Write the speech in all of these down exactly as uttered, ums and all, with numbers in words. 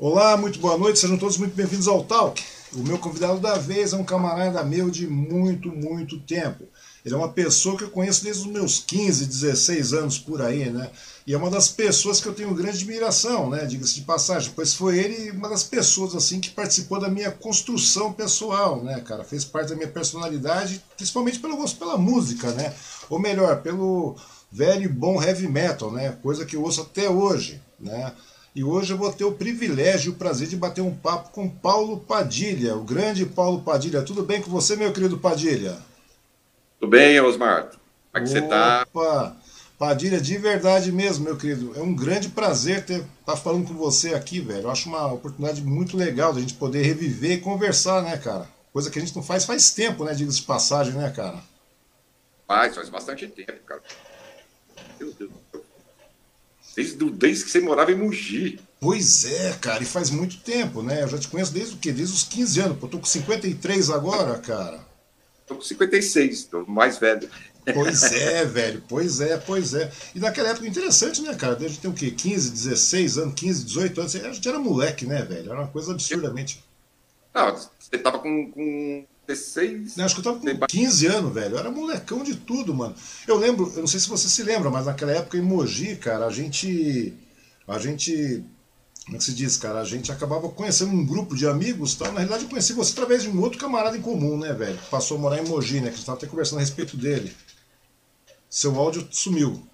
Olá, muito boa noite, sejam todos muito bem-vindos ao Talk. O meu convidado da vez é um camarada meu de muito, muito tempo. Ele é uma pessoa que eu conheço desde os meus quinze, dezesseis anos por aí, né? E é uma das pessoas que eu tenho grande admiração, né? Diga-se de passagem, pois foi ele uma das pessoas assim que participou da minha construção pessoal, né, cara? Fez parte da minha personalidade, principalmente pelo gosto pela música, né? Ou melhor, pelo velho e bom heavy metal, né? Coisa que eu ouço até hoje, né? E hoje eu vou ter o privilégio e o prazer de bater um papo com Paulo Padilha, o grande Paulo Padilha. Tudo bem com você, meu querido Padilha? Tudo bem, Osmar? Como é que você tá? Opa! Padilha, de verdade mesmo, meu querido. É um grande prazer ter estar falando com você aqui, velho. Eu acho uma oportunidade muito legal da gente poder reviver e conversar, né, cara? Coisa que a gente não faz faz tempo, né? Diga-se de passagem, né, cara? Faz, faz bastante tempo, cara. Meu Deus. Desde, do- desde que você morava em Mogi. Pois é, cara, e faz muito tempo, né? Eu já te conheço desde o quê? Desde os quinze anos. Pô, eu tô com cinquenta e três agora, cara. Tô com cinquenta e seis, tô mais velho. Pois é, velho, pois é, pois é. E naquela época interessante, né, cara? A gente tem o quê? Quinze, dezesseis anos, quinze, dezoito anos. A gente era moleque, né, velho? Era uma coisa absurdamente. Não, você tava com, com dezesseis. Eu acho que eu tava você com ba- quinze anos, velho. Eu era molecão de tudo, mano. Eu lembro, eu não sei se você se lembra, mas naquela época em Mogi, cara, a gente. A gente. Como é que se diz, cara? A gente acabava conhecendo um grupo de amigos, tal. Na realidade, eu conheci você através de um outro camarada em comum, né, velho? Que passou a morar em Mogi, né? Que a gente tava até conversando a respeito dele. Seu áudio sumiu.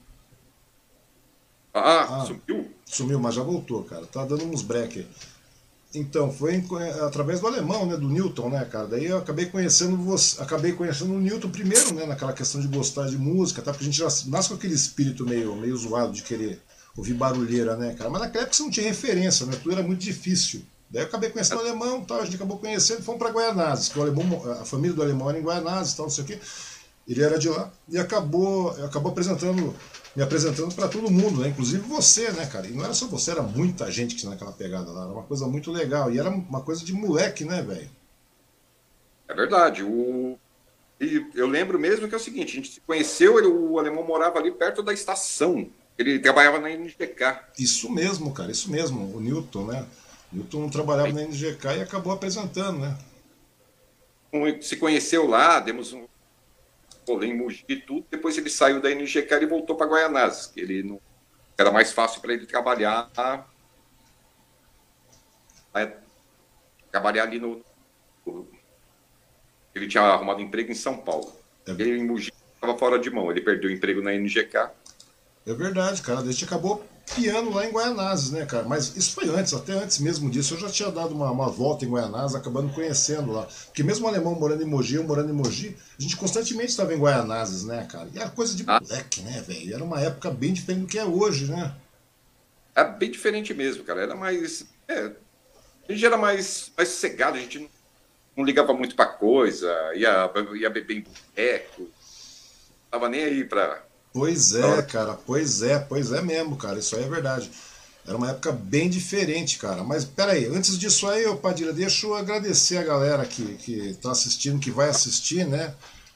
Ah, Ah, sumiu? sumiu, mas já voltou, cara. Tá dando uns break aí. Então, foi em- através do alemão, né, do Newton, né, cara? Daí eu acabei conhecendo você, acabei conhecendo o Newton primeiro, né, naquela questão de gostar de música, tá? Porque a gente já nasce com aquele espírito meio, meio zoado de querer ouvir barulheira, né, cara? Mas naquela época você não tinha referência, né? Tudo era muito difícil. Daí eu acabei conhecendo o alemão, tal, a gente acabou conhecendo, e fomos para Guaianazes, que o alemão, a família do alemão era em Guaianazes, tal, não sei o quê. Ele era de lá e acabou, acabou apresentando, me apresentando para todo mundo, né? Inclusive você, né, cara? E não era só você, era muita gente que tinha naquela pegada lá. Era uma coisa muito legal. E era uma coisa de moleque, né, velho? É verdade. O... E eu lembro mesmo que é o seguinte: a gente se conheceu, ele- o alemão morava ali perto da estação. Ele trabalhava na N G K. Isso mesmo, cara, isso mesmo. O Newton, né? O Newton trabalhava Aí na N G K e acabou apresentando, né? se conheceu lá, demos um rolê em Mogi e tudo. Depois ele saiu da N G K e voltou para Guaianazes, que ele não era mais fácil para ele trabalhar, né, trabalhar ali no. Ele tinha arrumado emprego em São Paulo. É, Ele em Mogi estava fora de mão. Ele perdeu o emprego na N G K. é verdade, cara. A gente acabou piando lá em Guaianazes, né, cara? Mas isso foi antes, até antes mesmo disso. Eu já tinha dado uma, uma volta em Guaianazes, acabando conhecendo lá. Porque mesmo o alemão morando em Mogi, eu morando em Mogi, a gente constantemente estava em Guaianazes, né, cara? E era coisa de Ah, moleque, né, velho? Era uma época bem diferente do que é hoje, né? é bem diferente mesmo, cara. Era mais. É, a gente era mais, mais sossegado, a gente não, não ligava muito para coisa, ia, ia beber em boteco, não estava nem aí para. Pois é, Hora. cara, pois é, pois é mesmo, cara, isso aí é verdade. Era uma época bem diferente, cara. Mas peraí, antes disso aí, ô Padilha, deixa eu agradecer a galera que, que tá assistindo, que vai assistir, né?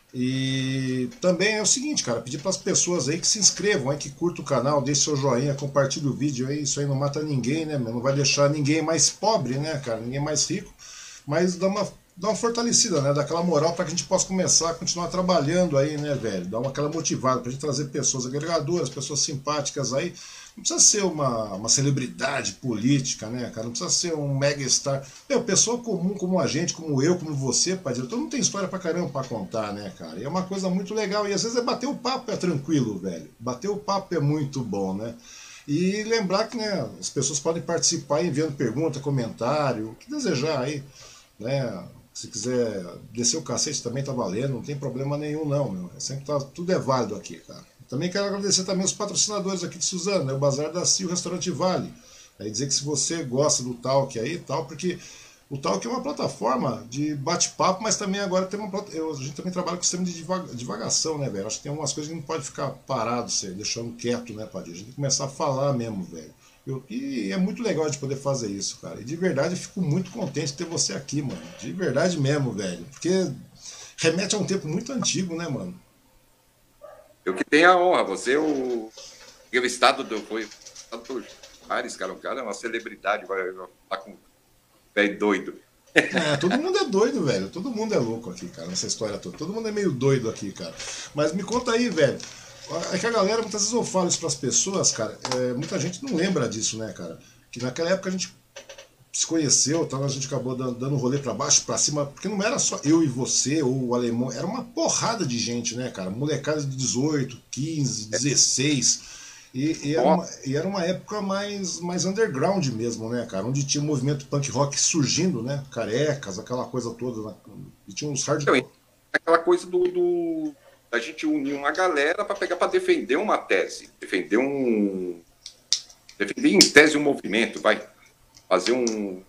E também é o seguinte, cara, pedir para as pessoas aí que se inscrevam, aí, que curtam o canal, deixe seu joinha, compartilhe o vídeo aí, isso aí não mata ninguém, né, meu? Não vai deixar ninguém mais pobre, né, cara, ninguém mais rico, mas dá uma, dá uma fortalecida, né, dá aquela moral para que a gente possa começar a continuar trabalhando aí, né, velho, dá uma aquela motivada para a gente trazer pessoas agregadoras, pessoas simpáticas aí. Não precisa ser uma, uma celebridade política, né, cara? Não precisa ser um mega star. Meu, pessoa comum como a gente, como eu, como você, Padilha, todo mundo tem história pra caramba pra contar, né, cara? E é uma coisa muito legal. E às vezes é bater o papo é tranquilo, velho. Bater o papo é muito bom, né? E lembrar que, né, as pessoas podem participar enviando pergunta, comentário, o que desejar aí, né? Se quiser descer o cacete também tá valendo, não tem problema nenhum não, meu. É sempre tá, tudo é válido aqui, cara. Também quero agradecer também os patrocinadores aqui de Suzano, né? O Bazar da Cia e o Restaurante Vale. Aí dizer que se você gosta do Talk aí tal, porque o Talk é uma plataforma de bate-papo, mas também agora tem uma eu, a gente também trabalha com sistema de divagação, né, velho? Acho que tem algumas coisas que não pode ficar parado, deixando quieto, né, Padilha? A gente tem que começar a falar mesmo, velho. Eu, e é muito legal de poder fazer isso, cara. E de verdade eu fico muito contente de ter você aqui, mano. De verdade mesmo, velho. Porque remete a um tempo muito antigo, né, mano? Eu que tenho a honra, você, o entrevistado do. Foi. Ares, cara, o cara é uma celebridade, vai falar com o velho doido. É, todo mundo é doido, velho. Todo mundo é louco aqui, cara, nessa história toda. Todo mundo é meio doido aqui, cara. Mas me conta aí, velho. É que a galera, muitas vezes eu falo isso pras pessoas, cara. É, muita gente não lembra disso, né, cara? Que naquela época a gente se conheceu, então a gente acabou dando, dando rolê pra baixo, pra cima, porque não era só eu e você ou o alemão, era uma porrada de gente, né, cara? Molecada de dezoito, quinze, dezesseis. E, e, era uma, e era uma época mais, mais underground mesmo, né, cara? Onde tinha o movimento punk rock surgindo, né? Carecas, aquela coisa toda. Né? E tinha uns hardcore. Aquela coisa do, do da gente unir uma galera para pegar para defender uma tese, defender um defender em tese um movimento, vai fazer um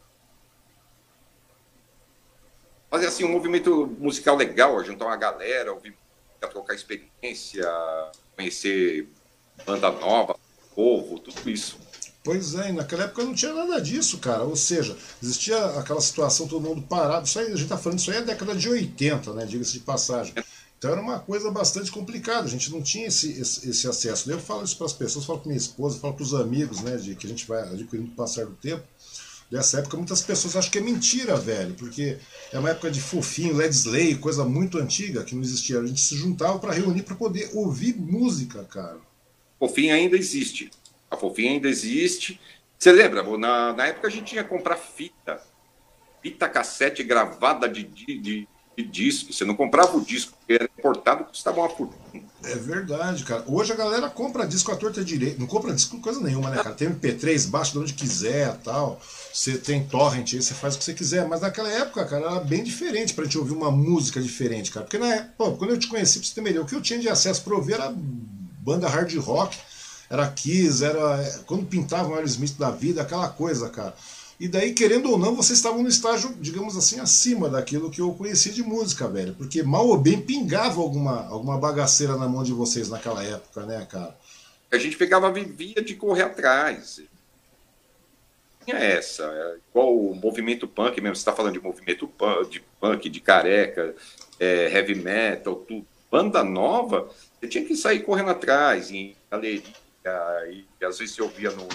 fazer assim um movimento musical legal, juntar uma galera, ouvir, trocar experiência, conhecer banda nova, povo, tudo isso. Pois é, e naquela época não tinha nada disso, cara. Ou seja, existia aquela situação, todo mundo parado. Isso aí, a gente tá falando, isso aí é década de oitenta, né? Diga-se de passagem. Então era uma coisa bastante complicada, a gente não tinha esse, esse, esse acesso. Eu falo isso para as pessoas, falo com minha esposa, falo para os amigos, né? De que a gente vai adquirindo com o passar do tempo. Dessa época, muitas pessoas acham que é mentira, velho, porque é uma época de fofinho, Led Slay, coisa muito antiga, que não existia. A gente se juntava para reunir para poder ouvir música, cara. Fofinho ainda existe. A Fofinha ainda existe. Você lembra? Na, na época a gente tinha que comprar fita. Fita cassete gravada de, de, de, de disco. Você não comprava o disco, porque era importado, custava uma fortuna. É verdade, cara. Hoje a galera compra disco à torta direito. Não compra disco coisa nenhuma, né, cara? Tem M P três, baixa de onde quiser tal. Você tem torrent aí, você faz o que você quiser. Mas naquela época, cara, era bem diferente pra gente ouvir uma música diferente, cara. Porque na época, pô, quando eu te conheci, pra você ter uma ideia, o que eu tinha de acesso pra ouvir era banda hard rock, era Kiss, era quando pintava o Aerosmith da vida, aquela coisa, cara. E daí, querendo ou não, vocês estavam no estágio, digamos assim, acima daquilo que eu conhecia de música, velho. Porque mal ou bem pingava alguma, alguma bagaceira na mão de vocês naquela época, né, cara? A gente pegava, vivia de correr atrás. Tinha essa, é igual o movimento punk mesmo, você está falando de movimento punk, de punk, de careca, é, heavy metal, tudo. Banda nova, você tinha que sair correndo atrás, em galeria, e, e às vezes você ouvia no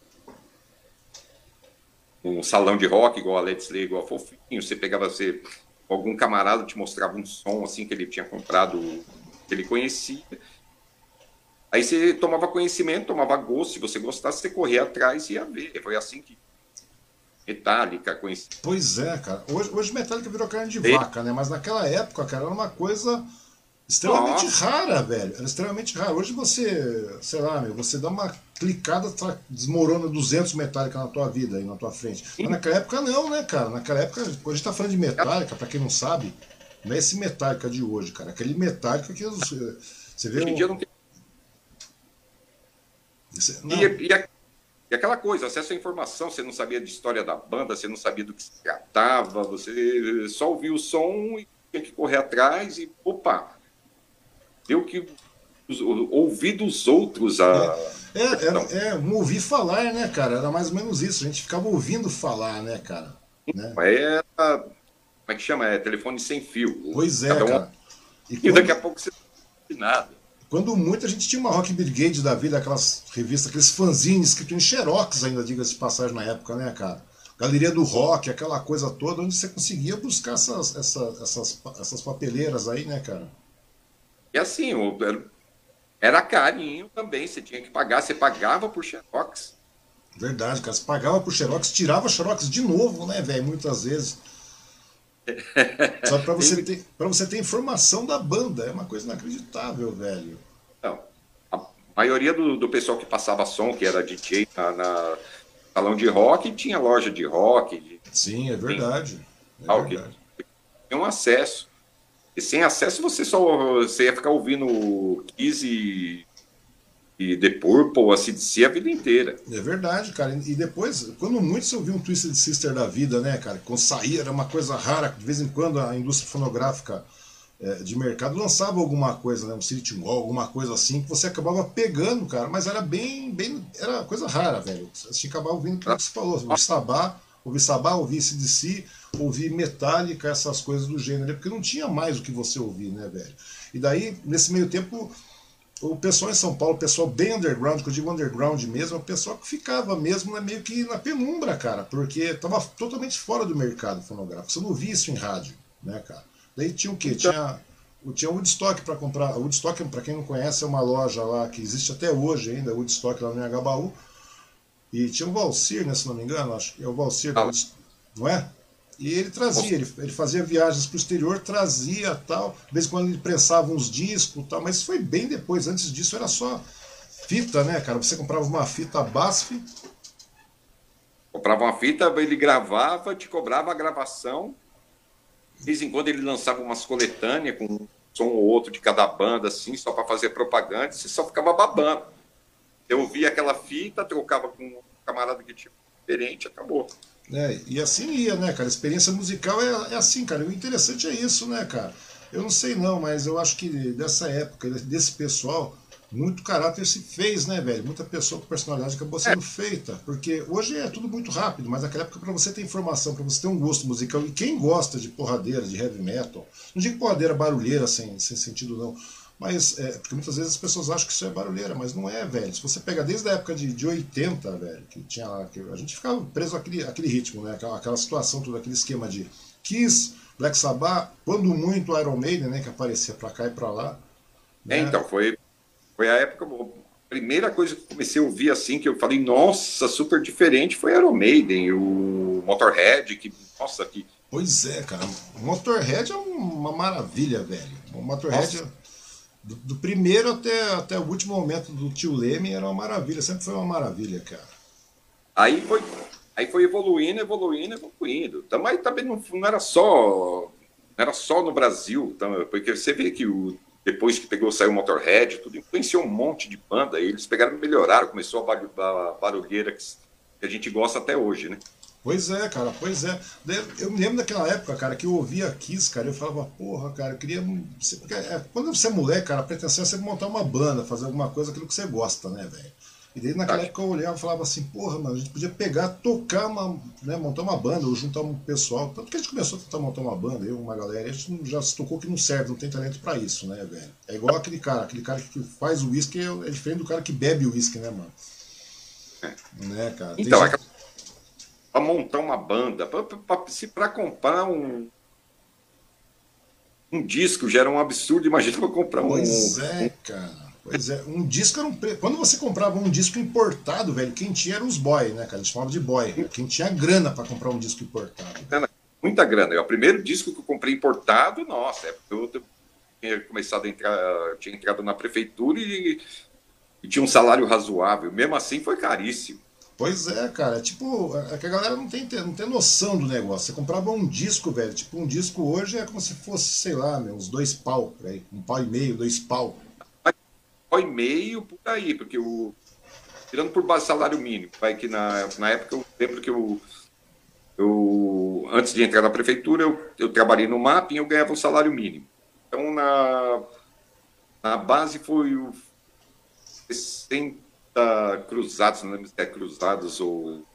um salão de rock, igual a Let's Play, igual a Fofinho, você pegava, você, algum camarada te mostrava um som assim que ele tinha comprado, que ele conhecia. Aí você tomava conhecimento, tomava gosto, se você gostasse, você corria atrás e ia ver. Foi assim que Metallica conhecia. Pois é, cara. Hoje, hoje Metallica virou carne de vaca, né? Mas naquela época, cara, era uma coisa extremamente Nossa. rara, velho. Era extremamente rara. Hoje você, sei lá, meu, você dá uma clicada, desmorona duzentos Metallica na tua vida aí, na tua frente. Mas naquela época não, né, cara? Naquela época, quando a gente tá falando de Metallica, pra quem não sabe, não é esse Metallica de hoje, cara. Aquele Metallica que você vê... Hoje em dia não tem... Não. E, e, a, e aquela coisa, acesso à informação, você não sabia de história da banda, você não sabia do que se tratava, você só ouvia o som e tinha que correr atrás e, opa, deu que ouvir dos outros a... É, é, era, é, um ouvir falar, né, cara? Era mais ou menos isso, a gente ficava ouvindo falar, né, cara? Né? É, como é que chama? É telefone sem fio. Pois é, um... cara. E, quando... e daqui a pouco você não sabe nada. Quando muito a gente tinha uma Rock Brigade da vida, aquelas revistas, aqueles fanzines escritos em xerox ainda, diga-se de passagem na época, né, cara? Galeria do Rock, aquela coisa toda, onde você conseguia buscar essas, essas, essas, essas papeleiras aí, né, cara? E assim, era carinho também, você tinha que pagar, você pagava por xerox. Verdade, cara, você pagava por xerox, tirava xerox de novo, né, velho, muitas vezes. Só pra você, ter, pra você ter informação da banda, é uma coisa inacreditável, velho. Não, a maioria do, do pessoal que passava som, que era D J na, na salão de rock, tinha loja de rock. De, Sim, é verdade. É rock, verdade. Tinha um acesso. E sem acesso você só você ia ficar ouvindo Kiss e, e The Purple, a C D C a vida inteira. É verdade, cara. E depois, quando muito você ouvia um Twisted Sister da vida, né, cara? Quando saía, era uma coisa rara. De vez em quando a indústria fonográfica é, de mercado lançava alguma coisa, né? Um City Wall, alguma coisa assim, que você acabava pegando, cara. Mas era bem, bem era coisa rara, velho. Você tinha que acabar ouvindo o que você falou. Ouvir Sabá, ouvir Sabá, ouvir C D C, ouvir Metallica, essas coisas do gênero. Porque não tinha mais o que você ouvir, né, velho? E daí, nesse meio tempo... o pessoal em São Paulo, o pessoal bem underground, que eu digo underground mesmo, é o pessoal que ficava mesmo né, meio que na penumbra, cara, porque tava totalmente fora do mercado fonográfico. Você não via isso em rádio, né, cara? Daí tinha o quê? Então, Tinha, tinha o Woodstock para comprar. O Woodstock, para quem não conhece, é uma loja lá que existe até hoje ainda, o Woodstock lá no Anhangabaú. E tinha o Valcir, né, se não me engano, acho que é o Valcir, da fala, Woodstock, não é? E ele trazia, ele, ele fazia viagens para o exterior, trazia tal, de vez em quando ele prensava uns discos tal, mas foi bem depois, antes disso era só fita, né, cara? Você comprava uma fita BASF. comprava uma fita, ele gravava, te cobrava a gravação. De vez em quando ele lançava umas coletâneas com um som ou outro de cada banda, assim, só para fazer propaganda, e você só ficava babando. Eu ouvia aquela fita, trocava com um camarada que tinha diferente, acabou. É, e assim ia, né, cara? A experiência musical é, é assim, cara. O interessante é isso, né, cara? Eu não sei não, mas eu acho que dessa época, desse pessoal, muito caráter se fez, né, velho? Muita pessoa com personalidade acabou É, sendo feita. Porque hoje é tudo muito rápido, mas naquela época, pra você ter informação, pra você ter um gosto musical, e quem gosta de porradeira, de heavy metal, não digo porradeira barulheira sem, sem sentido não, mas, é, porque muitas vezes as pessoas acham que isso é barulheira, mas não é, velho. Se você pega desde a época de, de oitenta, velho, que tinha lá, que a gente ficava preso àquele, àquele ritmo, né? Aquela, aquela situação, todo aquele esquema de Kiss, Black Sabbath, quando muito Iron Maiden, né? Que aparecia pra cá e pra lá, é, né? então, foi, foi a época. A primeira coisa que eu comecei a ouvir assim, que eu falei, nossa, super diferente, foi Iron Maiden, o Motorhead, que, nossa, que. Pois é, cara. O Motorhead é uma maravilha, velho. O Motorhead, Nossa, do, do primeiro até, até o último momento do Tio Leme, era uma maravilha. Sempre foi uma maravilha, cara. aí foi, aí foi evoluindo, evoluindo, evoluindo. Também, também não, não era só. Não era só no Brasil, então, porque você vê que o, depois que pegou, saiu o Motorhead, tudo influenciou um monte de banda, e eles pegaram e melhoraram, começou a, barulho, a barulheira que, que a gente gosta até hoje, né? Pois é, cara, pois é. Eu me lembro daquela época, cara, que eu ouvia Kiss, cara, eu falava, porra, cara, eu queria. Porque é, quando você é moleque, cara, a pretensão é você montar uma banda, fazer alguma coisa, aquilo que você gosta, né, velho? E daí naquela Verdade. época eu olhava e falava assim, porra, mano, a gente podia pegar, tocar uma, né, montar uma banda, ou juntar um pessoal. Tanto que a gente começou a tentar montar uma banda, eu, uma galera, e a gente já se tocou que não serve, não tem talento pra isso, né, velho? É igual aquele cara, aquele cara que faz o uísque é, é diferente do cara que bebe o uísque, né, mano? Né, cara? Tem Então, gente. para montar uma banda, para comprar um, um disco já era um absurdo, imagina para comprar um. Pois é, cara. Pois é, um disco era um pre... Quando você comprava um disco importado, velho, quem tinha eram os boy, né, cara? Eles chamavam de boy. Né? Quem tinha grana pra comprar um disco importado. Muita grana. É o primeiro disco que eu comprei importado, nossa, é porque eu tinha começado a entrar, tinha entrado na prefeitura e, e tinha um salário razoável. Mesmo assim, foi caríssimo. Pois é, cara. Tipo, é que a galera não tem, não tem noção do negócio. Você comprava um disco, velho. Tipo, um disco hoje é como se fosse, sei lá, meu, uns dois pau, por aí. Um pau e meio, dois pau. Foi meio por aí, porque o. Tirando por base salário mínimo, vai que na, na época eu lembro que eu, eu antes de entrar na prefeitura, eu, eu trabalhei no mapping e eu ganhava um salário mínimo. Então, na, na base foi o sessenta cruzados, não lembro se é cruzados ou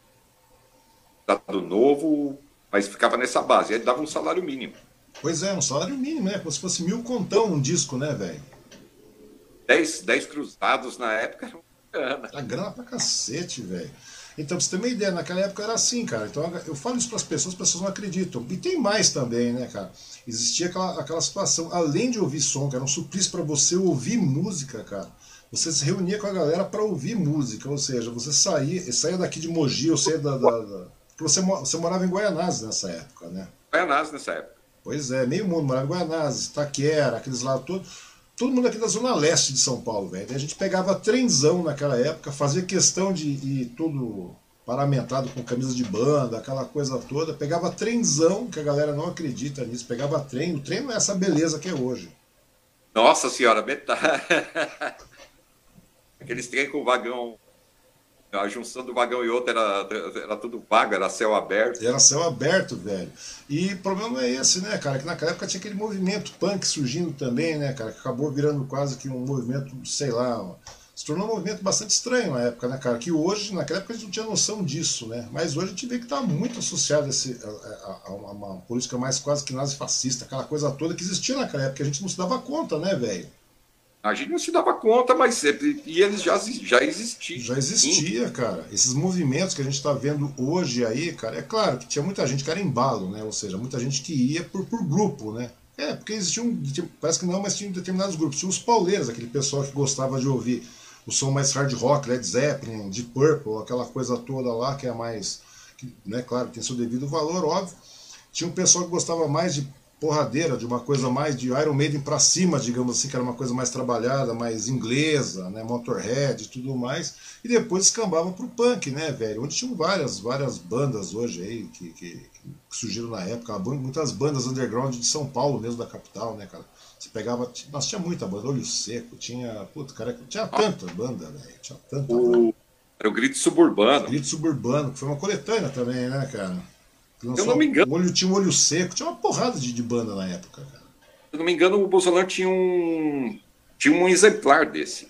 dado novo, mas ficava nessa base. Aí dava um salário mínimo. Pois é, um salário mínimo, né? Como se fosse mil contão um disco, né, velho? Dez, dez cruzados na época era uma grana. A grana pra cacete, velho. Então, pra você ter uma ideia, naquela época era assim, cara. Então, eu falo isso pras pessoas, as pessoas não acreditam. E tem mais também, né, cara? Existia aquela, aquela situação, além de ouvir som, que era um suplício pra você ouvir música, cara. Você se reunia com a galera pra ouvir música, ou seja, você saía, saía daqui de Mogi, ou saía da. da, da... Porque você, você morava em Guaianazes nessa época, né? Guaianazes nessa época. Pois é, meio mundo morava em Guaianazes, Itaquera, aqueles lados todos. Todo mundo aqui da zona leste de São Paulo, velho. A gente pegava trenzão naquela época, fazia questão de ir todo paramentado com camisa de banda, aquela coisa toda. Pegava trenzão, que a galera não acredita nisso. Pegava trem. O trem não é essa beleza que é hoje. Nossa senhora, metade. Aqueles trem com o vagão, a junção do vagão e outro era, era tudo vago, era céu aberto. Era céu aberto, velho. E o problema não é esse, né, cara? Que naquela época tinha aquele movimento punk surgindo também, né, cara? Que acabou virando quase que um movimento, sei lá, se tornou um movimento bastante estranho na época, né, cara? Que hoje, naquela época, a gente não tinha noção disso, né? Mas hoje a gente vê que tá muito associado a, esse, a, a, a uma, uma política mais quase que nazifascista, aquela coisa toda que existia naquela época, que a gente não se dava conta, né, velho? A gente não se dava conta, mas sempre, e eles já, já existiam. Já existia, cara. Esses movimentos que a gente está vendo hoje aí, cara, é claro que tinha muita gente que era embalo, né? Ou seja, muita gente que ia por, por grupo, né? É, porque existiam, parece que não, mas tinham determinados grupos. Tinha os pauleiros, aquele pessoal que gostava de ouvir o som mais hard rock, Led Zeppelin, Deep Purple, aquela coisa toda lá que é mais, que, né, claro, tem seu devido valor, óbvio. Tinha um pessoal que gostava mais de porradeira, de uma coisa mais de Iron Maiden pra cima, digamos assim, que era uma coisa mais trabalhada, mais inglesa, né, Motorhead e tudo mais, e depois escambava pro punk, né, velho, onde tinham várias, várias bandas hoje aí, que, que, que surgiram na época, muitas bandas underground de São Paulo mesmo, da capital, né, cara, você pegava, nossa, tinha muita banda, Olho Seco, tinha, puta, cara, tinha tanta banda, velho, tinha tanta banda. O, era o Grito Suburbano. Grito Suburbano, que foi uma coletânea também, né, cara? Eu não me Lançou engano, o olho, tinha um Olho Seco, tinha uma porrada de, de banda na época, cara. se eu não me engano, o Bolsonaro tinha um, tinha um exemplar desse.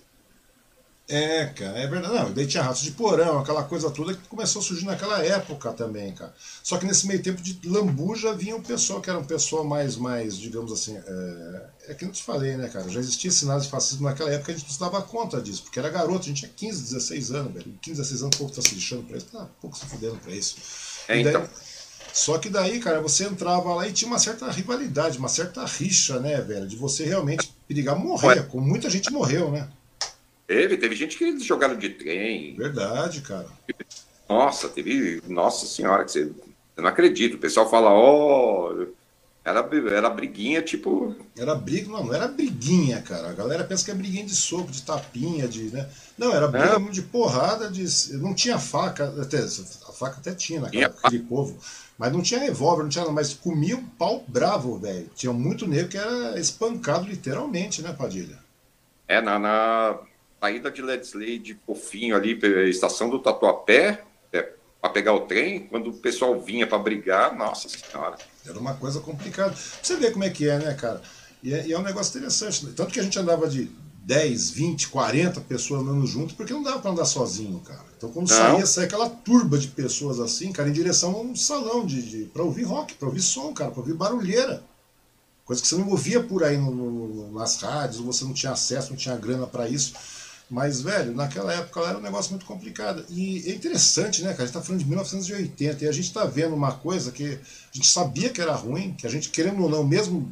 É, cara, é verdade. Não, daí tinha Ratos de Porão, aquela coisa toda que começou a surgir naquela época também, cara. Só que nesse meio tempo de lambuja vinha um pessoal que era um pessoal mais, mais digamos assim, é, é que eu te falei, né, cara? Já existia sinais de fascismo naquela época, a gente não se dava conta disso, porque era garoto, a gente tinha quinze, dezesseis anos, velho. quinze, dezesseis anos, pouco tá se lixando pra isso, tá pouco se fudendo pra isso. É, E daí, então. só que daí, cara, você entrava lá e tinha uma certa rivalidade, uma certa rixa, né, velho? De você realmente perigar morrer, como muita gente morreu, né? Teve, teve gente que eles jogaram de trem. Verdade, cara. Nossa, teve. Nossa senhora, que você, eu não acredito. O pessoal fala, ó. Oh, era, era briguinha, tipo. Era briga, não, não era briguinha, cara. A galera pensa que é briguinha de soco, de tapinha, de, né? Não, era briga Não, de porrada, de. Não tinha faca, até, a faca até tinha naquela, tinha, naquele povo. Mas não tinha revólver, não tinha nada, mas comia um pau bravo, velho. Tinha muito negro que era espancado literalmente, né, Padilha? é na, na saída de Ledsley de Fofinho ali, estação do Tatuapé, é, para pegar o trem, quando o pessoal vinha para brigar, nossa senhora. Era uma coisa complicada. Pra você ver como é que é, né, cara? E é, e é um negócio interessante. Né? Tanto que a gente andava de dez, vinte, quarenta pessoas andando junto, porque não dava pra andar sozinho, cara. Então quando Não, saía, saía aquela turba de pessoas assim, cara, em direção a um salão de, de, pra ouvir rock, pra ouvir som, cara, pra ouvir barulheira. Coisa que você não ouvia por aí no, no, nas rádios, você não tinha acesso, não tinha grana pra isso. Mas, velho, naquela época era um negócio muito complicado. E é interessante, né, cara? A gente tá falando de mil novecentos e oitenta e a gente tá vendo uma coisa que a gente sabia que era ruim, que a gente, querendo ou não, mesmo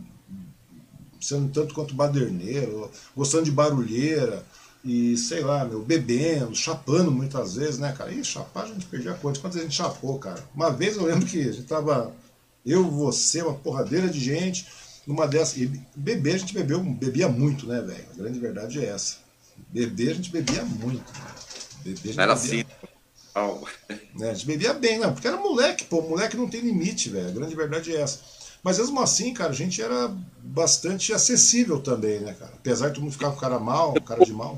sendo tanto quanto baderneiro, gostando de barulheira, e sei lá, meu, bebendo, chapando muitas vezes, né, cara? Ih, chapar a gente perdia a conta. Quantas a gente chapou, cara? Uma vez eu lembro que a gente tava, eu, você, uma porradeira de gente, numa dessas. E beber a gente bebeu, bebia muito, né, velho? A grande verdade é essa. Beber a gente bebia muito. Né? Beber a gente não era bebia. assim. Não. Né? A gente bebia bem, não, porque era moleque, pô. Moleque não tem limite, velho. A grande verdade é essa. Mas mesmo assim, cara, a gente era bastante acessível também, né, cara? Apesar de todo mundo ficar com cara mal, cara de mal.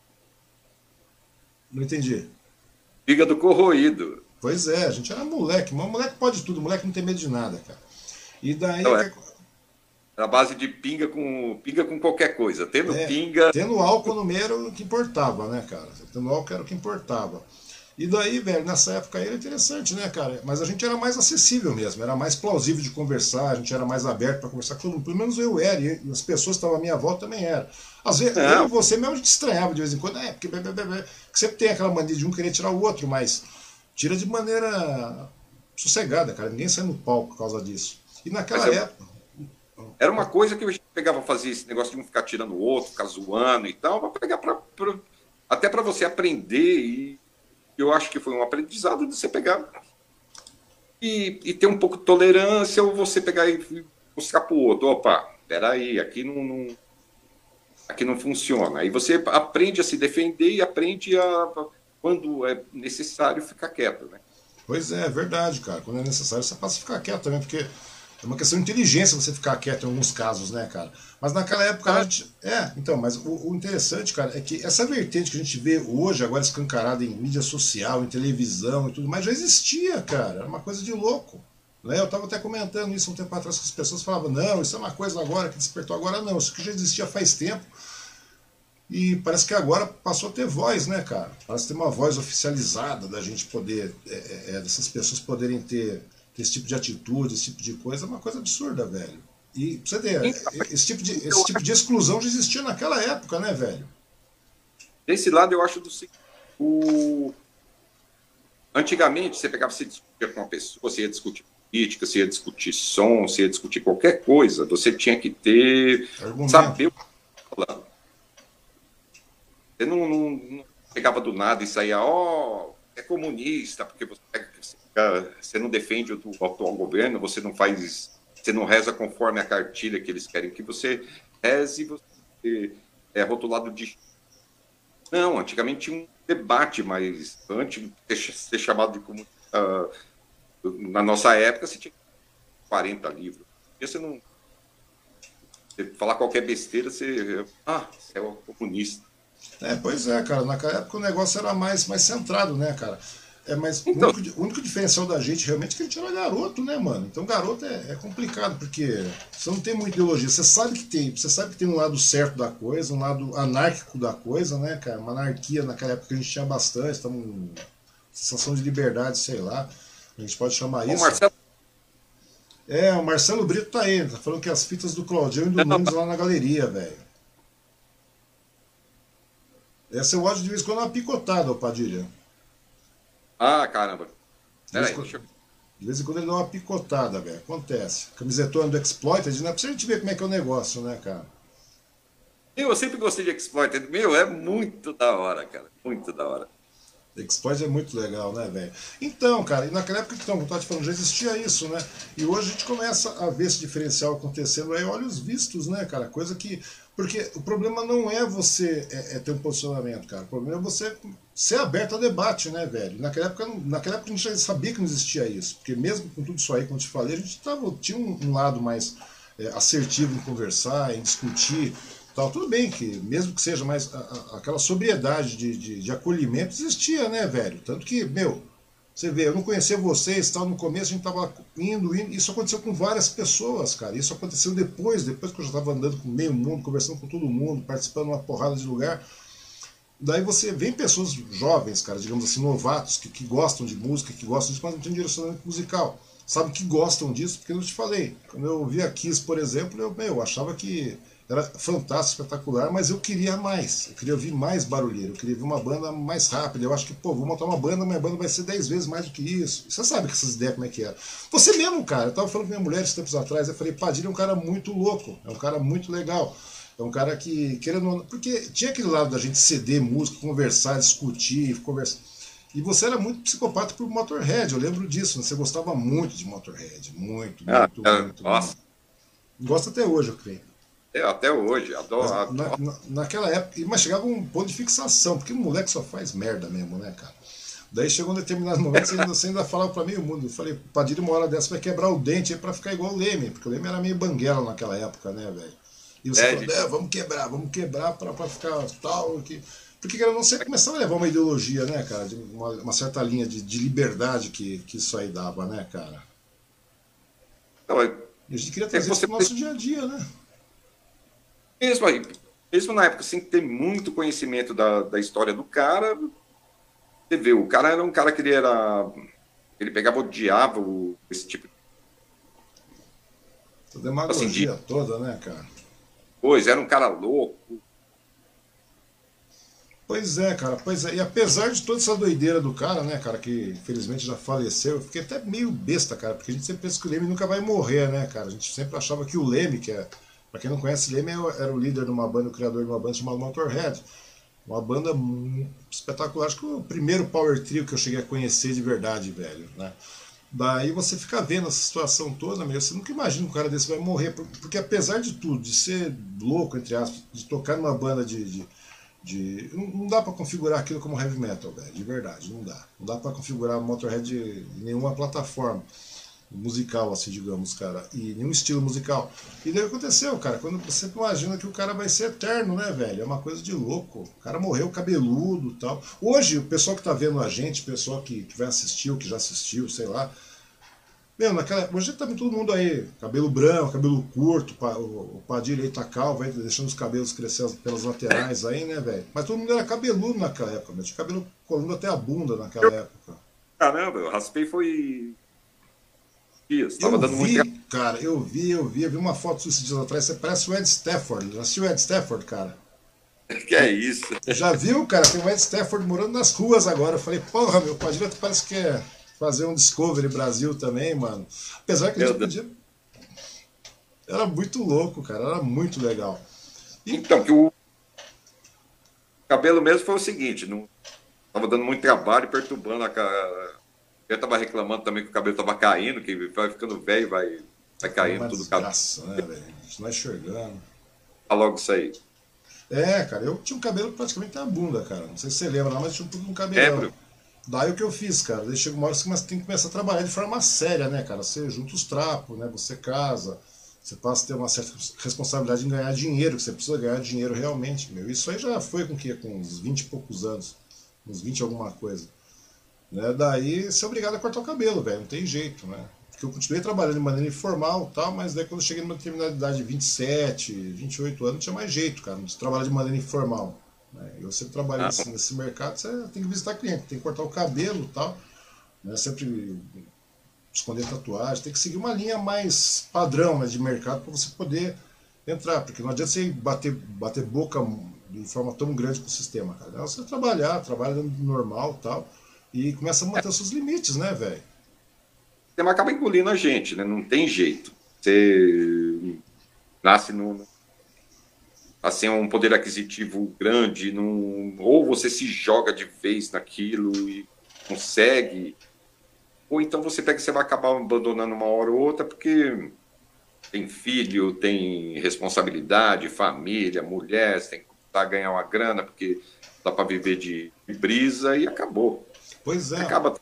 Não entendi. Fígado corroído. Pois é, a gente era moleque. Mas moleque pode tudo, moleque não tem medo de nada, cara. E daí. Não, é a base de pinga com pinga com qualquer coisa. Tendo É, pinga. tendo álcool no meio era o que importava, né, cara? Tendo álcool era o que importava. E daí, velho, nessa época aí era interessante, né, cara? Mas a gente era mais acessível mesmo, era mais plausível de conversar, a gente era mais aberto para conversar com todo mundo. Pelo menos eu era, e as pessoas que estavam à minha volta também eram. Às vezes, eu Não, e você mesmo a gente estranhava de vez em quando, é, porque, porque sempre tem aquela mania de um querer tirar o outro, mas tira de maneira sossegada, cara. Ninguém sai no palco por causa disso. E mas naquela eu, época. era uma coisa que a gente pegava fazer esse negócio de um ficar tirando o outro, ficar zoando e tal, para pegar pra, pra, até para você aprender. E eu acho que foi um aprendizado de você pegar e, e ter um pouco de tolerância, ou você pegar e mostrar para o outro, opa, peraí, aqui não, não, aqui não funciona. Aí você aprende a se defender e aprende a, quando é necessário, ficar quieto, né? Pois é, é verdade, cara. Quando é necessário, você passa a ficar quieto também, porque é uma questão de inteligência você ficar quieto em alguns casos, né, cara? Mas naquela época a gente. É, então, mas o, o interessante, cara, é que essa vertente que a gente vê hoje, agora escancarada em mídia social, em televisão e tudo mais, já existia, cara. Era uma coisa de louco. Né? Eu estava até comentando isso um tempo atrás que as pessoas falavam, não, isso é uma coisa agora que despertou agora, não, isso que já existia faz tempo. E parece que agora passou a ter voz, né, cara? Parece ter uma voz oficializada da gente poder, é, é, dessas pessoas poderem ter esse tipo de atitude, esse tipo de coisa, é uma coisa absurda, velho. E pra você ver, Então, esse tipo de, eu esse tipo de exclusão já existia naquela época, né, velho? Desse lado, eu acho do seguinte: o... antigamente, você pegava, você discutia com uma pessoa, você ia discutir política, você ia discutir som, você ia discutir qualquer coisa, você tinha que ter, Argumento. saber o que falar. Você não, não, não pegava do nada e saía, ó, oh, é comunista, porque você, você não defende o, o atual governo, você não faz, você não reza conforme a cartilha que eles querem que você reze, e você é rotulado de. Não, antigamente tinha um debate, mas antes de ser chamado de comunista, uh, na nossa época, você tinha quarenta livros. E você não. Você falar qualquer besteira, você. Ah, você é um comunista. É, pois é, cara. Naquela época o negócio era mais, mais centrado, né, cara? É, mas o Então, único, o único diferencial da gente realmente é que a gente era garoto, né, mano? Então garoto é, é complicado, porque você não tem muita ideologia. Você sabe que tem, você sabe que tem um lado certo da coisa, um lado anárquico da coisa, né, cara? Uma anarquia naquela época a gente tinha bastante, então, sensação de liberdade, sei lá. A gente pode chamar o isso. Marcelo. É, o Marcelo Brito tá aí, tá falando que as fitas do Claudião e do Não, Nunes lá na galeria, velho. Essa eu acho de vez em quando uma picotada, ô Padilha. ah, caramba. De vez, Peraí, em quando, deixa eu. de vez em quando ele dá uma picotada, velho. Acontece. Camisetona do Exploited, não é pra gente ver como é que é o negócio, né, cara? Eu sempre gostei de Exploited. Meu, é muito da hora, cara. Muito da hora. Exploit é muito legal, né, velho? Então, cara, e naquela época, então, como eu tava te falando, já existia isso, né? E hoje a gente começa a ver esse diferencial acontecendo aí, olha os vistos, né, cara? Coisa que. Porque o problema não é você é, é ter um posicionamento, cara. O problema é você ser aberto a debate, né, velho? Naquela época, naquela época a gente já sabia que não existia isso. Porque mesmo com tudo isso aí, como eu te falei, a gente tava, tinha um, um lado mais é, assertivo em conversar, em discutir. Tal. Tudo bem que, mesmo que seja mais a, a, aquela sobriedade de, de, de acolhimento, existia, né, velho? Tanto que, meu, você vê, eu não conhecia vocês, tal, no começo a gente tava indo, indo, isso aconteceu com várias pessoas, cara. Isso aconteceu depois, depois que eu já tava andando com meio mundo, conversando com todo mundo, participando de uma porrada de lugar. Daí você vê pessoas jovens, cara, digamos assim, novatos, que, que gostam de música, que gostam disso, mas não tem direcionamento musical. Sabe que gostam disso, porque eu te falei. Quando eu vi a Kiss, por exemplo, eu, meu, eu achava que era fantástico, espetacular, mas eu queria mais. Eu queria ouvir mais barulheiro, eu queria ouvir uma banda mais rápida. Eu acho que, pô, vou montar uma banda, minha banda vai ser dez vezes mais do que isso. Você sabe que essas ideias como é que era. Você mesmo, cara, eu tava falando com minha mulher esses tempos atrás, eu falei, Padilha é um cara muito louco, é um cara muito legal. É um cara que, querendo. Porque tinha aquele lado da gente ceder música, conversar, discutir, conversar. E você era muito psicopata por Motorhead, eu lembro disso. Né? Você gostava muito de Motorhead. Muito, Ah, muito, ah, muito, nossa, muito. Gosta até hoje, eu creio. é, até hoje. Adoro, Mas na, adoro. na, naquela época. Mas chegava um ponto de fixação, porque o moleque só faz merda mesmo, né, cara? Daí chegou um determinado momento, você ainda, você ainda falava pra mim o mundo. Eu falei, Padilha, uma hora dessa vai quebrar o dente aí pra ficar igual o Leme, porque o Leme era meio banguela naquela época, né, velho? E você É, falou, gente, é, vamos quebrar, vamos quebrar pra, pra ficar tal. Que... Porque cara, não sei começava a levar uma ideologia, né, cara? De uma, uma certa linha de, de liberdade que, que isso aí dava, né, cara? então, é, E a gente queria é trazer isso você pro nosso dia a dia, né? mesmo aí, mesmo na época, sem ter muito conhecimento da, da história do cara, você vê, o cara era um cara que ele era. Ele pegava, odiava o, esse tipo de Essa assim, de demagogia toda, né, cara? coisa, era um cara louco. Pois é, cara, pois é. E apesar de toda essa doideira do cara, né, cara, que infelizmente já faleceu, eu fiquei até meio besta, cara, porque a gente sempre pensa que o Leme nunca vai morrer, né, cara? A gente sempre achava que o Leme, que é. Pra quem não conhece, Leme era o líder de uma banda, o criador de uma banda chamada Motorhead. Uma banda espetacular. Acho que o primeiro power trio que eu cheguei a conhecer de verdade, velho, né? Daí você fica vendo essa situação toda, meu, você nunca imagina que um cara desse vai morrer, porque apesar de tudo, de ser louco, entre aspas, de tocar numa banda de. de, de não dá pra configurar aquilo como heavy metal, velho, de verdade, não dá. Não dá pra configurar Motorhead em nenhuma plataforma musical, assim, digamos, cara, e nenhum estilo musical. E daí aconteceu, cara, quando você imagina que o cara vai ser eterno, né, velho? É uma coisa de louco. O cara morreu cabeludo e tal. Hoje, o pessoal que tá vendo a gente, o pessoal que, que vai assistir, ou que já assistiu, sei lá, meu, naquela, hoje tá todo mundo aí, cabelo branco, cabelo curto, o, o Padilha aí tá calvo, aí, deixando os cabelos crescer pelas laterais aí, né, velho? Mas todo mundo era cabeludo naquela época, meu. Tinha cabelo colando até a bunda naquela época. Caramba, eu raspei foi dias, estava Eu dando muito. vi, Cara, eu vi, eu vi, eu vi uma foto esses dias atrás, você parece o Ed Stafford. Já assistiu o Ed Stafford, cara? Que é isso? Já viu, cara? Tem o Ed Stafford morando nas ruas agora. Eu falei, porra, meu Padilha parece que é fazer um Discovery Brasil também, mano. Apesar que a Meu gente Deus. podia. Era muito louco, cara. Era muito legal. E, Então, que o cabelo mesmo foi o seguinte, não estava dando muito trabalho, perturbando a cara. Eu estava reclamando também que o cabelo estava caindo, que vai ficando velho, vai, vai foi caindo uma tudo o cabelo. desgraça, né, velho? A gente não é enxergando. Fala logo isso aí. É, cara, eu tinha um cabelo praticamente na bunda, cara. Não sei se você lembra, não, mas eu tinha um cabelão. Lembro. Daí o que eu fiz, cara? Daí chega uma hora que você tem que começar a trabalhar de forma séria, né, cara? Você junta os trapos, né? Você casa, você passa a ter uma certa responsabilidade em ganhar dinheiro, que você precisa ganhar dinheiro realmente, meu. Isso aí já foi com o quê? Com uns vinte e poucos anos. Uns vinte e alguma coisa. Né? Daí você é obrigado a cortar o cabelo, velho. Não tem jeito, né? Porque eu continuei trabalhando de maneira informal e tal, mas daí quando eu cheguei numa determinada idade de vinte e sete, vinte e oito anos, não tinha mais jeito, cara, de trabalhar de maneira informal. Né? Eu sempre trabalhei Ah, nesse, nesse mercado, você tem que visitar cliente, tem que cortar o cabelo e tal, né? Sempre esconder tatuagem, tem que seguir uma linha mais padrão, né, de mercado para você poder entrar, porque não adianta você bater, bater boca de forma tão grande com o sistema, cara. É você trabalhar, trabalha normal e tal, e começa a manter os seus limites, né, velho? o sistema acaba engolindo a gente, né? Não tem jeito. Você nasce no, assim, um poder aquisitivo grande, num, ou você se joga de vez naquilo e consegue, ou então você pega que você vai acabar abandonando uma hora ou outra, porque tem filho, tem responsabilidade, família, mulher, você tem que começar a ganhar uma grana, porque dá para viver de, de brisa e acabou. Pois é, Acaba,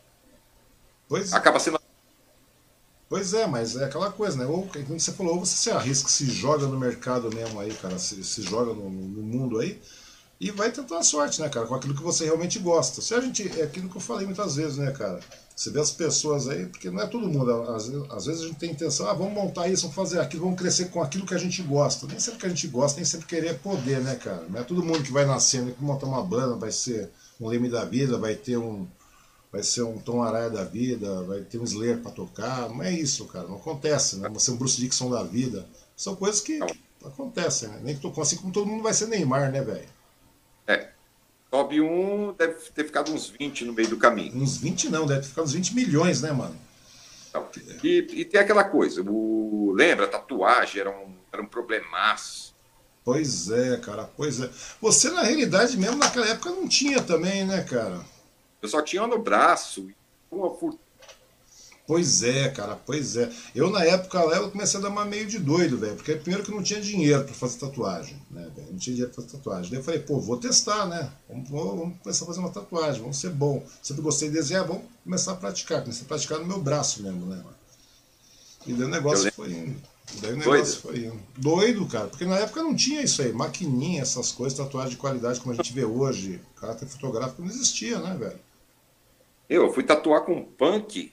pois, acaba sendo. pois é, mas é aquela coisa, né? Ou, como você falou, ou você se arrisca, se joga no mercado mesmo aí, cara, se, se joga no, no mundo aí, e vai tentar a sorte, né, cara, com aquilo que você realmente gosta. Se a gente, é aquilo que eu falei muitas vezes, né, cara? Você vê as pessoas aí, porque não é todo mundo, às vezes, às vezes a gente tem intenção, ah, vamos montar isso, vamos fazer aquilo, vamos crescer com aquilo que a gente gosta. Nem sempre que a gente gosta, nem sempre querer poder, né, cara? Não é todo mundo que vai nascendo, que montar uma banda, vai ser um Leme da vida, vai ter um, vai ser um Tom Araya da vida, vai ter um Slayer pra tocar. Não é isso, cara, não acontece, né? Você é um Bruce Dickinson da vida. São coisas que, que acontecem, né? Nem que tocou assim como todo mundo vai ser Neymar, né, velho? É, Sobe um, deve ter ficado uns vinte no meio do caminho. Uns vinte não, deve ficar uns vinte milhões, né, mano? Então, e, e tem aquela coisa, o, lembra, a tatuagem era um, era um problemaço. Pois é, cara, pois é. Você, na realidade, mesmo naquela época não tinha também, né, cara? Eu só tinha no braço, uma fortuna. Pois é, cara, pois é. Eu, na época lá, eu comecei a dar uma meio de doido, velho. Porque primeiro que eu não tinha dinheiro pra fazer tatuagem, né, velho? Não tinha dinheiro pra fazer tatuagem. Daí eu falei, pô, vou testar, né? Vamos, vamos começar a fazer uma tatuagem, vamos ser bom. Sempre gostei de desenhar, vamos começar a praticar. Comecei a praticar no meu braço mesmo, né, mano? E daí o negócio foi indo. E daí o negócio foi indo. Doido, cara, porque na época não tinha isso aí, maquininha, essas coisas, tatuagem de qualidade como a gente vê hoje. Caráter fotográfico não existia, né, velho? Eu fui tatuar com punk,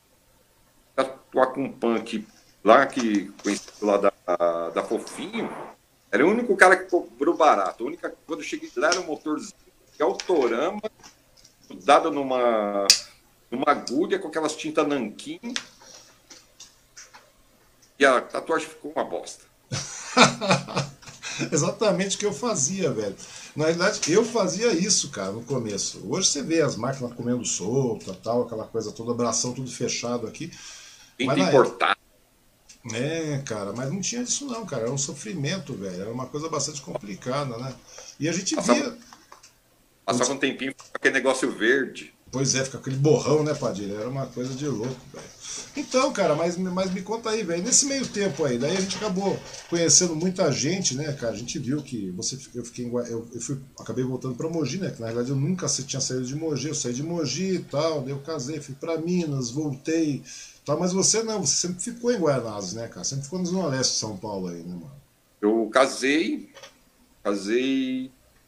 tatuar com punk lá, que conheci lá da, da Fofinho. Era o único cara que cobrou barato. A única, quando eu cheguei lá era um motorzinho de Autorama, dado numa, numa agulha com aquelas tintas nanquim. E a tatuagem ficou uma bosta. Exatamente o que eu fazia, velho. Na realidade, eu fazia isso, cara, no começo. Hoje você vê as máquinas comendo solta, tal, aquela coisa toda, abração tudo fechado aqui. Tinta importada. É, cara, mas não tinha isso não, cara. Era um sofrimento, velho. Era uma coisa bastante complicada, né? E a gente Passava, via. passava um tempinho com aquele negócio verde. Pois é, fica aquele borrão, né, Padilha? Era uma coisa de louco, velho. Então, cara, mas, mas me conta aí, velho. Nesse meio tempo aí, daí a gente acabou conhecendo muita gente, né, cara? A gente viu que você, eu fiquei, em Gua- eu, eu fui, acabei voltando pra Mogi, né? Que na verdade eu nunca sa- tinha saído de Mogi. Eu saí de Mogi e tal, daí eu casei, fui pra Minas, voltei, tal. Mas você não, você sempre ficou em Guaianazes, né, cara? Sempre ficou no Zona Leste de São Paulo aí, né, mano? Eu casei, casei em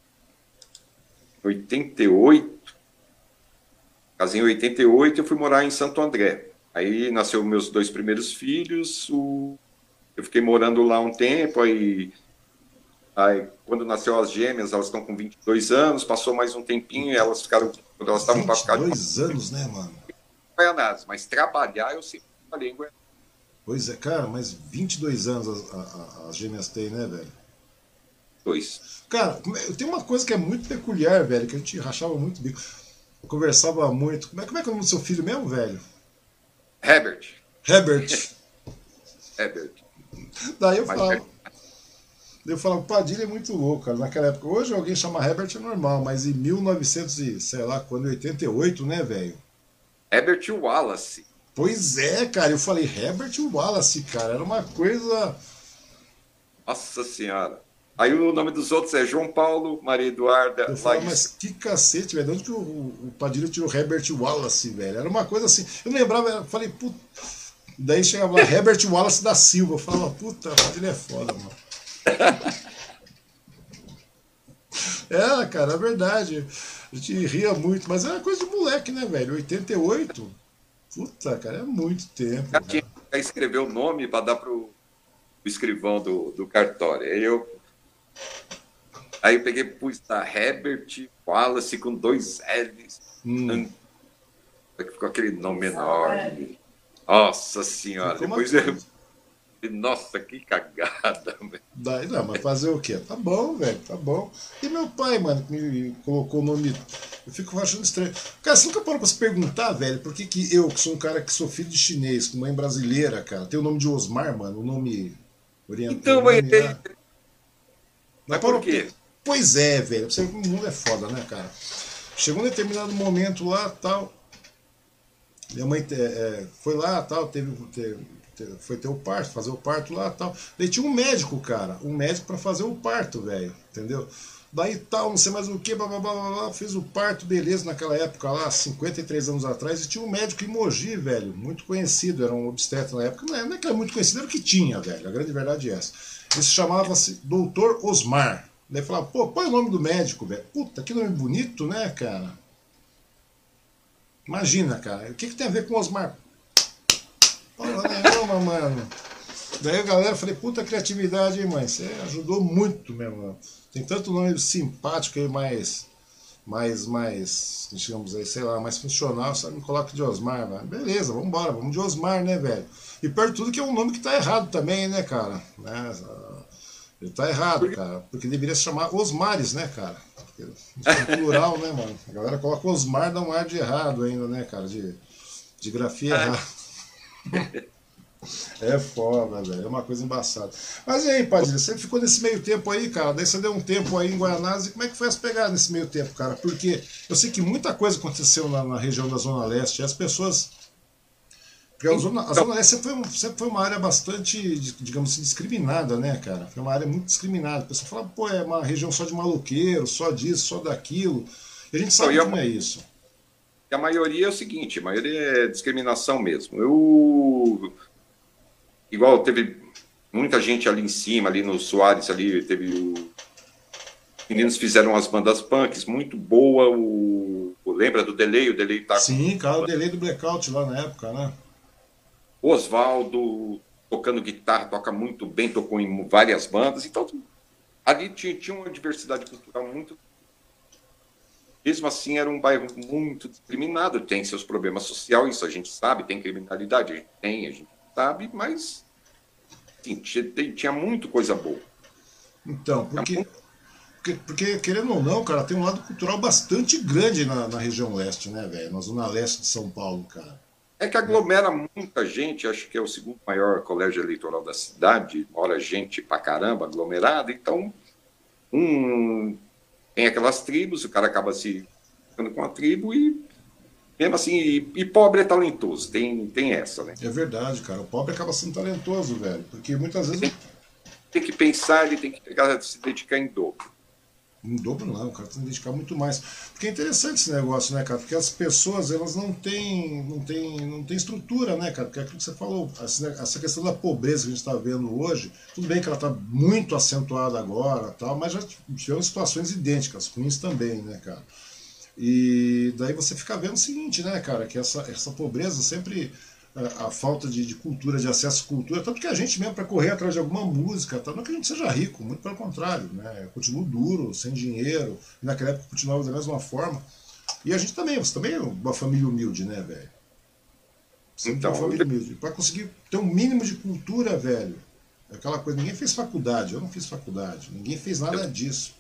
oitenta e oito. Casei em oitenta e oito e eu fui morar em Santo André. Aí nasceu meus dois primeiros filhos, o... eu fiquei morando lá um tempo, aí, aí quando nasceu as gêmeas, elas estão com vinte e dois anos, passou mais um tempinho, e elas ficaram, quando elas estavam para vinte e ficar de dois anos, né, mano? Guaianazes, mas trabalhar eu sempre trabalhei em Guaianazes. Pois é, cara, mas vinte e dois anos as, a- a- as gêmeas têm, né, velho? Dois. Cara, como é- tem uma coisa que é muito peculiar, velho, que a gente rachava muito bico. Eu conversava muito. Como é, como é que é o nome do seu filho mesmo, velho? Herbert. Herbert. Herbert. Daí eu Mas falava, eu falava, Padilha é muito louco, cara. Naquela época, hoje alguém chama Herbert é normal, mas em mil e novecentos e, sei lá, quando, oitenta e oito, né, velho? Herbert Wallace. Pois é, cara, eu falei Herbert Wallace, cara, era uma coisa. Nossa Senhora. Aí o nome dos outros é João Paulo, Maria Eduarda, Eu falava, mas Laís. que cacete, velho, de onde que o, o Padilha tirou Herbert Wallace, velho? Era uma coisa assim. Eu lembrava, eu falei, puta. Daí chegava lá, Herbert Wallace da Silva. Eu falava, puta, o Padilha é foda, mano. É, cara, é verdade. A gente ria muito, mas é coisa de moleque, né, velho? Oitenta e oito. Puta, cara, é muito tempo, Já tinha velho. que escrever o nome para dar para o escrivão do, do cartório. Aí eu, aí eu peguei e pus tá, Herbert Wallace com dois L's. Hum, Ficou aquele nome enorme. Nossa Senhora. ficou Depois eu. marcante. Nossa, que cagada, velho. Daí, não, mas fazer o quê? Tá bom, velho, tá bom. E meu pai, mano, que me colocou o nome. Eu fico achando estranho. Cara, você nunca parou pra se perguntar, velho, por que, que eu, que sou um cara que sou filho de chinês, com mãe brasileira, cara, tem o nome de Osmar, mano, o nome. Orient... O Então, mas, nome. Ah, mas mas por parou. quê? Pois é, velho. Você vê como o mundo é foda, né, cara? Chegou um determinado momento lá, tal. Minha mãe é, é, foi lá, tal, teve, teve, teve- foi ter o parto, fazer o parto lá, tal. Daí tinha um médico, cara, um médico pra fazer o parto, velho, entendeu? Daí tal, não sei mais o que, blá, blá, blá, blá, blá, fiz o parto, beleza, naquela época lá, cinquenta e três anos atrás, e tinha um médico em Mogi, velho, muito conhecido, era um obstetra na época, não é, não é que era muito conhecido, era o que tinha, velho, a grande verdade é essa. Ele se chamava-se doutor Osmar. Daí falava, pô, põe o nome do médico, velho. Puta, que nome bonito, né, cara? Imagina, cara, o que, que tem a ver com Osmar? Porra nenhuma, mano. Daí a galera, falei, puta criatividade, hein, mãe? Você ajudou muito, meu mano. Tem tanto nome simpático aí, mais, mais, mais, digamos aí, sei lá, mais funcional, só me coloca de Osmar, velho. Beleza, vambora, vamos de Osmar, né, velho? E pior de tudo que é um nome que tá errado também, né, cara? Né? Ele tá errado, cara, porque deveria se chamar Osmares, né, cara? Porque isso é plural, né, mano? A galera coloca Osmar, dá um ar de errado ainda, né, cara? De, de grafia errada. É foda, velho. É uma coisa embaçada. Mas e aí, Padilha, você ficou nesse meio tempo aí, cara? Daí você deu um tempo aí em Guaianazes. E como é que foi as pegadas nesse meio tempo, cara? Porque eu sei que muita coisa aconteceu na, na região da Zona Leste. E as pessoas. Porque a Zona, a Então, Zona Leste sempre foi, um- sempre foi uma área bastante, digamos assim, discriminada, né, cara? Foi uma área muito discriminada. O pessoal fala, pô, é uma região só de maloqueiro, só disso, só daquilo. E a gente então, sabe e a, que não é isso. a maioria é o seguinte, a maioria é discriminação mesmo. Eu, igual teve muita gente ali em cima, ali no Soares, ali teve o, meninos fizeram as bandas punks, muito boa, o, o- lembra do Delay? O Delay tá com Sim, cara, o delay do blackout lá na época, né? o Oswaldo tocando guitarra, toca muito bem, tocou em várias bandas, então ali tinha, tinha uma diversidade cultural muito. Mesmo assim, era um bairro muito discriminado, tem seus problemas sociais, isso a gente sabe, tem criminalidade, a gente tem, a gente sabe, mas sim, tinha, tinha muito coisa boa. Então, Tinha porque muito- Porque, porque, querendo ou não, cara, tem um lado cultural bastante grande na, na região leste, né, velho? Na zona leste de São Paulo, cara. É que aglomera muita gente, acho que é o segundo maior colégio eleitoral da cidade, mora gente pra caramba aglomerada, então um, tem aquelas tribos, o cara acaba se ficando com a tribo e mesmo assim, e, e pobre é talentoso, tem, tem essa, né? É verdade, cara. O pobre acaba sendo talentoso, velho. Porque muitas vezes Ele tem, tem que pensar, ele tem que pegar, se dedicar em dobro. Em dobro não, o cara tem que dedicar muito mais. Porque é interessante esse negócio, né, cara? Porque as pessoas, elas não têm, não têm, não têm estrutura, né, cara? Porque é aquilo que você falou, essa questão da pobreza que a gente está vendo hoje, tudo bem que ela está muito acentuada agora, tal, mas já tivemos situações idênticas, ruins também, né, cara? E daí você fica vendo o seguinte, né, cara, que essa, essa pobreza sempre, a, a falta de, de cultura, de acesso à cultura, tanto que a gente mesmo, para correr atrás de alguma música, tá, não é que a gente seja rico, muito pelo contrário, né, eu continuo duro, sem dinheiro, e naquela época continuava da mesma forma, e a gente também, você também é uma família humilde, né, velho? Sempre de uma Então, família humilde. Para conseguir ter um mínimo de cultura, velho. É aquela coisa, ninguém fez faculdade, eu não fiz faculdade, ninguém fez eu nada disso.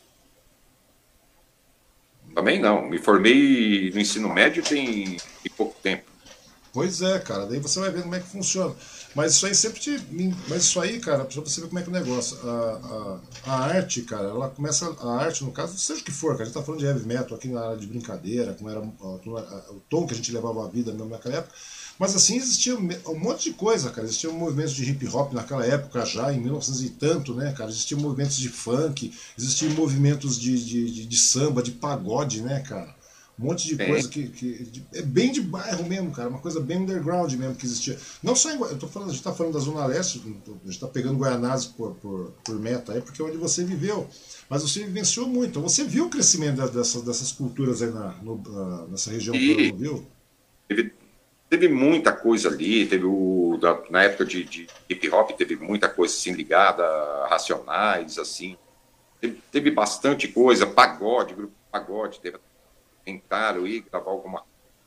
também não. Me formei no ensino médio tem, tem pouco tempo. Pois é, cara, daí você vai vendo como é que funciona. Mas isso aí sempre te. Mas isso aí, cara, pra você ver como é que é o negócio. A, a, a arte, cara, ela começa. A arte, no caso, seja o que for, cara, a gente tá falando de heavy metal aqui na área de brincadeira, como era o tom que a gente levava a vida mesmo naquela época. Mas assim, existia um monte de coisa, cara. Existiam movimentos de hip hop naquela época já, em mil e novecentos e tanto, né, cara? Existiam movimentos de funk, existiam movimentos de, de, de, de samba, de pagode, né, cara? Um monte de Tem. coisa que, que é bem de bairro mesmo, cara, uma coisa bem underground mesmo que existia. Não só em, eu tô falando, a gente tá falando da Zona Leste, a gente tá pegando Guaianazes por, por, por meta aí, porque é onde você viveu. Mas você vivenciou muito, então você viu o crescimento dessas, dessas culturas aí na, no, nessa região toda, E não viu? teve, teve muita coisa ali, teve o. Da, na época de, de hip hop, teve muita coisa assim ligada a Racionais, assim. Teve, teve bastante coisa, pagode, grupo de pagode, teve, tentaram ir gravar alguma.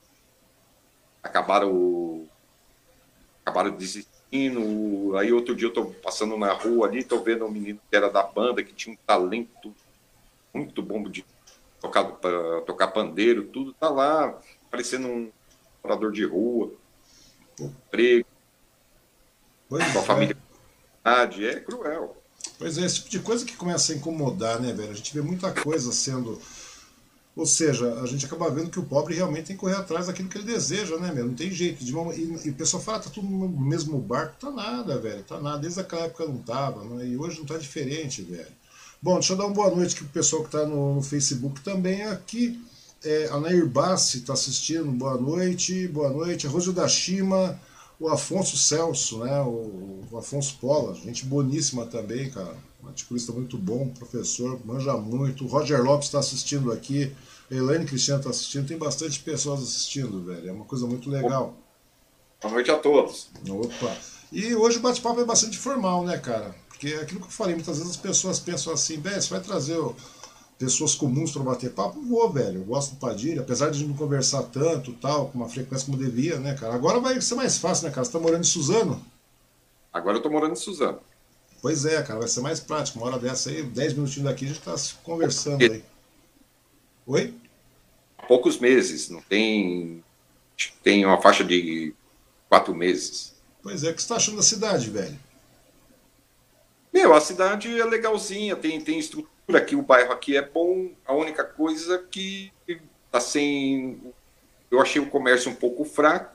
Acabaram, acabaram desistindo. Aí outro dia eu tô passando na rua ali, tô vendo um menino que era da banda, que tinha um talento muito bom de tocar, pra, tocar pandeiro, tudo, tá lá, parecendo um morador de rua, emprego, com a Pois é. família, é cruel. Pois é, esse tipo de coisa que começa a incomodar, né, velho? A gente vê muita coisa sendo. Ou seja, a gente acaba vendo que o pobre realmente tem que correr atrás daquilo que ele deseja, né, meu? Não tem jeito. De uma... e, e o pessoal fala, tá tudo no mesmo barco. Tá nada, velho. Tá nada. Desde aquela época não tava, né? E hoje não tá diferente, velho. Bom, deixa eu dar uma boa noite aqui pro pessoal que tá no, no Facebook também aqui. É, a Nair Bassi tá assistindo, boa noite, boa noite. A Rosio da Shima, o Afonso Celso, né? O, o Afonso Pola, gente boníssima também, cara. Um articulista muito bom, professor, manja muito. O Roger Lopes está assistindo aqui. A Elaine Cristiano está assistindo. Tem bastante pessoas assistindo, velho. É uma coisa muito legal. Boa noite a todos. Opa! E hoje o bate-papo é bastante formal, né, cara? Porque é aquilo que eu falei, muitas vezes as pessoas pensam assim, velho, você vai trazer pessoas comuns para bater papo? Vou, velho. Eu gosto do Padilha, apesar de não conversar tanto, tal, com uma frequência como devia, né, cara? Agora vai ser mais fácil, né, cara? Você tá morando em Suzano? Agora eu tô morando em Suzano. Pois é, cara, vai ser mais prático. Uma hora dessa aí, dez minutinhos daqui, a gente tá conversando aí. Oi? Poucos meses, não tem. Tem uma faixa de quatro meses. Pois é, o que você tá achando da cidade, velho? Meu, a cidade é legalzinha, tem, tem estrutura aqui, o bairro aqui é bom. A única coisa que tá sem. Eu achei o comércio um pouco fraco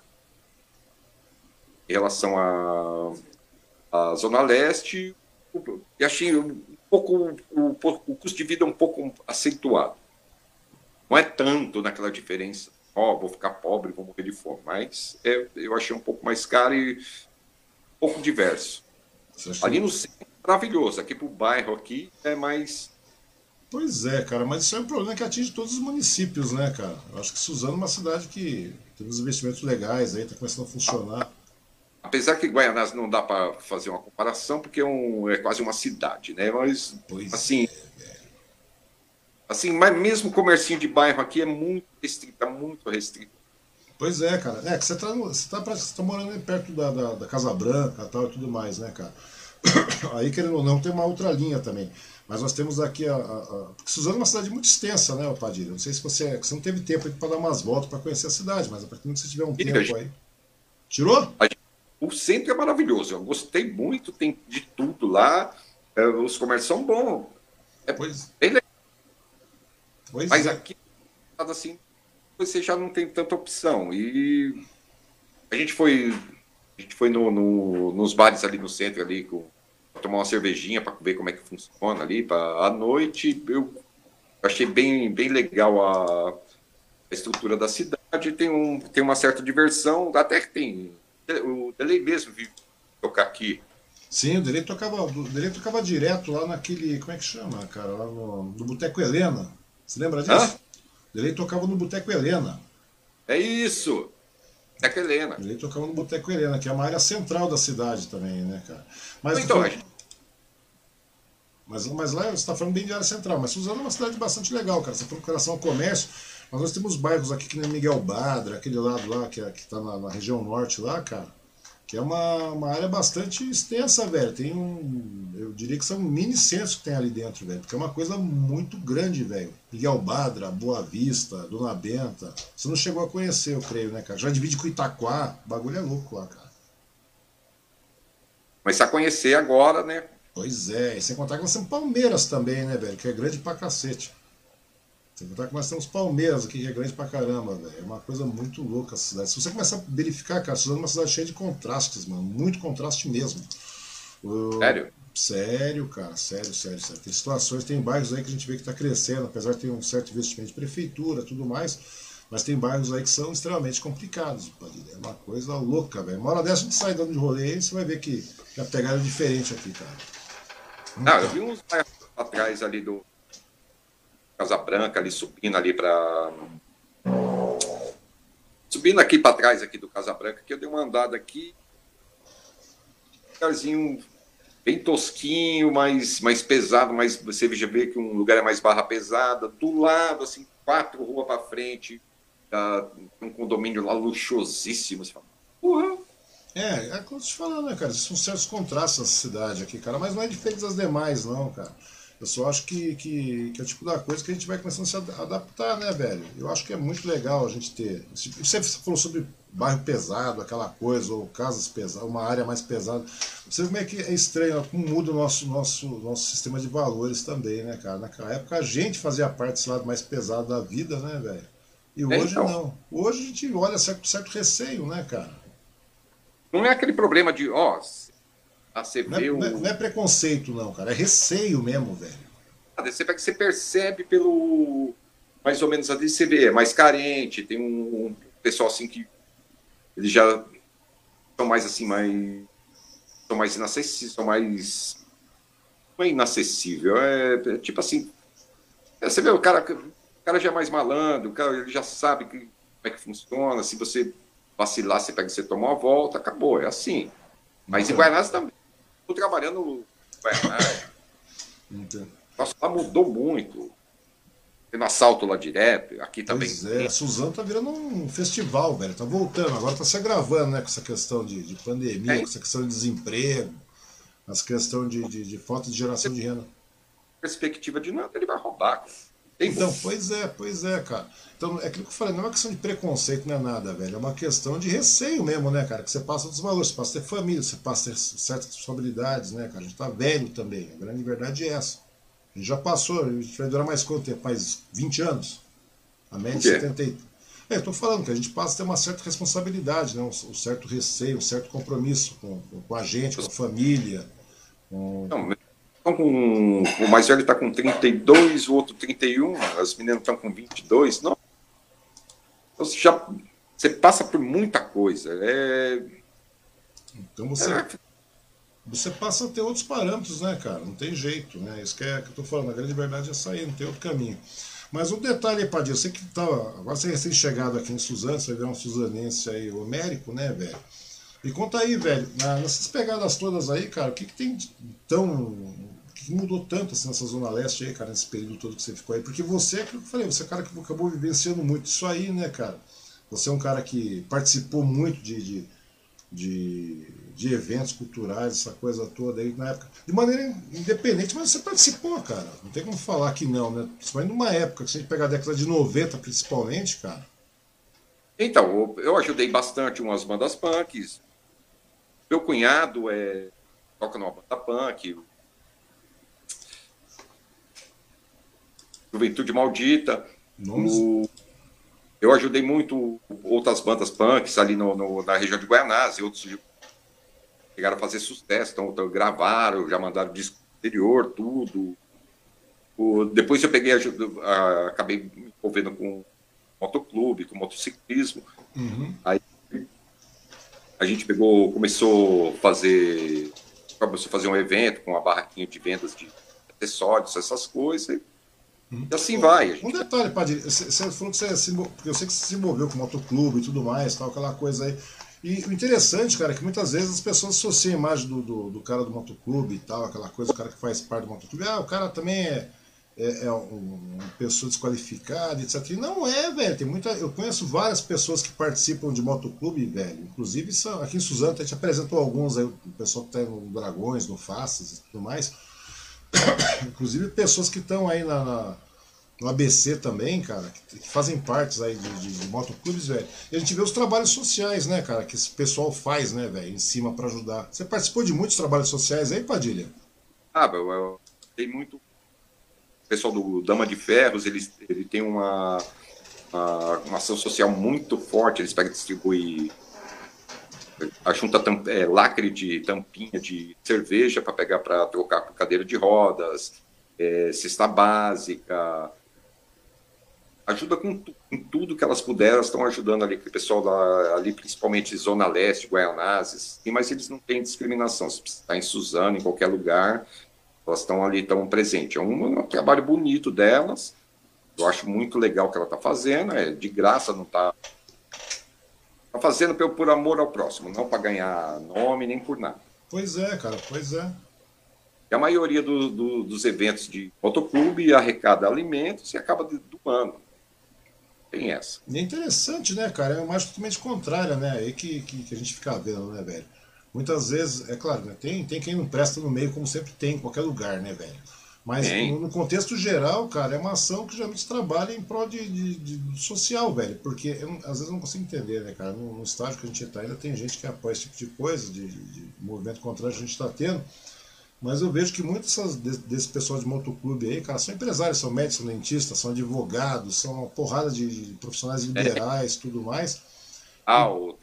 em relação à à Zona Leste, e achei um pouco o, o custo de vida um pouco acentuado. Não é tanto naquela diferença, ó, oh, vou ficar pobre, vou morrer de fome, mas é, eu achei um pouco mais caro e um pouco diverso. Ali no centro é maravilhoso, aqui pro bairro aqui é mais. Pois é, cara, mas isso é um problema que atinge todos os municípios, né, cara? Eu acho que Suzano é uma cidade que tem uns investimentos legais aí, tá começando a funcionar. Apesar que Guaianazes não dá para fazer uma comparação, porque é, um, é quase uma cidade, né? Mas, Pois assim, é, velho. assim, mas mesmo o comercinho de bairro aqui é muito restrito, tá muito restrito. Pois é, cara. É que você tá, no- você tá, você tá morando aí perto da, da, da Casa Branca e tal e tudo mais, né, cara? Aí, querendo ou não, tem uma outra linha também. Mas nós temos aqui a. a, a... Porque Suzano é uma cidade muito extensa, né, Padilha? Não sei se você. Você não teve tempo para dar umas voltas para conhecer a cidade, mas a partir do momento que você tiver um E a tempo gente- aí. Tirou? a gente- o centro é maravilhoso, eu gostei muito, tem de tudo lá, é, os comércios são bons, é Pois, bem legal, pois mas é. aqui, assim, você já não tem tanta opção. E a gente foi, a gente foi no, no- nos bares ali no centro, ali, com, pra tomar uma cervejinha para ver como é que funciona ali, pra, à noite, eu achei bem, bem legal a, a estrutura da cidade, tem, um, tem uma certa diversão, até que tem. O Delay mesmo vive tocar aqui. Sim, o Delei tocava, o Delei tocava direto lá naquele. Como é que chama, cara? Lá no, no Boteco Helena. Você lembra Hã? disso? O Delei tocava no Boteco Helena. É isso! É que Helena. Ele tocava no Boteco Helena, que é uma área central da cidade também, né, cara? Mas, tô Então, a falando, gente, mas, mas lá você está falando bem de área central, mas Suzano é uma cidade bastante legal, cara. Você falou com relação ao comércio. Mas nós temos bairros aqui que nem Miguel Badra, aquele lado lá que, é, que tá na, na região norte lá, cara, que é uma, uma área bastante extensa, velho. Tem um, eu diria que são mini centros que tem ali dentro, velho, porque é uma coisa muito grande, velho. Miguel Badra, Boa Vista, Dona Benta. Você não chegou a conhecer, eu creio, né, cara? Já divide com Itaquá, o bagulho é louco lá, cara. Mas se a conhecer agora, né? Pois é, e sem contar que nós temos Palmeiras também, né, velho, que é grande pra cacete. Sem contar que nós temos Palmeiras aqui, que é grande pra caramba, velho. É uma coisa muito louca a cidade. Se você começar a verificar, cara, Suzano é uma cidade cheia de contrastes, mano. Muito contraste mesmo. O... Sério? Sério, cara, sério, sério, sério. Tem situações, tem bairros aí que a gente vê que tá crescendo, apesar de ter um certo investimento de prefeitura e tudo mais, mas tem bairros aí que são extremamente complicados, Padilha. É uma coisa louca, velho. Uma hora dessa a gente sai dando de rolê e você vai ver que, que a pegada é diferente aqui, cara. Então. Ah, eu vi uns bairros atrás ali do Casa Branca, ali subindo ali para subindo aqui para trás aqui do Casa Branca, que eu dei uma andada aqui, um lugarzinho bem tosquinho, mais, mais pesado, mas você já vê que um lugar é mais barra pesada, do lado, assim, quatro ruas para frente, uh, um condomínio lá luxuosíssimo, você fala, porra. É, é como eu te falando, né, cara? São certos contrastes nessa cidade aqui, cara, mas não é diferente das demais, não, cara. Eu só acho que, que, que é o tipo da coisa que a gente vai começando a se adaptar, né, velho? Eu acho que é muito legal a gente ter. Você falou sobre bairro pesado, aquela coisa, ou casas pesadas, uma área mais pesada. Você vê como é que é estranho, como muda o nosso, nosso, nosso sistema de valores também, né, cara? Naquela época a gente fazia parte desse lado mais pesado da vida, né, velho? E hoje então, não. Hoje a gente olha certo, certo receio, né, cara? Não é aquele problema de, ó, você não, vê é, o... não, é, não é preconceito, não, cara. É receio mesmo, velho. Você, você percebe pelo... Mais ou menos ali, você vê, é mais carente, tem um, um pessoal assim que eles já são mais assim, mais... São mais inacessíveis, são mais... Não é inacessível, é, é tipo assim... Você vê, o cara, o cara já é mais malandro, o cara ele já sabe que, como é que funciona, se você vacilar, você pega, você toma uma volta, acabou, é assim. Mas em Guaianazes também. Estou trabalhando no Guaianazes. Nossa, lá mudou muito. Tendo assalto lá direto, aqui também. Pois é, a Suzano tá virando um festival, velho. Tá voltando, agora tá se agravando, né? Com essa questão de, de pandemia, é. com essa questão de desemprego, essa questão de, de, de falta de geração de renda. Perspectiva de nada, ele vai roubar. Então, pois é, pois é, cara. Então, é aquilo que eu falei, não é uma questão de preconceito, não é nada, velho. É uma questão de receio mesmo, né, cara? Que você passa dos valores, você passa a ter família, você passa a ter certas responsabilidades, né, cara? A gente tá velho também. A grande verdade é essa. A gente já passou, a gente vai durar mais quanto tempo? Mais vinte anos? A média de setenta e... É, eu tô falando que a gente passa a ter uma certa responsabilidade, né? Um, um certo receio, um certo compromisso com, com a gente, com a família. Com... Não, então, com, o mais velho está com trinta e dois, o outro trinta e um, as meninas estão com vinte e dois. Não. Então, você, já, você passa por muita coisa. É... Então você, é. você passa a ter outros parâmetros, né, cara? Não tem jeito, né? Isso que, é, que eu tô falando, a grande verdade é sair, não tem outro caminho. Mas um detalhe aí, Padilha, você que tá, agora você é recém-chegado aqui em Suzano, você vê um suzanense aí homérico, né, velho? Me conta aí, velho, nessas pegadas todas aí, cara, o que, que tem tão... O que mudou tanto assim nessa Zona Leste aí, cara, nesse período todo que você ficou aí? Porque você, é aquilo que eu falei, você é um cara que acabou vivenciando muito isso aí, né, cara? Você é um cara que participou muito de, de, de, de eventos culturais, essa coisa toda aí na época. De maneira independente, mas você participou, cara. Não tem como falar que não, né? Principalmente numa época, que se a gente pegar a década de noventa principalmente, cara. Então, eu ajudei bastante umas bandas punks. Meu cunhado é, toca numa banda punk. Juventude Maldita. O, eu ajudei muito outras bandas punks ali no, no, na região de Guaianazes, e outros chegaram a fazer sucesso, então, então gravaram, já mandaram disco exterior, tudo. O, depois eu peguei, a, a, acabei me envolvendo com motoclube, com motociclismo. Uhum. Aí a gente pegou, começou a fazer, começou a fazer um evento com uma barraquinha de vendas de acessórios, essas coisas. Uhum. E assim vai. A gente... Um detalhe, Padilha, você falou que você se, porque eu sei que você se envolveu com motoclube e tudo mais, tal, aquela coisa aí. E o interessante, cara, é que muitas vezes as pessoas associam a imagem do, do, do cara do motoclube e tal, aquela coisa, o cara que faz parte do motoclube. Ah, o cara também é, é, é um, uma pessoa desqualificada, etcétera. E não é, velho. Tem muita, eu conheço várias pessoas que participam de motoclube, velho. Inclusive, são, aqui em Suzano, a gente apresentou alguns aí, o pessoal que está no Dragões, no Faces e tudo mais. Inclusive, pessoas que estão aí na, na, no A B C também, cara, que, que fazem partes aí de, de, de motoclubes, velho. E a gente vê os trabalhos sociais, né, cara, que esse pessoal faz, né, velho, em cima para ajudar. Você participou de muitos trabalhos sociais aí, Padilha? Ah, eu, eu tem muito. O pessoal do Dama de Ferros, ele, ele tem uma, uma, uma ação social muito forte, eles pegam e distribuem a junta é, lacre de tampinha de cerveja para pegar para trocar por cadeira de rodas, é, cesta básica, ajuda com, com tudo que elas puderam, elas estão ajudando ali, o pessoal da, ali, principalmente Zona Leste, Guaianazes, mas eles não têm discriminação, se está em Suzano, em qualquer lugar, elas estão ali, estão presentes. É um, um trabalho bonito delas, eu acho muito legal o que ela está fazendo, é de graça, não está tá fazendo por amor ao próximo, não para ganhar nome nem por nada. Pois é, cara, pois é. E a maioria do, do, dos eventos de motoclube arrecada alimentos e acaba doando. Tem essa. E é interessante, né, cara? É uma imagem totalmente contrária, né? Aí que, que, que a gente fica vendo, né, velho? Muitas vezes, é claro, né? tem, tem quem não presta no meio, como sempre tem em qualquer lugar, né, velho? Mas no, no contexto geral, cara, é uma ação que geralmente trabalha em prol de, de, de social, velho. Porque eu, às vezes eu não consigo entender, né, cara? No, no estágio que a gente está, ainda tem gente que apoia esse tipo de coisa, de, de, de movimento contrário que a gente está tendo. Mas eu vejo que muitos desse, desse pessoal de motoclube aí, cara, são empresários, são médicos, são dentistas, são advogados, são uma porrada de, de profissionais liberais e tudo mais. Ah, o...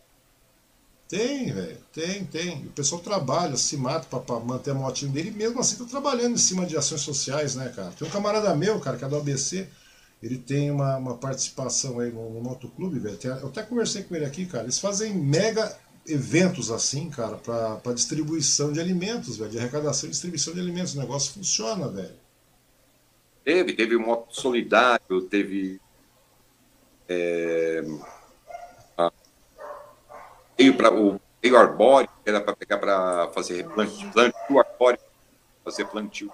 Tem, velho, tem, tem. O pessoal trabalha, se mata para manter a motinha dele, e mesmo assim tá trabalhando em cima de ações sociais, né, cara? Tem um camarada meu, cara, que é do A B C, ele tem uma, uma participação aí no, no motoclube, velho. Eu até conversei com ele aqui, cara, eles fazem mega eventos assim, cara, para distribuição de alimentos, velho, de arrecadação e distribuição de alimentos. O negócio funciona, velho. Teve, teve um moto solidário, teve é, a, veio para o veio arbóreo, que era para pegar para fazer plantio, plantio arbóreo, fazer plantio.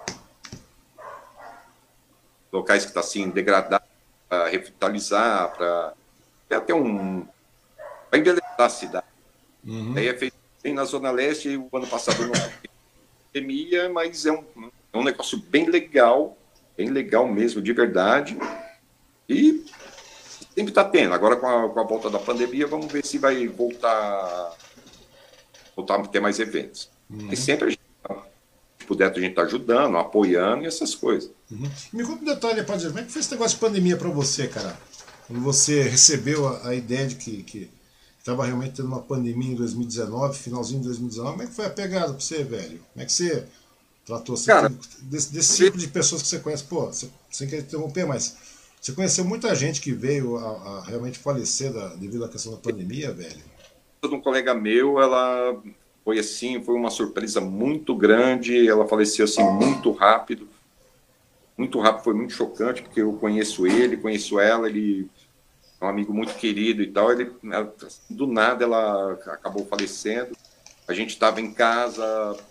Locais que estão tá, assim degradados, para revitalizar, para até um para embelezar a cidade. Uhum. Aí é feito bem na Zona Leste, o ano passado não teve pandemia, mas é um, é um negócio bem legal, bem legal mesmo, de verdade. E sempre está tendo. Agora, com a, com a volta da pandemia, vamos ver se vai voltar, voltar a ter mais eventos. Uhum. E sempre a gente, se puder, a gente está ajudando, apoiando e essas coisas. Uhum. Me conta um detalhe, Padre, como é que foi esse negócio de pandemia para você, cara? Quando você recebeu a, a ideia de que... que... estava realmente tendo uma pandemia em dois mil e dezenove, finalzinho de dois mil e dezenove. Como é que foi a pegada para você, velho? Como é que você tratou assim, cara, desse, desse ciclo de pessoas que você conhece? Pô, você, sem querer interromper, mas você conheceu muita gente que veio a, a realmente falecer da, devido à questão da pandemia, velho? Um colega meu, ela foi assim, foi uma surpresa muito grande, ela faleceu assim muito rápido, muito rápido, foi muito chocante, porque eu conheço ele, conheço ela, ele... um amigo muito querido e tal, ele, do nada ela acabou falecendo, a gente estava em casa,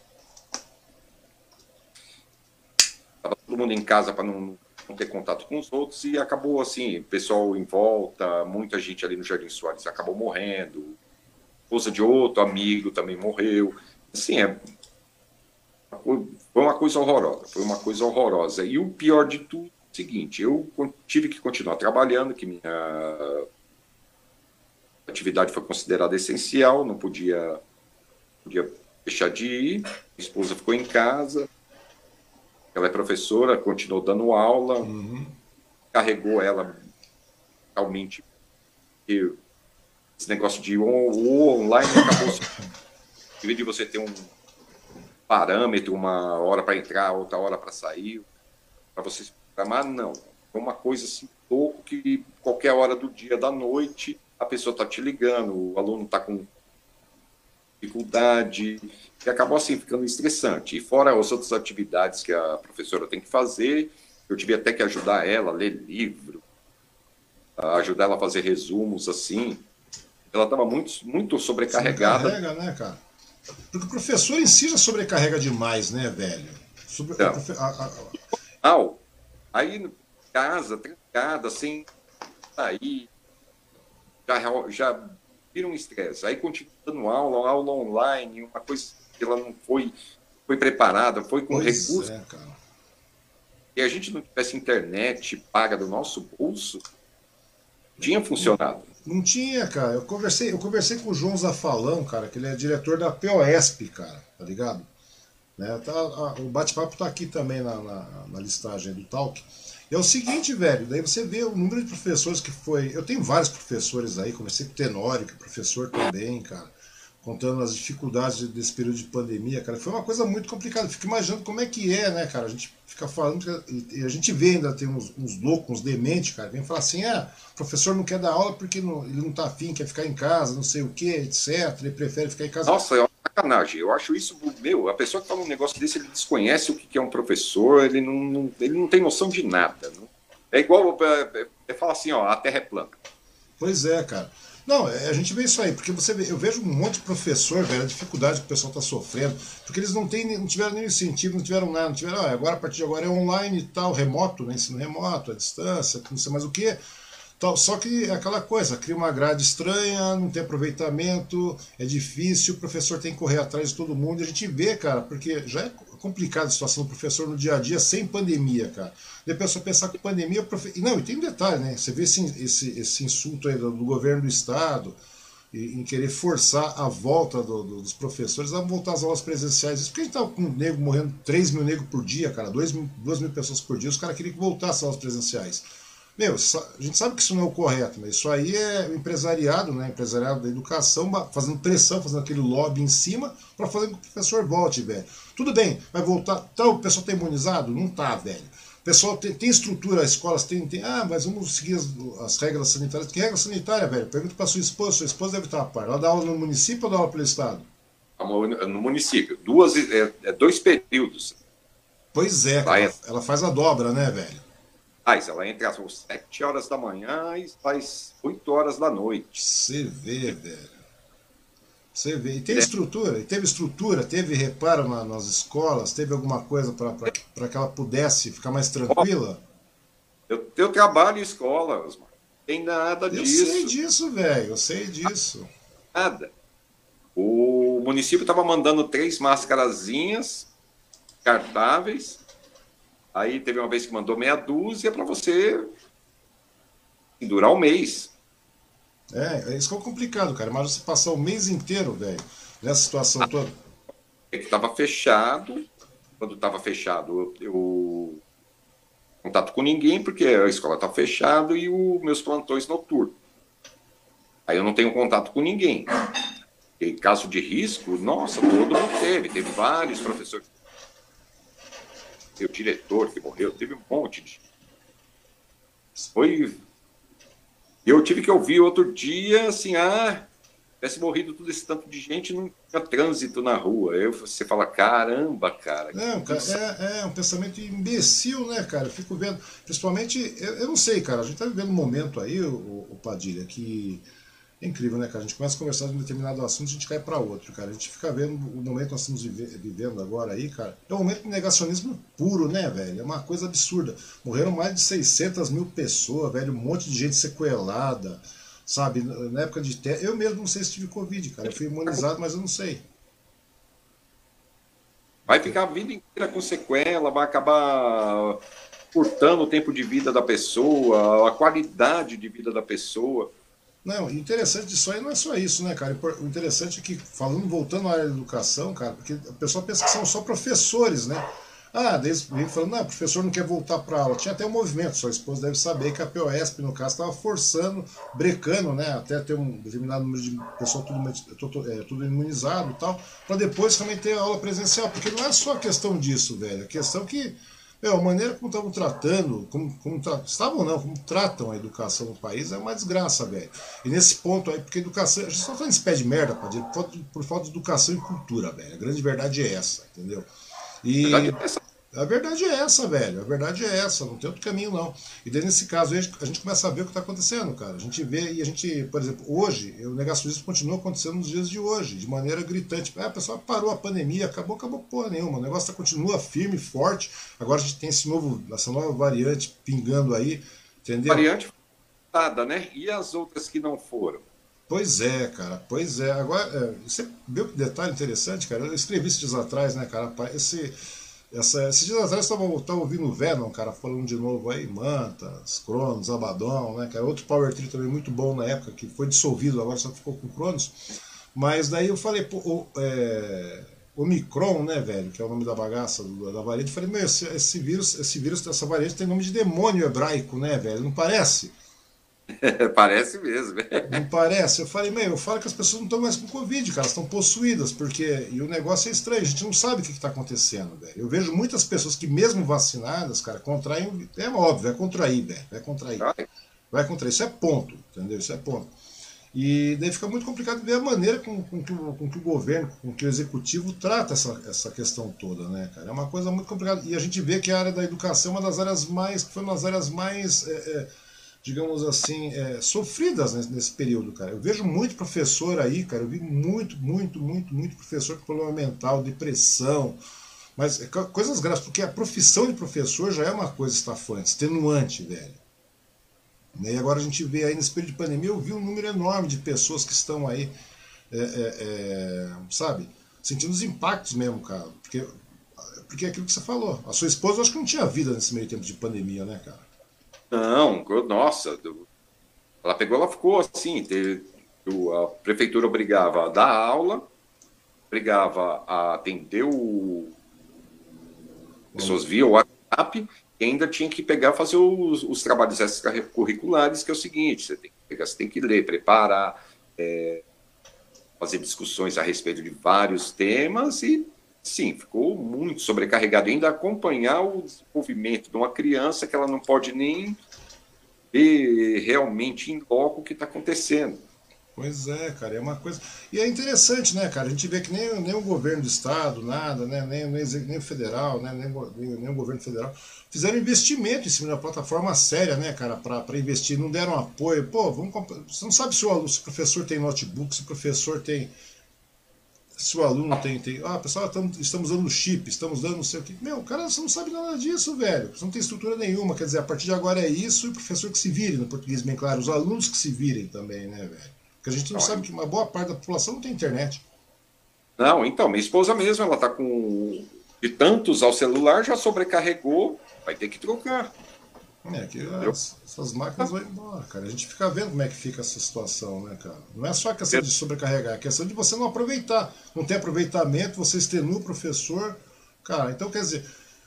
estava todo mundo em casa para não, não ter contato com os outros, e acabou assim, o pessoal em volta, muita gente ali no Jardim Soares acabou morrendo, esposa de outro amigo também morreu, assim, é, foi uma coisa horrorosa, foi uma coisa horrorosa, e o pior de tudo, seguinte, eu tive que continuar trabalhando, que minha atividade foi considerada essencial, não podia, podia deixar de ir, minha esposa ficou em casa, ela é professora, continuou dando aula, uhum. Carregou ela realmente, esse negócio de o online acabou, em vez de você ter um parâmetro, uma hora para entrar, outra hora para sair, para você mas não, é uma coisa assim, pouco que qualquer hora do dia, da noite, a pessoa está te ligando, o aluno está com dificuldade, e acabou assim ficando estressante. E fora as outras atividades que a professora tem que fazer, eu tive até que ajudar ela a ler livro, a ajudar ela a fazer resumos, assim. Ela estava muito, muito sobrecarregada. Sobrecarrega, né, cara? Porque o professor em si já sobrecarrega demais, né, velho? Sobre... Então, a, a, a... Aí, casa, trancada, sem sair, já, já vira um estresse. Aí continua dando aula, aula online, uma coisa que ela não foi, foi preparada, foi com Pois recursos. é, cara. E a gente não tivesse internet paga do nosso bolso, tinha funcionado. Não tinha, cara. Eu conversei, eu conversei com o João Zafalão, cara, que ele é diretor da P O E S P, cara, tá ligado? Né? Tá, a, o bate-papo tá aqui também na, na, na listagem do Talk. E é o seguinte, velho, daí você vê o número de professores que foi. Eu tenho vários professores aí, conversei com o Tenório, que é professor também, cara, contando as dificuldades desse período de pandemia, cara. Foi uma coisa muito complicada. Fico imaginando como é que é, né, cara? A gente fica falando, e a gente vê ainda, tem uns, uns loucos, uns dementes, cara, vem falar assim, ah, o professor não quer dar aula porque não, ele não tá afim, quer ficar em casa, não sei o que, etcétera. Ele prefere ficar em casa. Nossa, é uma sacanagem. Eu acho isso, meu, a pessoa que fala um negócio desse, ele desconhece o que é um professor, ele não, não, ele não tem noção de nada. Não? É igual, é, é, fala assim, ó, a Terra é plana. Pois é, cara. Não, a gente vê isso aí, porque você vê, eu vejo um monte de professor, velho, a dificuldade que o pessoal está sofrendo, porque eles não, têm, não tiveram nenhum incentivo, não tiveram nada, não tiveram, ah, agora a partir de agora é online e tal, remoto, né, ensino remoto, à distância, não sei mais o que. Só que é aquela coisa, cria uma grade estranha, não tem aproveitamento, é difícil, o professor tem que correr atrás de todo mundo, e a gente vê, cara, porque já é complicada a situação do professor no dia a dia sem pandemia, cara. Depois a pessoa pensar que pandemia... Profe... Não, e tem um detalhe, né? Você vê esse, esse, esse insulto aí do, do governo do Estado em, em querer forçar a volta do, do, dos professores a voltar às aulas presenciais. Isso porque a gente tava com um nego morrendo, três mil negros por dia, cara, dois mil, duas mil pessoas por dia, os caras queriam que voltasse às aulas presenciais. Meu, a gente sabe que isso não é o correto, mas isso aí é o empresariado, né? Empresariado da educação, fazendo pressão, fazendo aquele lobby em cima para fazer com que o professor volte, velho. Tudo bem, vai voltar. Então, o pessoal tá imunizado? Não tá, velho. O pessoal tem, tem estrutura, as escolas têm, tem. Ah, mas vamos seguir as, as regras sanitárias. Que regra sanitária, velho? Pergunta para sua esposa, sua esposa deve estar a par. Ela dá aula no município ou dá aula pelo Estado? No município. Duas, é, é dois períodos. Pois é, cara, ela, ela faz a dobra, né, velho? Mas ela entra às sete horas da manhã e faz oito horas da noite. Você vê, velho. Você vê. E tem estrutura, e teve estrutura, teve reparo na, nas escolas, teve alguma coisa para que ela pudesse ficar mais tranquila? Eu, eu trabalho em escolas, mano. Tem nada eu disso. Eu sei disso, velho. Eu sei disso. Nada. O município estava mandando três máscarazinhas cartáveis. Aí teve uma vez que mandou meia dúzia para você durar um mês. É, isso que é complicado, cara. Mas você passar o mês inteiro, velho, nessa situação ah, toda. É que estava fechado. Quando estava fechado, eu, eu contato com ninguém, porque a escola está fechada e os meus plantões noturnos. Aí eu não tenho contato com ninguém. Em caso de risco, nossa, todo mundo teve. Teve vários professores. Teve o diretor que morreu, teve um monte de. Foi. Eu tive que ouvir outro dia, assim, ah, tivesse morrido todo esse tanto de gente, não tinha trânsito na rua. Aí você fala, caramba, cara. Não, cara, é, é um pensamento imbecil, né, cara? Eu fico vendo, principalmente, eu, eu não sei, cara, a gente tá vivendo um momento aí, o, o Padilha, que é incrível, né, cara? A gente começa a conversar de um determinado assunto, a gente cai para outro, cara. A gente fica vendo o momento que nós estamos vive, vivendo agora aí, cara. É um momento de negacionismo puro, né, velho? É uma coisa absurda. Morreram mais de seiscentas mil pessoas, velho. Um monte de gente sequelada, sabe? Na época de teste. Eu mesmo não sei se tive Covid, cara. Eu fui imunizado, mas eu não sei. Vai ficar a vida inteira com sequela, vai acabar cortando o tempo de vida da pessoa, a qualidade de vida da pessoa. Não, o interessante disso aí não é só isso, né, cara? O interessante é que, falando, voltando à área da educação, cara, porque a pessoa pensa que são só professores, né? Ah, desde vem falando, não, o professor não quer voltar para aula. Tinha até um movimento, sua esposa deve saber que a P O E S P, no caso, estava forçando, brecando, né? Até ter um determinado número de pessoas tudo, tudo, é, tudo imunizado e tal, para depois também ter aula presencial. Porque não é só questão disso, velho. A questão que. Meu, a maneira como estavam tratando, como, como tra... estavam não, como tratam a educação no país é uma desgraça, velho. E nesse ponto aí, porque a educação, a gente só tá nesse pé de merda, Padilha, por, por falta de educação e cultura, velho. A grande verdade é essa, entendeu? E... A verdade é essa, velho. A verdade é essa, não tem outro caminho, não. E daí, nesse caso, a gente começa a ver o que está acontecendo, cara. A gente vê e a gente, por exemplo, hoje, o negacionismo continua acontecendo nos dias de hoje, de maneira gritante. Ah, o pessoal parou a pandemia, acabou, acabou porra nenhuma. O negócio tá, continua firme, forte. Agora a gente tem esse novo, essa nova variante pingando aí, entendeu? Variante nada, né? E as outras que não foram? Pois é, cara, pois é. Agora, é, você viu que detalhe interessante, cara? Eu escrevi esses dias atrás, né, cara? Esse, essa, esses dias atrás eu tava, tava ouvindo o Venom, cara, falando de novo aí, Mantas, Cronos, Abaddon, né, cara? Outro Power Tree também muito bom na época, que foi dissolvido, agora só ficou com Cronos. Mas daí eu falei, pô, o, é, Omicron, né, velho, que é o nome da bagaça, do, da variante, eu falei, meu, esse, esse vírus, esse vírus, essa variante tem nome de demônio hebraico, né, velho? Não parece? Parece mesmo. Não parece? Eu falei, meu, eu falo que as pessoas não estão mais com Covid, cara, elas estão possuídas, porque. E o negócio é estranho, a gente não sabe o que está acontecendo, velho. Eu vejo muitas pessoas que, mesmo vacinadas, cara, contraem. É óbvio, vai contrair, velho. Vai contrair. Vai contrair. Isso é ponto, entendeu? Isso é ponto. E daí fica muito complicado ver a maneira com, com, que, o, com que o governo, com que o executivo trata essa, essa questão toda, né, cara? É uma coisa muito complicada. E a gente vê que a área da educação é uma das áreas mais. Que foi uma das áreas mais. É, é, digamos assim, é, sofridas nesse, nesse período, cara. Eu vejo muito professor aí, cara, eu vi muito, muito, muito, muito professor com problema mental, depressão, mas é, coisas graves, porque a profissão de professor já é uma coisa estafante, extenuante, velho. E agora a gente vê aí nesse período de pandemia, eu vi um número enorme de pessoas que estão aí, é, é, é, sabe, sentindo os impactos mesmo, cara, porque, porque é aquilo que você falou. A sua esposa, eu acho que não tinha vida nesse meio tempo de pandemia, né, cara? Não, nossa, ela pegou, ela ficou assim, teve, a prefeitura obrigava a dar aula, obrigava a atender o pessoas via WhatsApp e ainda tinha que pegar fazer os, os trabalhos extracurriculares, que é o seguinte, você tem que pegar, você tem que ler, preparar, é, fazer discussões a respeito de vários temas e sim, ficou muito sobrecarregado. Ainda acompanhar o desenvolvimento de uma criança que ela não pode nem ver realmente em loco o que está acontecendo. Pois é, cara, é uma coisa. E é interessante, né, cara? A gente vê que nem, nem o governo do estado, nada, né? Nem, nem, nem o federal, né? Nem, nem, nem o governo federal fizeram investimento em cima de uma plataforma séria, né, cara, para investir, não deram apoio. Pô, vamos comp... Você não sabe se o, aluno, se o professor tem notebook, se o professor tem. Se o aluno tem. tem ah, pessoal, estamos, estamos dando chip, estamos dando não sei o que. Meu, cara, você não sabe nada disso, velho. Você não tem estrutura nenhuma. Quer dizer, a partir de agora é isso e o professor que se vire, no português bem claro. Os alunos que se virem também, né, velho? Porque a gente não, não sabe que uma boa parte da população não tem internet. Não, então, minha esposa mesmo, ela está com. De tantos ao celular, já sobrecarregou, vai ter que trocar. É, que as, essas máquinas vão embora, cara. A gente fica vendo como é que fica essa situação, né, cara? Não é só a questão de sobrecarregar, é a questão de você não aproveitar. Não tem aproveitamento, você extenua o professor. Cara, então quer dizer.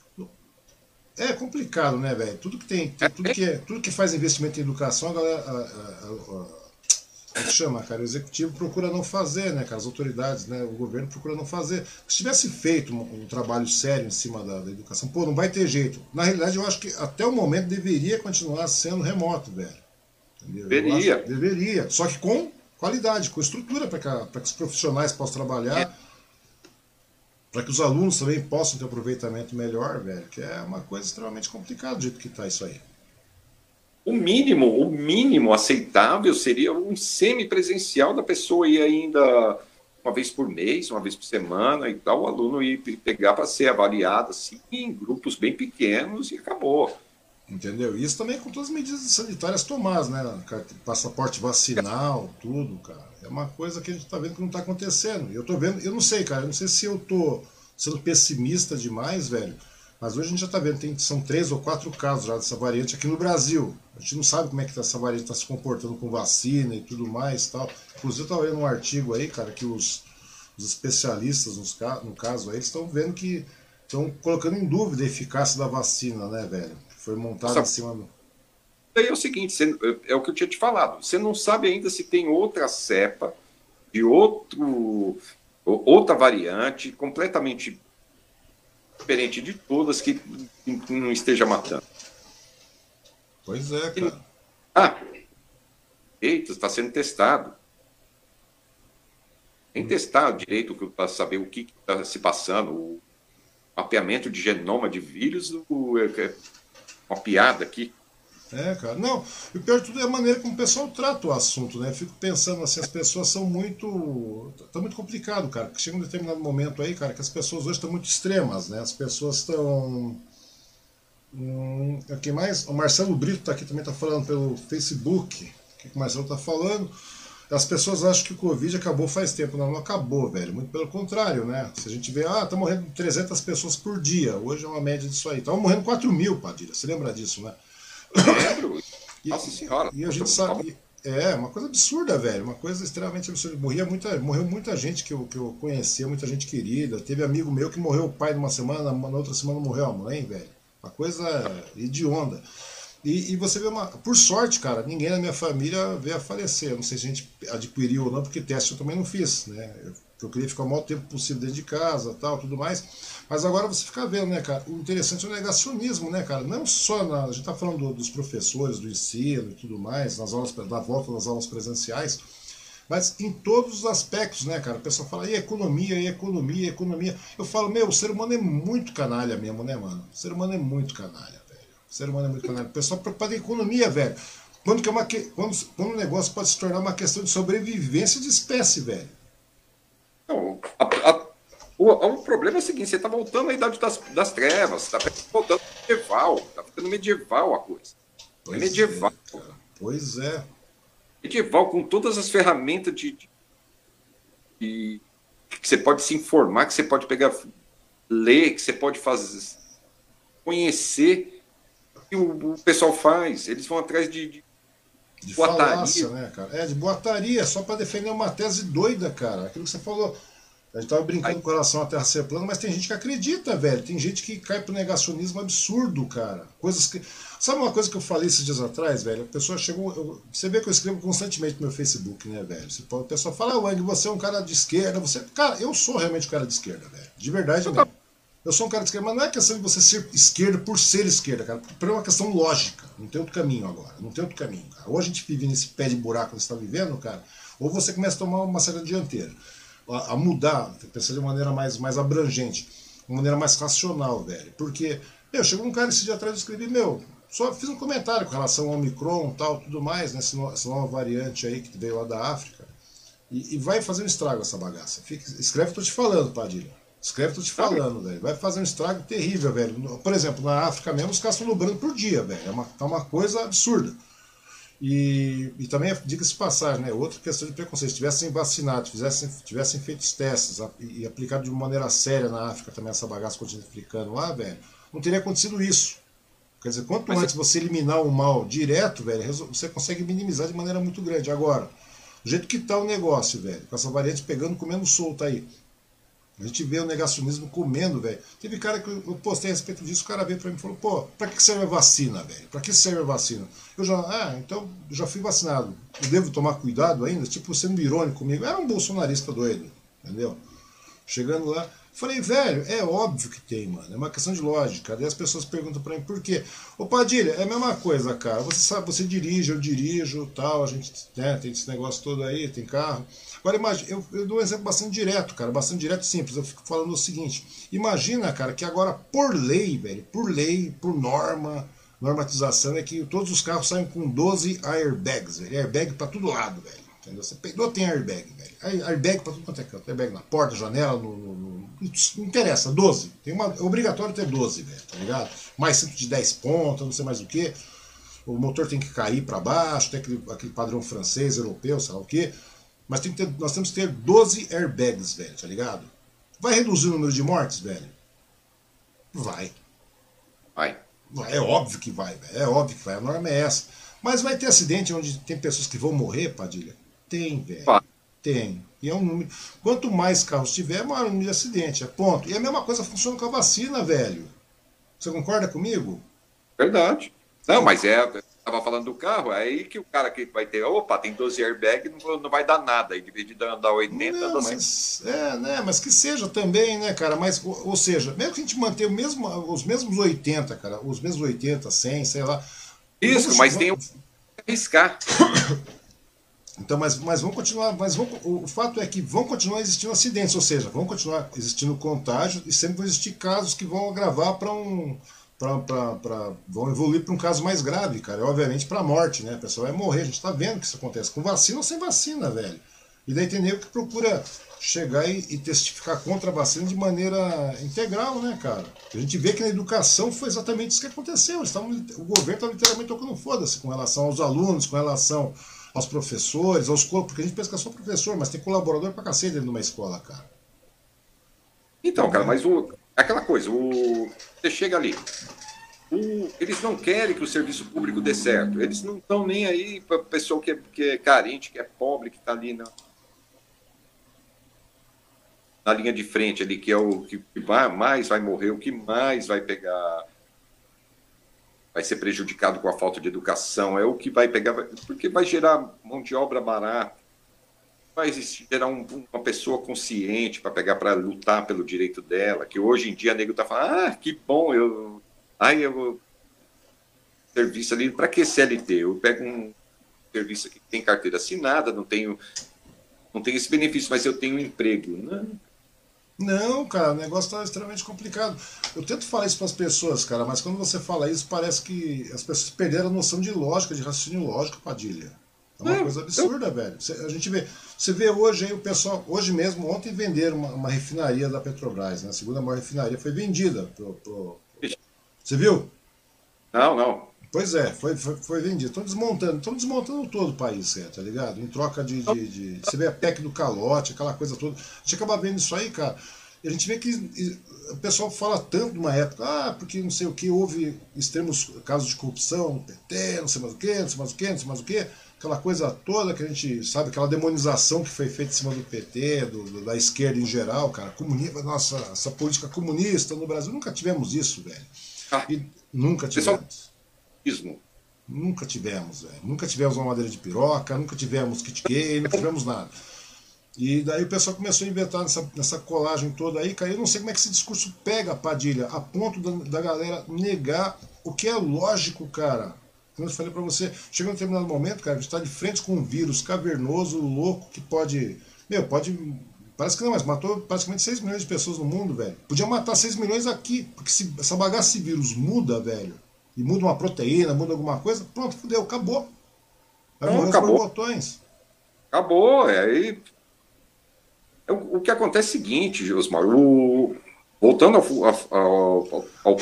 É complicado, né, velho? Tudo que tem, tudo que, é, tudo que faz investimento em educação, a galera. A, a, a, Como chama, cara? O executivo procura não fazer, né, cara? As autoridades, né? O governo procura não fazer. Se tivesse feito um, um trabalho sério em cima da, da educação, pô, não vai ter jeito. Na realidade, eu acho que até o momento deveria continuar sendo remoto, velho. Entendeu? Deveria. Deveria. Só que com qualidade, com estrutura para que, que os profissionais possam trabalhar, é. para que os alunos também possam ter um aproveitamento melhor, velho. Que é uma coisa extremamente complicada do jeito que tá isso aí. O mínimo, o mínimo aceitável seria um semipresencial da pessoa ir ainda uma vez por mês, uma vez por semana e tal, o aluno ir pegar para ser avaliado assim, em grupos bem pequenos e acabou. Entendeu? Isso também com todas as medidas sanitárias tomadas, né? Passaporte vacinal, tudo, cara. É uma coisa que a gente está vendo que não está acontecendo. Eu tô vendo, eu não sei, cara, eu não sei se eu tô sendo pessimista demais, velho. Mas hoje a gente já está vendo, tem, são três ou quatro casos já dessa variante aqui no Brasil. A gente não sabe como é que essa variante está se comportando com vacina e tudo mais tal. Inclusive eu estava lendo um artigo aí, cara, que os, os especialistas nos, no caso aí, eles estão vendo que estão colocando em dúvida a eficácia da vacina, né, velho? Que foi montada em cima do... Daí é o seguinte, você, é o que eu tinha te falado, você não sabe ainda se tem outra cepa, de outro, outra variante, completamente diferente de todas que não esteja matando. Pois é, cara. Ah, eita, está sendo testado. Tem que testar direito para saber o que está se passando. mapeamento de genoma de vírus, o, é uma piada aqui. É, cara. Não, e o pior de tudo é a maneira como o pessoal trata o assunto, né? Eu fico pensando assim, as pessoas são muito. Tá muito complicado, cara. Porque chega um determinado momento aí, cara, que as pessoas hoje estão muito extremas, né? As pessoas estão. Hum, quem mais? O Marcelo Brito tá aqui também, tá falando pelo Facebook. O que o Marcelo tá falando? As pessoas acham que o Covid acabou faz tempo. Não, não acabou, velho. Muito pelo contrário, né? Se a gente vê, ah, tá morrendo trezentas pessoas por dia. Hoje é uma média disso aí. Tava morrendo quatro mil, Padilha. Você lembra disso, né? Lembro. E, Nossa senhora. e a gente sabe. É, uma coisa absurda, velho. Uma coisa extremamente absurda. Morria muita, morreu muita gente que eu, que eu conhecia, muita gente querida. Teve amigo meu que morreu o pai numa semana, na outra semana morreu a mãe, velho. Uma coisa hedionda. E, e você vê uma. Por sorte, cara, ninguém na minha família veio a falecer. Eu não sei se a gente adquiriu ou não, porque teste eu também não fiz, né? Eu, eu queria ficar o maior tempo possível dentro de casa, tal, tudo mais. Mas agora você fica vendo, né, cara? O interessante é o negacionismo, né, cara? Não só na. A gente tá falando do, dos professores, do ensino e tudo mais, nas aulas, da volta das aulas presenciais, mas em todos os aspectos, né, cara? O pessoal fala, e economia, e economia, e economia. Eu falo, meu, o ser humano é muito canalha mesmo, né, mano? O ser humano é muito canalha, velho. O ser humano é muito canalha. O pessoal preocupado em economia, velho. Quando, que é uma que... quando, quando o negócio pode se tornar uma questão de sobrevivência de espécie, velho. Não, a, a, o, o problema é o seguinte, você está voltando à idade das, das trevas, está voltando ao medieval, está ficando medieval a coisa. Pois é medieval. É, cara. Pois é. Medieval, com todas as ferramentas de, de, de que você pode se informar, que você pode pegar, ler, que você pode fazer, conhecer o que o, o pessoal faz. Eles vão atrás de, de, de falácia, né, cara? É, de boataria, só para defender uma tese doida, cara. Aquilo que você falou. A gente tava brincando Aí. com relação à Terra ser plana, mas tem gente que acredita, velho. Tem gente que cai pro negacionismo absurdo, cara. Coisas que. Sabe uma coisa que eu falei esses dias atrás, velho? A pessoa chegou. Eu... Você vê que eu escrevo constantemente no meu Facebook, né, velho? Você pode... A pessoa fala, ah, Wang, você é um cara de esquerda. Você... Cara, eu sou realmente um cara de esquerda, velho. De verdade mesmo. Eu sou um cara de esquerda, mas não é questão de você ser esquerda por ser esquerda, cara. É uma questão lógica. Não tem outro caminho agora. Não tem outro caminho, cara. Ou a gente vive nesse pé de buraco que você está vivendo, cara, ou você começa a tomar uma saída dianteira. A, a mudar, pensar de uma maneira mais, mais abrangente, uma maneira mais racional, velho. Porque, meu, chegou um cara esse dia atrás e escrevi, meu, só fiz um comentário com relação ao Omicron e tal, tudo mais, né, essa nova variante aí que veio lá da África. E, e vai fazer um estrago essa bagaça. Fica, escreve o que eu tô te falando, Padilha. Escreve o que eu tô te falando, velho. Vai fazer um estrago terrível, velho. Por exemplo, na África mesmo, os caras estão lubrando por dia, velho. É uma, tá uma coisa absurda. E, e também, diga-se de passagem, né, outra questão de preconceito. Se tivessem vacinado, tivessem, tivessem feito os testes e, e aplicado de uma maneira séria na África também essa bagaça continente africano lá, velho, não teria acontecido isso. Quer dizer, quanto Mas antes é... você eliminar o mal direto, velho, você consegue minimizar de maneira muito grande. Agora, do jeito que tá o negócio, velho, com essa variante pegando, comendo solto aí, a gente vê o negacionismo comendo, velho. Teve cara que eu postei a respeito disso, o cara veio pra mim e falou, pô, pra que serve a vacina, velho? Pra que serve a vacina? Eu já, ah, então, já fui vacinado. Eu devo tomar cuidado ainda? Tipo, sendo irônico comigo. Era um bolsonarista doido, entendeu? Chegando lá, falei, velho, é óbvio que tem, mano. É uma questão de lógica. Daí as pessoas perguntam pra mim, por quê? Ô, Padilha, é a mesma coisa, cara. Você sabe, você dirige, eu dirijo, tal, a gente, né, tem esse negócio todo aí, tem carro. Agora, imagina, eu, eu dou um exemplo bastante direto, cara, bastante direto e simples. Eu fico falando o seguinte, imagina, cara, que agora, por lei, velho, por lei, por norma, normatização, é que todos os carros saem com doze airbags, velho. Airbag pra todo lado, velho. Entendeu? Você pegou, tem airbag, velho. Airbag pra tudo quanto é canto. Airbag na porta, janela, no, no, no... não interessa, doze. Tem uma, é obrigatório ter doze, velho, tá ligado? Mais cinto de dez pontos, não sei mais o que. O motor tem que cair pra baixo, tem aquele, aquele padrão francês, europeu, sei lá o que. Mas tem que ter, nós temos que ter doze airbags, velho, tá ligado? Vai reduzir o número de mortes, velho? Vai. Vai. É óbvio que vai, velho. É óbvio que vai. A norma é essa. Mas vai ter acidente onde tem pessoas que vão morrer, Padilha? Tem, velho. Vai. Tem. E é um número. Quanto mais carros tiver, maior o número de acidente. É ponto. E a mesma coisa funciona com a vacina, velho. Você concorda comigo? Verdade. Não, mas é. Estava falando do carro, é aí que o cara que vai ter, opa, tem doze airbags, não, não vai dar nada, aí de de andar oitenta, não, anda mas, é, né, mas que seja também, né, cara, mas, ou, ou seja, mesmo que a gente mantenha o mesmo, os mesmos oitenta, cara, os mesmos oitenta, cem, sei lá. Isso, mas tem o arriscar. Então, mas, mas vão continuar, mas vão, o, o fato é que vão continuar existindo acidentes, ou seja, vão continuar existindo contágios e sempre vão existir casos que vão agravar para um. Pra, pra, pra, vão evoluir para um caso mais grave, cara. E, obviamente para a morte, né? A pessoa vai morrer. A gente está vendo que isso acontece com vacina ou sem vacina, velho. E daí tem nego que procura chegar e, e testificar contra a vacina de maneira integral, né, cara? A gente vê que na educação foi exatamente isso que aconteceu. Eles tavam, o governo está literalmente tocando foda-se com relação aos alunos, com relação aos professores, aos porque a gente pensa que é só professor, mas tem colaborador pra cacete dentro de uma escola, cara. Então, cara, mas o, aquela coisa, o, você chega ali, o, eles não querem que o serviço público dê certo, eles não estão nem aí para pessoa que é, que é carente, que é pobre, que está ali na, na linha de frente ali, que é o que vai, mais vai morrer, o que mais vai pegar, vai ser prejudicado com a falta de educação, é o que vai pegar, porque vai gerar mão de obra barata, vai gerar um, uma pessoa consciente para pegar, para lutar pelo direito dela, que hoje em dia o nego está falando, ah, que bom, eu, ai, eu serviço ali, para que C L T? Eu pego um serviço aqui que tem carteira assinada, não tenho, não tenho esse benefício, mas eu tenho um emprego. Não, não, cara, o negócio está extremamente complicado. Eu tento falar isso para as pessoas, cara, mas quando você fala isso, parece que as pessoas perderam a noção de lógica, de raciocínio lógico, Padilha. É uma coisa absurda, velho. A gente vê, você vê hoje aí o pessoal, hoje mesmo, ontem venderam uma, uma refinaria da Petrobras, né? A segunda maior refinaria foi vendida. Pro, pro... Você viu? Não, não. Pois é, foi, foi, foi vendido. Estão desmontando, estão desmontando todo o país, tá ligado? Em troca de, de, de. Você vê a P E C do calote, aquela coisa toda. A gente acaba vendo isso aí, cara. E a gente vê que o pessoal fala tanto numa época, ah, porque não sei o que, houve extremos casos de corrupção no P T, não sei mais o que, não sei mais o que, não sei mais o que. Aquela coisa toda que a gente sabe, aquela demonização que foi feita em cima do P T, do, do, da esquerda em geral, cara, comunista, nossa, essa política comunista no Brasil, nunca tivemos isso, velho. Ah, e nunca tivemos. Pessoal, nunca tivemos, velho. Nunca tivemos uma madeira de piroca, nunca tivemos kit gay, não tivemos nada. E daí o pessoal começou a inventar nessa, nessa colagem toda aí, cara. Eu não sei como é que esse discurso pega, Padilha, a ponto da, da galera negar o que é lógico, cara. Como eu falei pra você, chega um determinado momento, cara, a gente tá de frente com um vírus cavernoso, louco, que pode. Meu, pode. Parece que não, mas matou praticamente seis milhões de pessoas no mundo, velho. Podia matar seis milhões aqui, porque se essa bagaça de vírus muda, velho, e muda uma proteína, muda alguma coisa, pronto, fudeu, acabou. Vai não, morrer acabou. os borbotões. Acabou, é aí. O, o que acontece é o seguinte, Osmar, o, voltando ao, ao, ao, ao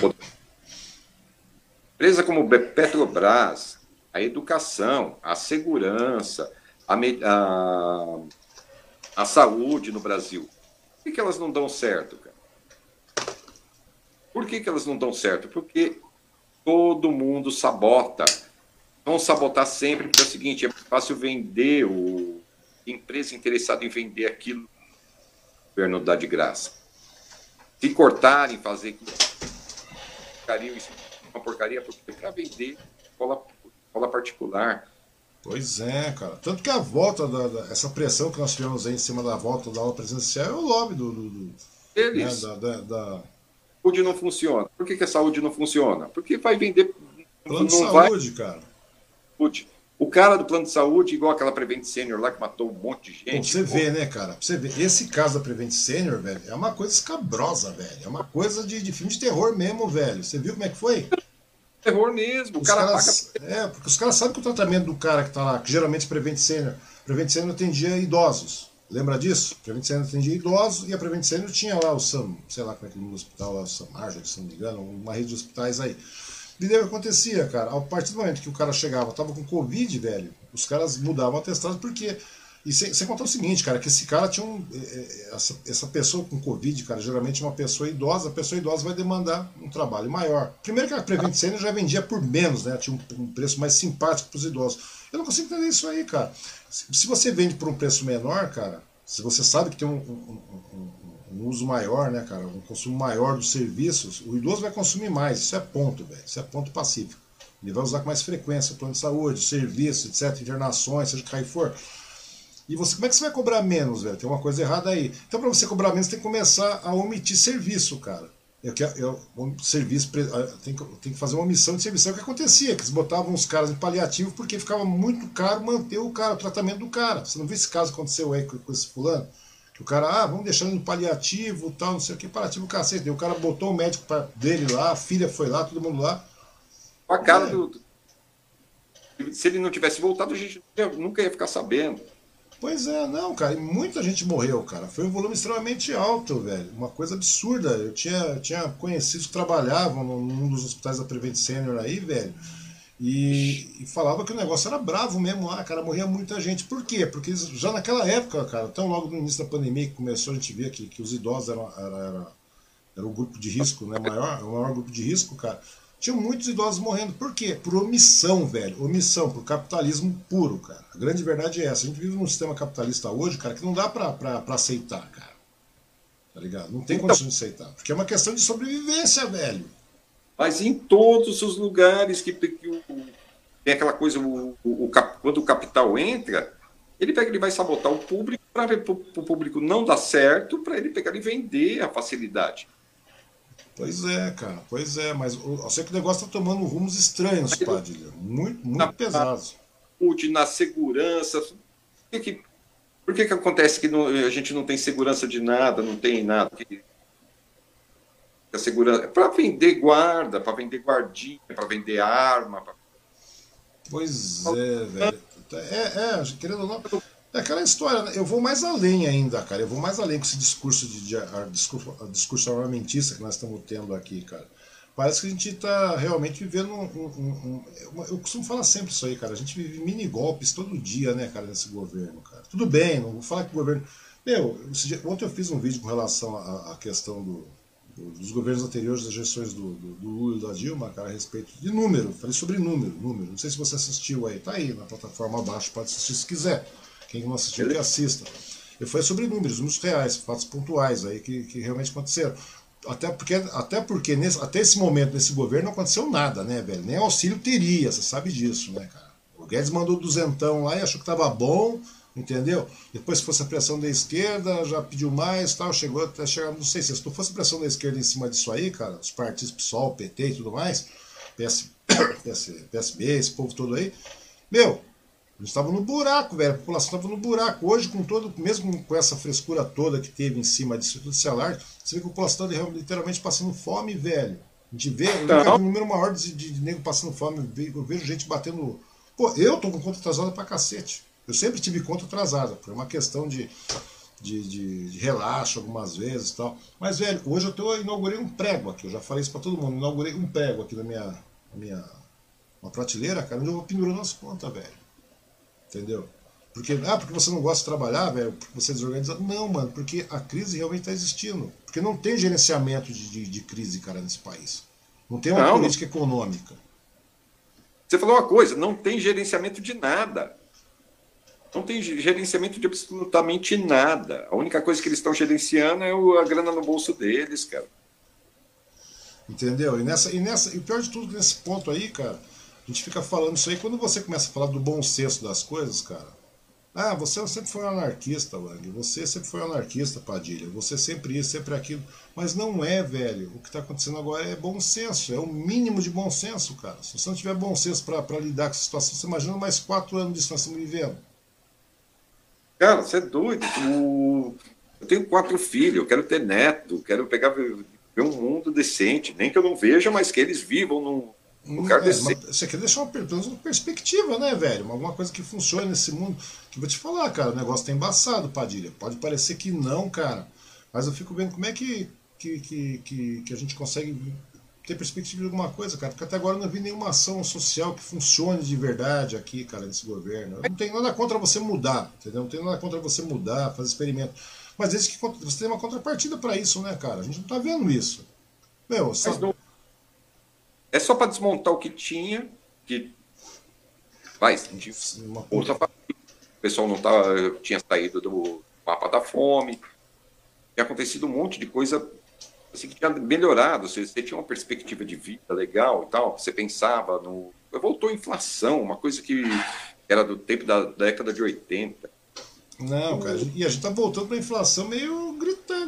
empresa como Petrobras, a educação, a segurança, a, a, a saúde no Brasil, por que, que elas não dão certo, cara? Por que, que elas não dão certo? Porque todo mundo sabota. Vão sabotar sempre, porque é o seguinte, é fácil vender, o empresa interessada em vender aquilo, o governo dá de graça. Se cortarem, fazer isso uma porcaria, porque para vender escola, escola particular. Pois é, cara. Tanto que a volta, da, da, essa pressão que nós tivemos aí em cima da volta da aula presencial é o lobby do. do, do Eles. Né, da, da, da... Saúde não funciona. Por que, que a saúde não funciona? Porque vai vender. Plano de não saúde, vai... cara. O cara do plano de saúde, igual aquela Prevent Senior lá que matou um monte de gente. Pô, você pô. vê, né, cara? Você vê. Esse caso da Prevent Senior, velho, é uma coisa escabrosa, velho. É uma coisa de, de filme de terror mesmo, velho. Você viu como é que foi? Terror mesmo. O os cara caras, paga... É, porque os caras sabem que o tratamento do cara que tá lá, que geralmente Prevent Senior, Prevent Senior atendia idosos. Lembra disso? Prevent Senior atendia idosos e a Prevent Senior tinha lá o Sam, sei lá como é que é no hospital lá, o Sam Marjorie, se não me engano, uma rede de hospitais aí. E daí o que acontecia, cara? A partir do momento que o cara chegava, tava com Covid, velho, os caras mudavam atestado porque. E sem, sem contar o seguinte, cara, que esse cara tinha um. Essa, essa pessoa com Covid, cara, geralmente é uma pessoa idosa, a pessoa idosa vai demandar um trabalho maior. Primeiro que a Prevent Senior já vendia por menos, né? Tinha um, um preço mais simpático para os idosos. Eu não consigo entender isso aí, cara. Se, se você vende por um preço menor, cara, se você sabe que tem um, um, um, um uso maior, né, cara, um consumo maior dos serviços, o idoso vai consumir mais. Isso é ponto, velho. Isso é ponto pacífico. Ele vai usar com mais frequência o plano de saúde, serviço, etcétera, internações, seja o que aí for. E você, como é que você vai cobrar menos, velho? Tem uma coisa errada aí. Então, para você cobrar menos, tem que começar a omitir serviço, cara. Eu, quero- eu, um serviço, pre- ah, tem que, tem que fazer uma missão de serviço. É o que acontecia, que eles botavam os caras em paliativo porque ficava muito caro manter o cara, o tratamento do cara. Você não viu esse caso que aconteceu aí com, com esse fulano? Que o cara, ah, vamos deixar ele no paliativo, tal, não sei o que, paliativo cacete. Daí o cara botou o médico pra, dele lá, a filha foi lá, todo mundo lá. A cara Velho, do, do- Se ele não tivesse voltado, a gente nunca ia ficar sabendo. pois é, não, cara, e muita gente morreu, cara. Foi um volume extremamente alto, velho. Uma coisa absurda. Eu tinha, tinha conhecidos que trabalhavam num num dos hospitais da Prevent Senior aí, velho. E, e falava que o negócio era bravo mesmo lá, cara, morria muita gente. Por quê? Porque eles- já naquela época, cara, tão logo no início da pandemia que começou a gente ver que, que os idosos eram, era, era, era o grupo de risco, né, maior, o maior grupo de risco, cara. Tinham muitos idosos morrendo. Por quê? Por omissão, velho. Omissão, por capitalismo puro, cara. A grande verdade é essa. A gente vive num sistema capitalista hoje, cara, que não dá pra, pra, pra aceitar, cara. Tá ligado? Não tem Então, condição de aceitar. Porque é uma questão de sobrevivência, velho. mas em todos os lugares que, que o- tem aquela coisa, o, o- o cap- quando o capital entra, ele pega, ele vai sabotar o público para o público não dar certo, para ele pegar e vender a facilidade. Pois é, cara, pois é, mas o- eu sei que o negócio tá tomando rumos estranhos, Aí, Padilha. Muito, muito na pesados. saúde, na segurança. Por que, que, por que, que acontece que não- a gente não tem segurança de nada, não tem nada? Que, a segurança para vender guarda, para vender guardinha, para vender arma. Pra... Pois é, velho. É, é, querendo ou não. É aquela história, né? Eu vou mais além ainda, cara. Eu vou mais além com esse discurso de, de a- discurso, a discurso armamentista que nós estamos tendo aqui, cara. Parece que a gente está realmente vivendo um, um- um- um- Eu costumo falar sempre isso aí, cara. A gente vive mini golpes todo dia, né, cara, nesse governo, cara. Tudo bem, não vou falar que o governo. Meu, esse dia- ontem eu fiz um vídeo com relação à, à questão do, do- dos governos anteriores, das gestões do, do, do Lula e da Dilma, cara, a respeito de número. Falei sobre número, número. Não sei se você assistiu aí, tá aí na plataforma abaixo, pode assistir se quiser. Quem não assistiu, que assista. Eu falei sobre números, números reais, fatos pontuais aí que, que realmente aconteceram. Até porque, até porque nesse, até esse momento, nesse governo, não aconteceu nada, né, velho? Nem auxílio teria, você sabe disso, né, cara? O Guedes mandou duzentão lá e achou que tava bom, entendeu? Depois, se fosse a pressão da esquerda, já pediu mais, tal, chegou até chegar, não sei se se fosse a pressão da esquerda em cima disso aí, cara, os partidos PSOL, P T e tudo mais, P S, PS, P S B, esse povo todo aí, meu, eles estavam no buraco, velho. A população estava no buraco. Hoje, com todo, mesmo com essa frescura toda que teve em cima disso tudo celular, você vê que a população está literalmente passando fome, velho. A gente vê, eu nunca vi Então, um número maior de, de, de nego passando fome. Eu ve- eu vejo gente batendo. Pô, eu tô com conta atrasada pra cacete. Eu sempre tive conta atrasada. Foi uma questão de, de, de, de relaxo algumas vezes e tal. Mas, velho, hoje eu tô, inaugurei um prego aqui. Eu já falei isso pra todo mundo. Inaugurei um prego aqui na minha, na minha uma prateleira, cara, onde eu vou pendurando as contas, velho. Entendeu? Porque, ah, porque você não gosta de trabalhar, velho, porque você é desorganizado. Não, mano, porque a crise realmente está existindo. Porque não tem gerenciamento de, de, de crise, cara, nesse país. Não tem uma não, não. política econômica. Você falou uma coisa, não tem gerenciamento de nada. Não tem gerenciamento de absolutamente nada. A única coisa que eles estão gerenciando é a grana no bolso deles, cara. Entendeu? E, nessa, e, nessa, e o pior de tudo, nesse ponto aí, cara, a gente fica falando isso aí, quando você começa a falar do bom senso das coisas, cara. Ah, você sempre foi um anarquista, Wang. Você sempre foi um anarquista, Padilha. Você sempre isso, sempre aquilo. Mas não é, velho. O que está acontecendo agora é bom senso. É o mínimo de bom senso, cara. Se você não tiver bom senso para lidar com essa situação, você imagina mais quatro anos disso que nós estamos vivendo. Cara, você é doido. Tu... Eu tenho quatro filhos, eu quero ter neto, quero pegar ver um mundo decente. Nem que eu não veja, mas que eles vivam num lugar É, decente. você quer deixar uma, uma perspectiva, né, velho? Alguma coisa que funcione nesse mundo. Que vou te falar, cara, o negócio tá embaçado, Padilha. Pode parecer que não, cara. Mas eu fico vendo como é que, que, que, que, que a gente consegue ter perspectiva de alguma coisa, cara. Porque até agora eu não vi nenhuma ação social que funcione de verdade aqui, cara, nesse governo. Eu não tenho nada contra você mudar, entendeu? Não tenho nada contra você mudar, fazer experimento. Mas desde que você tem uma contrapartida para isso, né, cara? A gente não tá vendo isso. Meu, Mas sabe? não... É só para desmontar o que tinha, que vai, tinha Uma outra família. O pessoal não tava, tinha saído do mapa da fome. Tinha acontecido um monte de coisa assim, que tinha melhorado. Você, você tinha uma perspectiva de vida legal e tal. Você pensava no. Voltou a inflação, uma coisa que era do tempo da, da década de oitenta. Não, cara, e a gente tá voltando pra inflação meio gritante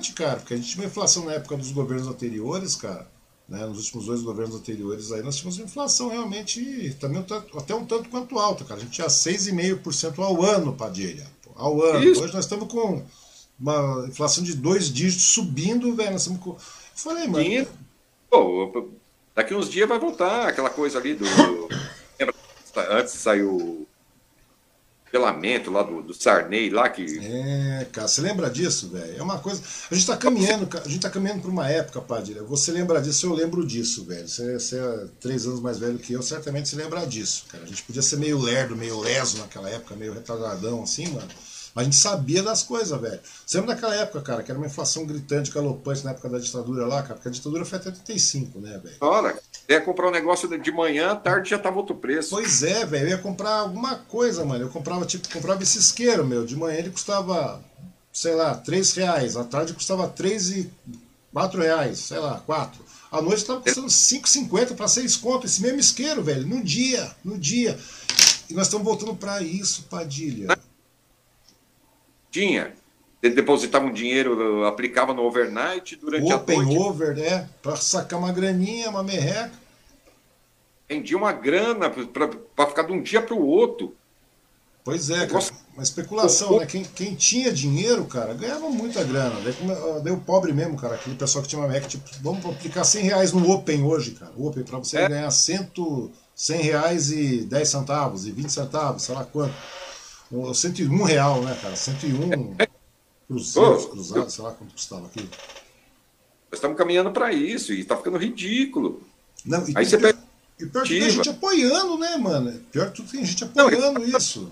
gritante, cara, porque a gente tinha uma inflação na época dos governos anteriores, cara, né, nos últimos dois governos anteriores aí, nós tínhamos uma inflação realmente também um tanto, até um tanto quanto alta, cara. A gente tinha seis vírgula cinco por cento ao ano, Padilha. Ao ano. Isso. Hoje nós estamos com uma inflação de dois dígitos subindo, velho. Nós estamos com... Eu falei, mano. Sim. Pô, daqui uns dias vai voltar aquela coisa ali do. Lembra? Antes saiu pelamento lá do, do Sarney lá que. É, cara, você lembra disso, velho? É uma coisa. A gente tá caminhando, a gente tá caminhando para uma época, Padilha. Você lembra disso, eu lembro disso, velho. Você, você é três anos mais velho que eu, certamente você lembra disso, cara. A gente podia ser meio lerdo, meio leso naquela época, meio retardadão assim, mano. Mas a gente sabia das coisas, velho. Você lembra daquela época, cara, que era uma inflação gritante, galopante na época da ditadura lá, cara? Porque a ditadura foi até oitenta e cinco, né, velho? Olha, ia comprar um negócio de manhã, à tarde já tava outro preço. Pois é, velho. Eu ia comprar alguma coisa, mano. Eu comprava, tipo, comprava esse isqueiro, meu. De manhã ele custava, sei lá, três reais. À tarde custava três e quatro reais, sei lá, quatro. À noite tava custando cinco e cinquenta para seis conto. Esse mesmo isqueiro, velho. No dia, no dia. E nós estamos voltando para isso, Padilha. Tinha. Ele depositava um dinheiro, aplicava no overnight durante Open a noite. over, né? Para sacar uma graninha, uma merreca. Vendia uma grana para ficar de um dia para o outro. Pois é, cara. Uma especulação, né? Quem, quem tinha dinheiro, cara, ganhava muita grana. Daí, daí o pobre mesmo, cara, aquele pessoal que tinha uma Mac, tipo, vamos aplicar cem reais no Open hoje, cara. O Open, para você é. ganhar cem reais e dez centavos, e vinte centavos, sei lá quanto. cento e um real, né, cara? cento e um cruzeiros, cruzados, sei lá quanto custava aqui. Nós estamos caminhando para isso, e está ficando ridículo. Não, e Aí você pior, e pior que tem gente apoiando, né, mano? Pior que tudo tem gente apoiando Não, isso.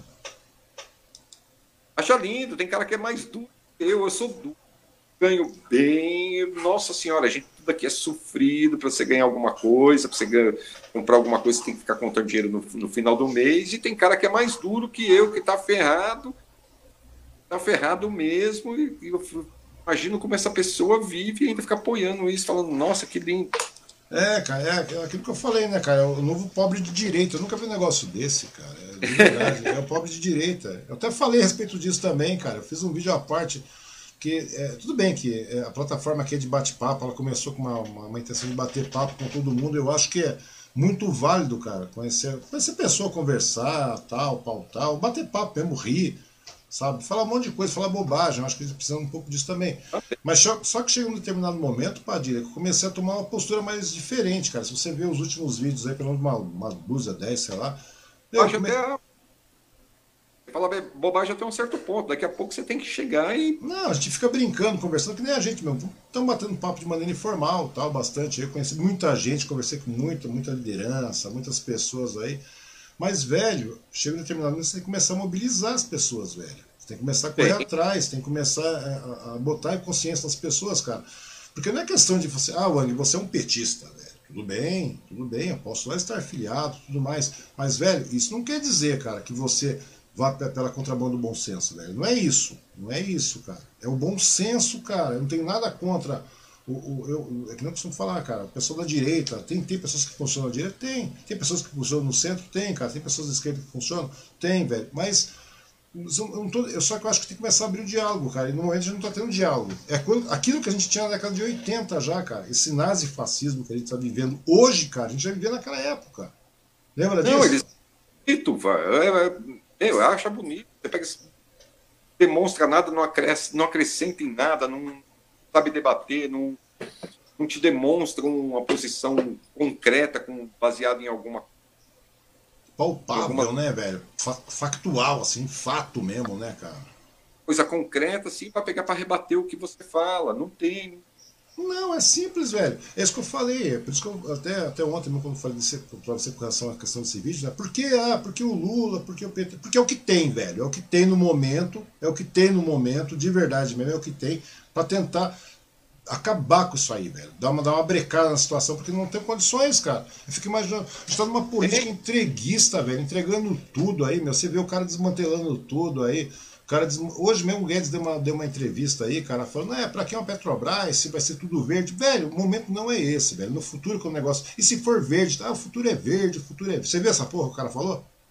Acha lindo, tem cara que é mais duro que eu, eu sou duro, ganho bem. Nossa senhora, a gente tudo aqui é sofrido para você ganhar alguma coisa, para você ganhar, comprar alguma coisa, você tem que ficar contando dinheiro no, no final do mês, e tem cara que é mais duro que eu, que tá ferrado, tá ferrado mesmo, e, e eu imagino como essa pessoa vive e ainda fica apoiando isso, falando, nossa, que lindo. É, cara, é aquilo que eu falei, né, cara? É o novo pobre de direita. Eu nunca vi um negócio desse, cara. É, de verdade, é o pobre de direita. Eu até falei a respeito disso também, cara. Eu fiz um vídeo à parte. Que, é, tudo bem que a plataforma aqui é de bate-papo, ela começou com uma, uma, uma intenção de bater papo com todo mundo. Eu acho que é muito válido, cara, conhecer, conhecer pessoa, conversar, tal, pau, tal, bater papo mesmo, rir, sabe? Falar um monte de coisa, falar bobagem. Eu acho que a gente precisa um pouco disso também. Mas só, só que chega um determinado momento, Padilha, que eu comecei a tomar uma postura mais diferente, cara. Se você ver os últimos vídeos aí, pelo menos uma, uma dúzia, dez, sei lá. Eu acho come... até. Falar bobagem até um certo ponto. Daqui a pouco você tem que chegar e. Não, a gente fica brincando, conversando, que nem a gente mesmo. Estamos batendo papo de maneira informal, tal, bastante. Eu conheci muita gente, conversei com muita, muita liderança, muitas pessoas aí. Mas, velho, chega um determinado momento, você tem que começar a mobilizar as pessoas, velho. Você tem que começar a correr Bem. atrás, tem que começar a, a botar em consciência das pessoas, cara. Porque não é questão de você, ah, Wang, você é um petista, velho. Tudo bem, tudo bem, eu posso lá estar afiliado, tudo mais. Mas, velho, isso não quer dizer, cara, que você vá pela contramão do bom senso, velho. Não é isso. Não é isso, cara. É o bom senso, cara. Eu não tenho nada contra. O, o, eu, é que não costumo falar, cara. O pessoal da direita, tem, tem pessoas que funcionam na direita? Tem. Tem pessoas que funcionam no centro? Tem, cara. Tem pessoas da esquerda que funcionam? Tem, velho. Mas eu, não tô, eu só que eu acho que tem que começar a abrir o diálogo, cara. E no momento a gente não tá tendo diálogo. É quando, aquilo que a gente tinha na década de oitenta já, cara. Esse nazifascismo que a gente tá vivendo hoje, cara, a gente já vivia naquela época. Lembra disso? Não, eles. Eu acho bonito. Você pega, demonstra nada, não acrescenta, não acrescenta em nada, não sabe debater, não, não te demonstra uma posição concreta, com, baseada em alguma palpável, alguma, né, velho? Factual, assim, fato mesmo, né, cara? Coisa concreta, assim, para pegar para rebater o que você fala. Não tem. Não, é simples, velho. É isso que eu falei. É por isso que eu, até, até ontem, quando eu falei para você com relação à questão desse vídeo, né? Por que, ah, porque o Lula, porque o P T? Porque é o que tem, velho. É o que tem no momento, é o que tem no momento, de verdade mesmo, é o que tem, para tentar acabar com isso aí, velho. Dar uma, dar uma brecada na situação, porque não tem condições, cara. Eu fico imaginando, a gente tá numa política entreguista, velho, entregando tudo aí, meu. Você vê o cara desmantelando tudo aí. Cara, hoje mesmo o Guedes deu uma, deu uma entrevista aí, cara, falando, é, pra quem é uma Petrobras, se vai ser tudo verde. Velho, o momento não é esse, velho. No futuro que o negócio. E se for verde, tá? O futuro é verde, o futuro é. Você viu essa porra que o cara falou?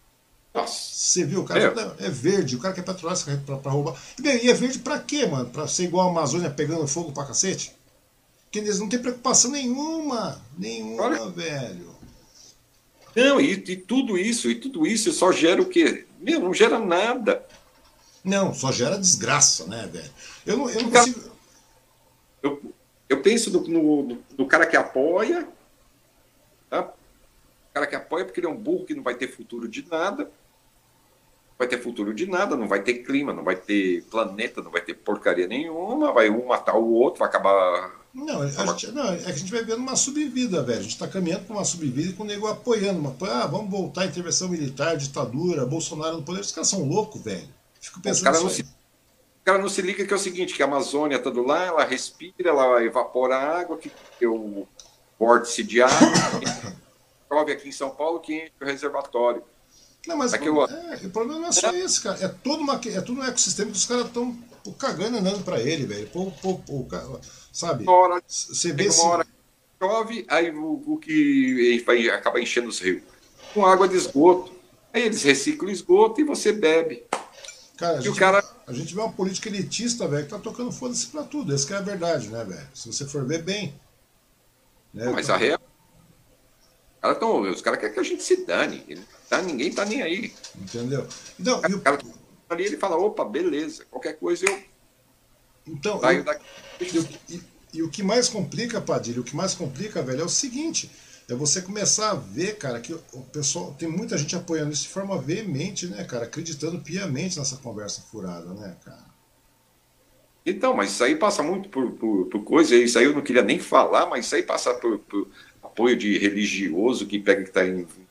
Nossa, Você viu, o cara meu, fala, é verde, o cara quer Petrobras pra, pra roubar. E, bem, e é verde pra quê, mano? Pra ser igual a Amazônia pegando fogo pra cacete? Porque eles não têm preocupação nenhuma. olha, Nenhuma, velho. não, e, e tudo isso, e tudo isso só gera o quê? Meu, não gera nada. Não, só gera desgraça, né, velho? Eu não, eu O não cara, consigo. eu, eu penso no, no, no cara que apoia, tá? O cara que apoia porque ele é um burro que não vai ter futuro de nada, não vai ter futuro de nada, não vai ter clima, não vai ter planeta, não vai ter porcaria nenhuma, vai um matar o outro, vai acabar. Não, a acabar... gente, não, é que a gente vai vendo uma subvida, velho. A gente tá caminhando pra uma subvida e com o nego apoiando. Uma, ah, vamos voltar à intervenção militar, ditadura, Bolsonaro no poder. Os caras são loucos, velho. Fico O pensando cara nisso não aí. se, o cara não se liga que é o seguinte, que a Amazônia está do lá, ela respira, ela evapora a água, que tem o vórtice de água, chove aqui em São Paulo que enche o reservatório. Não, mas Aqui eu, é, o problema não é só esse, cara. É todo, uma, é todo um ecossistema que os caras estão cagando e andando pra ele, velho. Pô, pô, pô, sabe? uma hora, Você vê chega uma hora se. que chove, aí o, o que vai, acaba enchendo os rios? Com água de esgoto. Aí eles reciclam o esgoto e você bebe. Cara, a E o gente, cara. a gente vê uma política elitista, velho, que tá tocando foda-se pra tudo. Essa que é a verdade, né, velho? Se você for ver bem. Né, Mas tá, a real. Cara tão, os caras querem que a gente se dane. Ele, tá, ninguém tá nem aí. entendeu? Então, e O o, cara tá ali, ele fala: opa, beleza, qualquer coisa eu então, e, saio o, daqui. e, o, e, e o que mais complica, Padilha, o que mais complica, velho, é o seguinte. É você começar a ver, cara, que o pessoal. Tem muita gente apoiando isso de forma veemente, né, cara? Acreditando piamente nessa conversa furada, né, cara? Então, mas isso aí passa muito por, por, por coisa, isso aí eu não queria nem falar, mas isso aí passa por, por apoio de religioso que pega que está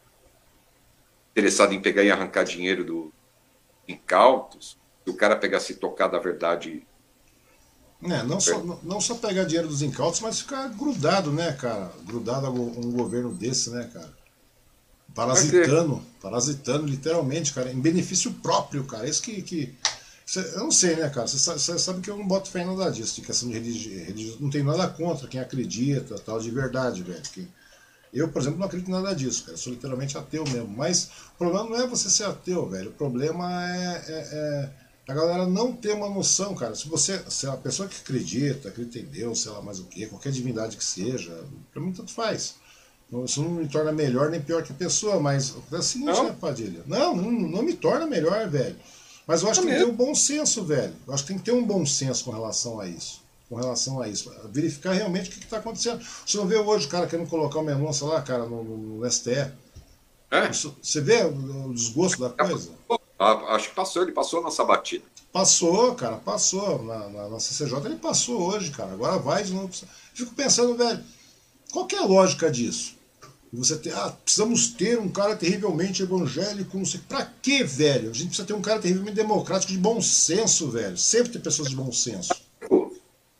interessado em pegar e arrancar dinheiro do incautos, se o cara pegar se tocar da verdade. É, não só, não não só pegar dinheiro dos incautos, mas ficar grudado, né, cara? Grudado a go- um governo desse, né, cara? Vai ter. Parasitando, parasitando literalmente, cara, em benefício próprio, cara. Isso que. que cê- eu não sei, né, cara? Você sabe, cê sabe que eu não boto fé em nada disso, de questão de religi religioso. Não tenho nada contra quem acredita, tal, de verdade, velho. Que eu, por exemplo, não acredito em nada disso, cara. Eu sou literalmente ateu mesmo. Mas o problema não é você ser ateu, velho. O problema é, é- é a galera não ter uma noção, cara. Se você, se é uma pessoa que acredita, acredita em Deus, sei lá mais o que, qualquer divindade que seja, pra mim tanto faz. Não- Isso não me torna melhor nem pior que a pessoa, mas é o seguinte, né, Não, Padilha? Não, não, não me torna melhor, velho. Mas eu acho é que tem que ter mesmo. um bom senso, velho. Eu acho que tem que ter um bom senso com relação a isso. Com relação a isso. Verificar realmente o que está acontecendo. Você não vê hoje o cara querendo colocar uma denúncia lá, cara, no, no, no S T E. É. Isso- você vê o, o desgosto da coisa? Ah, acho que passou, ele passou nossa batida. Passou, cara, passou. Na, na, na C C J ele passou hoje, cara. Agora vai de novo. Fico pensando, velho, qual que é a lógica disso? E você ter, ah, precisamos ter um cara terrivelmente evangélico, não sei. Pra quê, velho? A gente precisa ter um cara terrivelmente democrático de bom senso, velho. Sempre tem pessoas de bom senso. Pô,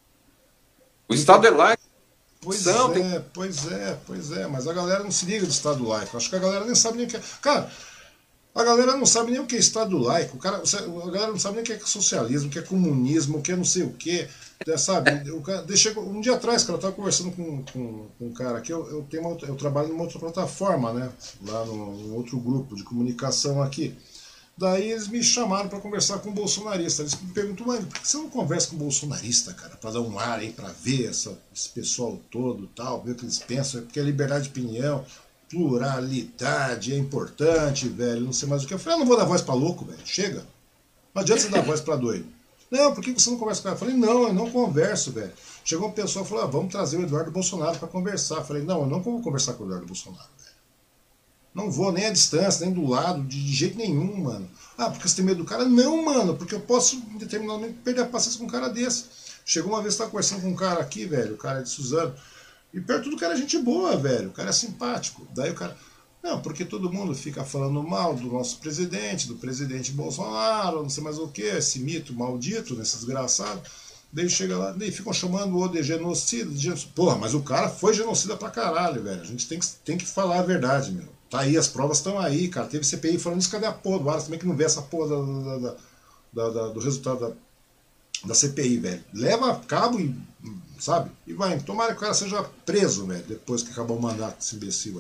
o Tem que. Estado é laico, Pois são, tem. é, pois é, pois é. Mas a galera não se liga de Estado laico. Acho que a galera nem sabe nem o que é. Cara, a galera não sabe nem o que é Estado laico. O cara, a galera não sabe nem o que é socialismo, o que é comunismo, o que é não sei o que. Sabe? O cara, deixa, um dia atrás, cara, eu tava conversando com, com, com um cara aqui. Eu, eu, tenho uma, eu trabalho numa outra plataforma, né? Lá no, num outro grupo de comunicação aqui. Daí eles me chamaram para conversar com um bolsonarista. Eles me perguntam, mano, por que você não conversa com um bolsonarista, cara? Para dar um ar aí, para ver essa, esse pessoal todo tal, ver o que eles pensam. É porque a liberdade de opinião, pluralidade é importante, velho, não sei mais o que. Eu falei, ah, não vou dar voz para louco, velho, chega. Não adianta você dar voz para doido. Não, por que você não conversa com ele? Eu falei, não, eu não converso, velho. Chegou um pessoal e falou, ah, vamos trazer o Eduardo Bolsonaro para conversar. Eu falei, não, eu não vou conversar com o Eduardo Bolsonaro. Não vou nem à distância, nem do lado, de, de jeito nenhum, mano. Ah, porque você tem medo do cara? Não, mano, porque eu posso, em determinado momento, perder a paciência com um cara desse. Chegou uma vez que eu tava conversando com um cara aqui, velho, o cara é de Suzano, e perto do cara é gente boa, velho, o cara é simpático. Daí o cara, não, porque todo mundo fica falando mal do nosso presidente, do presidente Bolsonaro, não sei mais o que, esse mito maldito, nesse desgraçado. Daí chega lá, daí ficam chamando o de genocida. De genocida. Porra, mas o cara foi genocida pra caralho, velho. A gente tem que, tem que falar a verdade, meu. Tá aí, as provas estão aí, cara. Teve C P I falando isso, cadê a porra do Aras também que não vê essa porra da, da, da, da, do resultado da, da C P I, velho. Leva a cabo e, sabe? E vai. Tomara que o cara seja preso, velho, depois que acabar o mandato desse imbecil aí.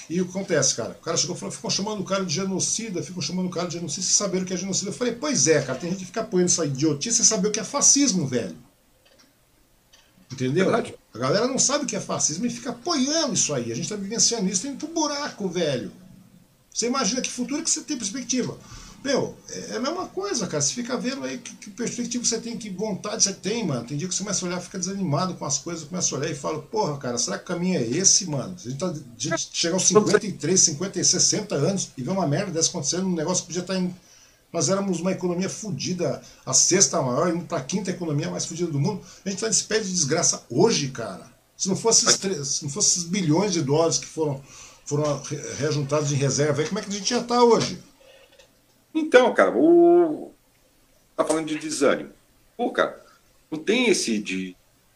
E o que acontece, cara? O cara chegou e falou, ficam chamando o cara de genocida, ficam chamando o cara de genocida sem saber o que é genocida. Eu falei, pois é, cara, tem gente que fica apoiando essa idiotice sem saber o que é fascismo, velho. Entendeu? Verdade. A galera não sabe o que é fascismo e fica apoiando isso aí. A gente tá vivenciando isso, tem pro buraco, velho. Você imagina que futuro que você tem perspectiva. Meu, é a mesma coisa, cara. Você fica vendo aí que, que perspectiva você tem, que vontade você tem, mano. Tem dia que você começa a olhar, fica desanimado com as coisas, começa a olhar e fala, porra, cara, será que o caminho é esse, mano? A gente, tá, a gente chega aos cinquenta e três, cinquenta e sessenta anos e vê uma merda dessa acontecendo, um negócio que podia estar em. Nós éramos uma economia fodida, a sexta maior, indo para a quinta economia mais fodida do mundo. A gente está nesse pé de desgraça hoje, cara. Se não fosse esses, se não fosse esses bilhões de dólares que foram, foram reajuntados em reserva, aí como é que a gente já está hoje? Então, cara, o. Tá falando de desânimo. Pô, cara, não tem esse de.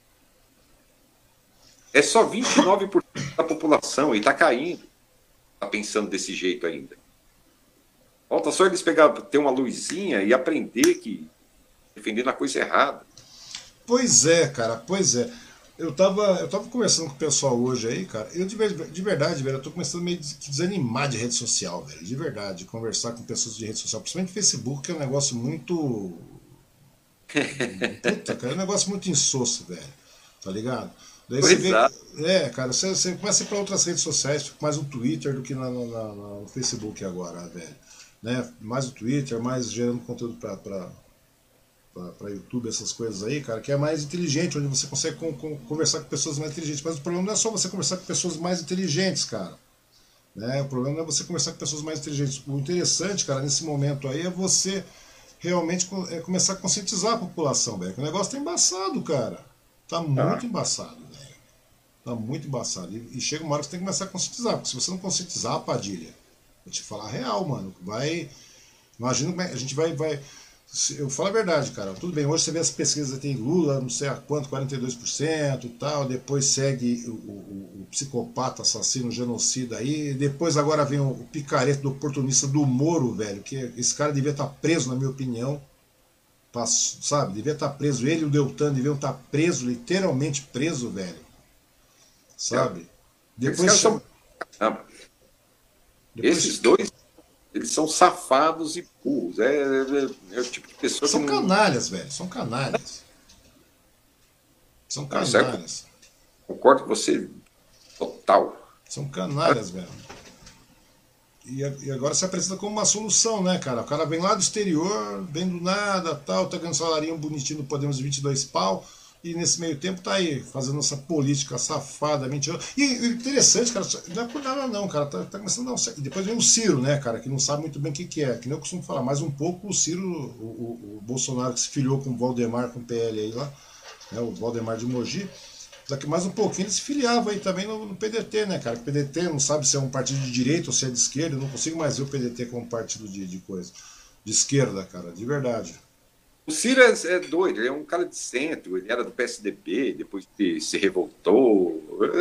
É só vinte e nove por cento da população e tá caindo. Tá pensando desse jeito ainda. Falta só eles pegar, ter uma luzinha e aprender que defendendo a coisa errada. Pois é, cara, pois é. Eu tava, eu tava conversando com o pessoal hoje aí, cara. Eu de, de verdade, velho, eu tô começando meio a desanimar de rede social, velho. De verdade, conversar com pessoas de rede social, principalmente Facebook, que é um negócio muito. Puta, cara, é um negócio muito insosso, velho. Tá ligado? Daí Pois você vê. é. É, cara, você, você começa a ir pra outras redes sociais, fica mais no Twitter do que na, na, na, no Facebook agora, velho. Né? Mais o Twitter, mais gerando conteúdo pra. pra para YouTube, essas coisas aí, cara, que é mais inteligente, onde você consegue com, com, conversar com pessoas mais inteligentes. Mas o problema não é só você conversar com pessoas mais inteligentes, cara. Né? O problema não é você conversar com pessoas mais inteligentes. O interessante, cara, nesse momento aí é você realmente é começar a conscientizar a população, velho. O negócio tá embaçado, cara. Tá muito Ah, embaçado, velho. Tá muito embaçado. E, e chega uma hora que você tem que começar a conscientizar, porque se você não conscientizar, Padilha, vou te falar a real, mano. Vai. Imagina como é, a gente vai. vai Eu falo a verdade, cara. Tudo bem, hoje você vê as pesquisas, tem Lula, não sei a quanto, quarenta e dois por cento e tal. Depois segue o, o, o psicopata, assassino, genocida aí. Depois agora vem o, o picareta do oportunista do Moro, velho. Que esse cara devia estar preso, na minha opinião. Pra, sabe? Devia estar preso. Ele e o Deltan deviam estar preso, literalmente preso, velho. Sabe? esses Depois. caras são. Ah, Depois esses dois, eles são safados e burros. É, é, é o tipo de pessoa que são não. canalhas, velho. São canalhas. São Não, isso aí eu canalhas. concordo com você total. São canalhas, velho. E, e agora se apresenta como uma solução, né, cara? O cara vem lá do exterior, vem do nada, tal, tá ganhando um salarinho bonitinho no Podemos de vinte e dois pau, e nesse meio tempo tá aí, fazendo essa política safada, mentirosa. E o interessante, cara, não é por nada não, cara, tá, tá começando a dar um certo. E depois vem o Ciro, né, cara, que não sabe muito bem o que, que é, que nem eu costumo falar, mais um pouco o Ciro, o, o, o Bolsonaro que se filiou com o Valdemar, com o P L aí lá, né, o Valdemar de Mogi. Daqui mais um pouquinho ele se filiava aí também no, no P D T, né, cara? O P D T não sabe se é um partido de direita ou se é de esquerda. Eu não consigo mais ver o P D T como partido de, de coisa. De esquerda, cara, de verdade. O Ciro é, é doido, ele é um cara de centro, ele era do P S D B, depois se, se revoltou.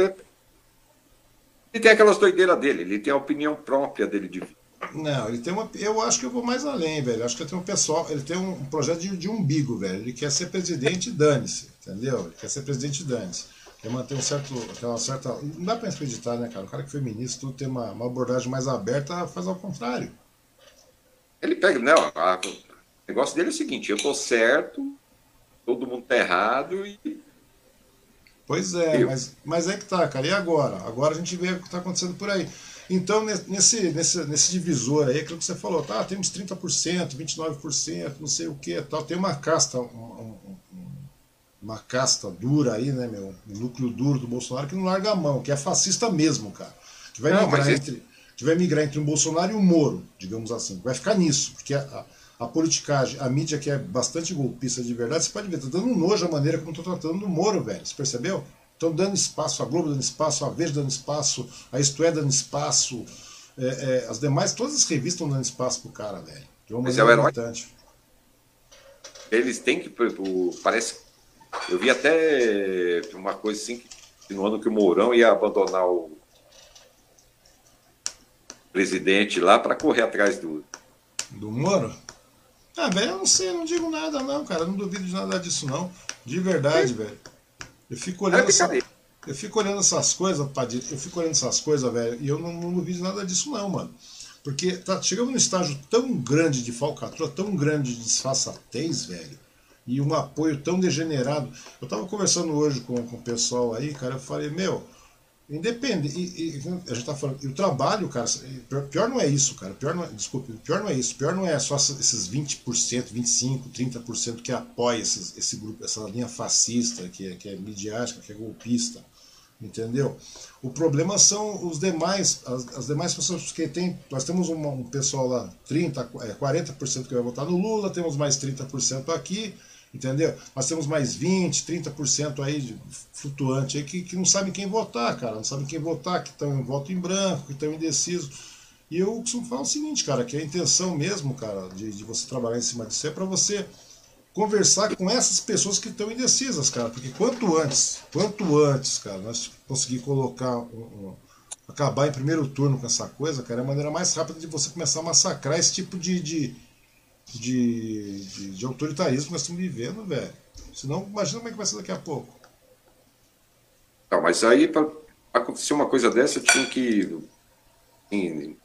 Ele tem aquelas doideiras dele, ele tem a opinião própria dele de vida. Não, ele tem uma. Eu acho que eu vou mais além, velho. Eu acho que ele tem um pessoal. Ele tem um projeto de, de umbigo, velho. Ele quer ser presidente e dane-se, entendeu? Ele quer ser presidente e dane-se. Quer manter um certo. Aquela certa. Não dá pra acreditar, né, cara? O cara que é feminista, tudo tem uma, uma abordagem mais aberta, faz ao contrário. Ele pega, não, a, o negócio dele é o seguinte, eu tô certo, todo mundo tá errado e Pois é, eu. mas, mas é que tá, cara. E agora? Agora a gente vê o que está acontecendo por aí. Então, nesse, nesse, nesse divisor aí, aquilo que você falou, tá, temos trinta por cento, vinte e nove por cento, não sei o que, tal. Tem uma casta, um, um, uma casta dura aí, né, meu? Um núcleo duro do Bolsonaro que não larga a mão, que é fascista mesmo, cara. Que vai Não, mas migrar esse, entre, que vai migrar entre um Bolsonaro e um Moro, digamos assim. Vai ficar nisso, porque a, a, a politicagem, a mídia que é bastante golpista de verdade, você pode ver, tá dando um nojo a maneira como estão tratando do Moro, velho. Você percebeu? Estão dando espaço, a Globo dando espaço, a Veja dando espaço, a Isto É dando espaço, é, é, as demais, todas as revistas estão dando espaço pro cara, velho. De uma mas é o maneira herói. gritante. Eles têm que, o- parece, eu vi até uma coisa assim, que no ano que o Mourão ia abandonar o presidente lá para correr atrás do. Do Moro? Ah, velho, eu não sei, eu não digo nada não, cara. Eu não duvido de nada disso não. De verdade, velho. Eu fico Era olhando essa. picareta. Eu fico olhando essas coisas, Padilha, eu fico olhando essas coisas, velho, e eu não, não duvido nada disso não, mano. Porque tá, chegamos num estágio tão grande de falcatrua, tão grande de disfarçatez, velho, e um apoio tão degenerado. Eu tava conversando hoje com, com o pessoal aí, cara, eu falei, meu, independente, e, e, a gente tá falando, e o trabalho, cara, pior, pior não é isso, cara, pior não é, desculpe, pior não é isso, pior não é só esses vinte por cento, vinte e cinco por cento, trinta por cento que apoia esses, esse grupo, essa linha fascista, que é, que é midiática, que é golpista. Entendeu? O problema são os demais, as, as demais pessoas que tem. Nós temos um, um pessoal lá, trinta, quarenta por cento que vai votar no Lula, temos mais trinta por cento aqui, entendeu? Nós temos mais vinte, trinta por cento aí de flutuante aí que, que não sabem quem votar, cara, não sabem quem votar, que estão em voto em branco, que estão indecisos. E eu costumo falar o seguinte, cara, que a intenção mesmo, cara, de, de você trabalhar em cima disso é para você conversar com essas pessoas que estão indecisas, cara, porque quanto antes, quanto antes, cara, nós conseguir colocar, um, um, acabar em primeiro turno com essa coisa, cara, é a maneira mais rápida de você começar a massacrar esse tipo de, de, de, de, de autoritarismo que nós estamos vivendo, velho. Senão, imagina como é que vai ser daqui a pouco. Não, mas aí, para acontecer uma coisa dessa, tinha que... Tem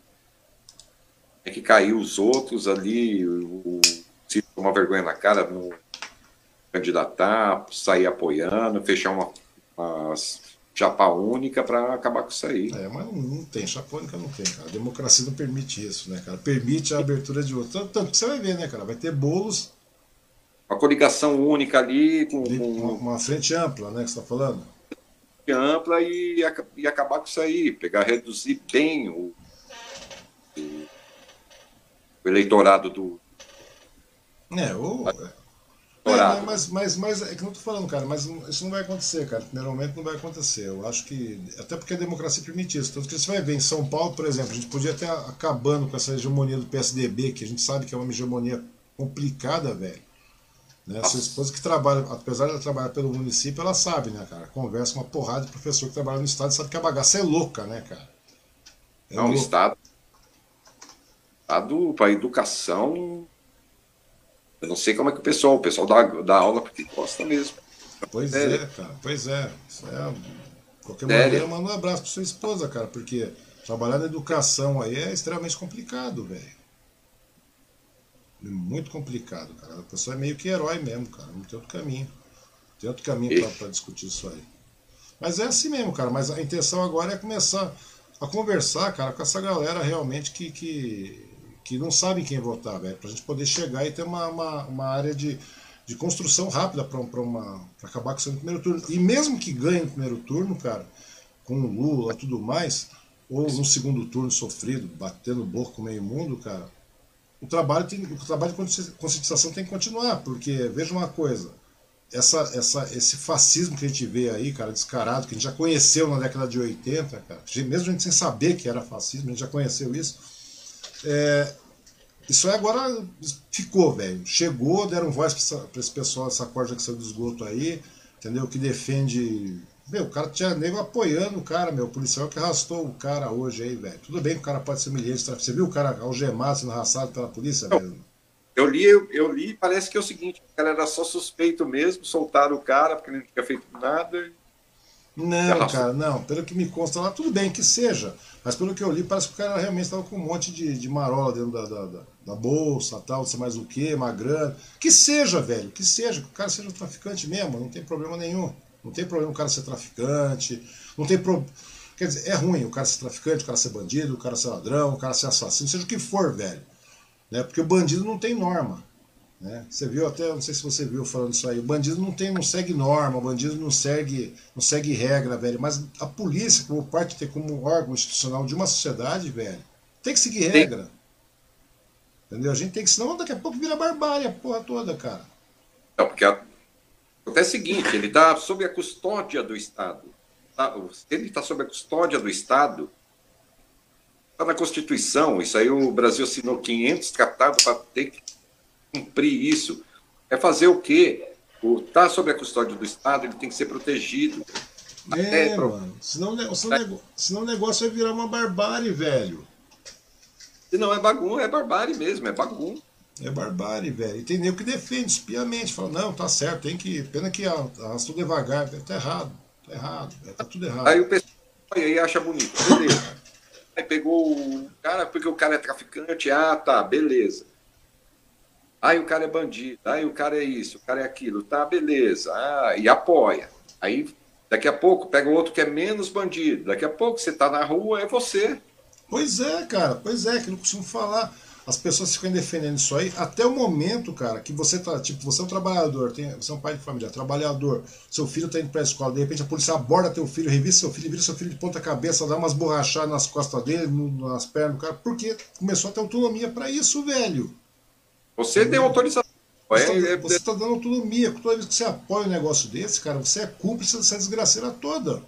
que cair os outros ali, o se tomar vergonha na cara, não candidatar, sair apoiando, fechar uma, uma chapa única para acabar com isso aí. É, mas não, não tem, chapa única não tem, cara. A democracia não permite isso, né, cara? Permite a abertura de outro. Tanto, tanto que você vai ver, né, cara? Vai ter bolos. Uma coligação única ali, com, com uma, uma frente ampla, né, que você está falando? Ampla e, e acabar com isso aí, pegar, reduzir bem o, o, o eleitorado do. É, ou. É, mas, mas, mas é que não tô falando, cara, mas isso não vai acontecer, cara. Primeiramente não vai acontecer. Eu acho que. Até porque a democracia permite isso. Tanto que você vai ver em São Paulo, por exemplo, a gente podia até acabando com essa hegemonia do P S D B, que a gente sabe que é uma hegemonia complicada, velho. Né? Sua esposa que trabalha, apesar de ela trabalhar pelo município, ela sabe, né, cara? Conversa com uma porrada de professor que trabalha no estado e sabe que a bagaça é louca, né, cara? É não, o estado. Estado para educação. Eu não sei como é que o pessoal, o pessoal dá, dá aula porque gosta mesmo. Pois é, é cara, pois é. Isso é de qualquer Sério? maneira, manda um abraço para sua esposa, cara, porque trabalhar na educação aí é extremamente complicado, velho. Muito complicado, cara. A pessoa é meio que herói mesmo, cara. Não tem outro caminho. Tem outro caminho para discutir isso aí. Mas é assim mesmo, cara. Mas a intenção agora é começar a conversar, cara, com essa galera realmente que, que, que não sabe quem votar, velho. Pra gente poder chegar e ter uma, uma, uma área de, de construção rápida para uma, pra acabar com isso no primeiro turno. E mesmo que ganhe no primeiro turno, cara, com o Lula e tudo mais, ou no segundo turno sofrido, batendo boca com meio mundo, cara, o trabalho, tem, o trabalho de conscientização tem que continuar, porque, veja uma coisa, essa, essa, esse fascismo que a gente vê aí, cara, descarado, que a gente já conheceu na década de oitenta, cara, mesmo a gente sem saber que era fascismo, a gente já conheceu isso, é, isso aí agora ficou, velho, chegou, deram voz para esse pessoal, essa corda que saiu do esgoto aí, entendeu, que defende... Meu, o cara tinha nego apoiando o cara, meu, o policial que arrastou o cara hoje aí, velho. Tudo bem que o cara pode ser humilhante, você viu o cara algemado sendo arrastado pela polícia, velho? Eu li, eu, eu li, parece que é o seguinte, o cara era só suspeito mesmo, soltaram o cara porque ele não tinha feito nada. Não, cara, não, pelo que me consta lá, tudo bem que seja, mas pelo que eu li, parece que o cara realmente estava com um monte de, de marola dentro da, da, da, da bolsa, tal, não sei mais o que, uma grana. Que seja, velho, que seja, que o cara seja um traficante mesmo, não tem problema nenhum. Não tem problema o cara ser traficante, não tem problema. Quer dizer, é ruim o cara ser traficante, o cara ser bandido, o cara ser ladrão, o cara ser assassino, seja o que for, velho. Né? Porque o bandido não tem norma. Né? Você viu até, não sei se você viu falando isso aí, o bandido não, tem, não segue norma, o bandido não segue, não segue regra, velho. Mas a polícia, como parte de ter como órgão institucional de uma sociedade, velho, tem que seguir regra. Sim. Entendeu? A gente tem que, senão daqui a pouco vira barbárie a porra toda, cara. Não, porque a... Acontece o seguinte, ele está sob a custódia do Estado. Tá? Ele está sob a custódia do Estado, está na Constituição, isso aí o Brasil assinou quinhentos tratados para ter que cumprir isso. É fazer o quê? Está sob a custódia do Estado, ele tem que ser protegido. É, pro... mano. Senão, senão, senão o negócio vai virar uma barbárie, velho. Se não é bagunça, é barbárie mesmo, é bagunça. É barbárie, velho. E tem nego que defende espiamente. Fala, não, tá certo, tem que. Pena que arrastou devagar. Tá errado. Tá errado, velho. Tá tudo errado. Aí o pessoal aí acha bonito, beleza. Aí pegou o cara, porque o cara é traficante, ah, tá, beleza. Aí o cara é bandido, aí o cara é isso, o cara é aquilo, tá, beleza. Ah, e apoia. Aí daqui a pouco pega o outro que é menos bandido. Daqui a pouco você tá na rua, é você. Pois é, cara, pois é, que eu não costumo falar. As pessoas ficam defendendo isso aí até o momento, cara, que você tá, tipo, você é um trabalhador, tem, você é um pai de família, trabalhador, seu filho tá indo pra escola, de repente a polícia aborda teu filho, revisa seu filho, vira seu filho de ponta cabeça, dá umas borrachadas nas costas dele, no, nas pernas do cara, porque começou a ter autonomia pra isso, velho. Você deu Entendeu? autorização. Você tá, É, é, você tá dando autonomia, toda vez que você apoia um negócio desse, cara, você é cúmplice dessa desgraceira toda.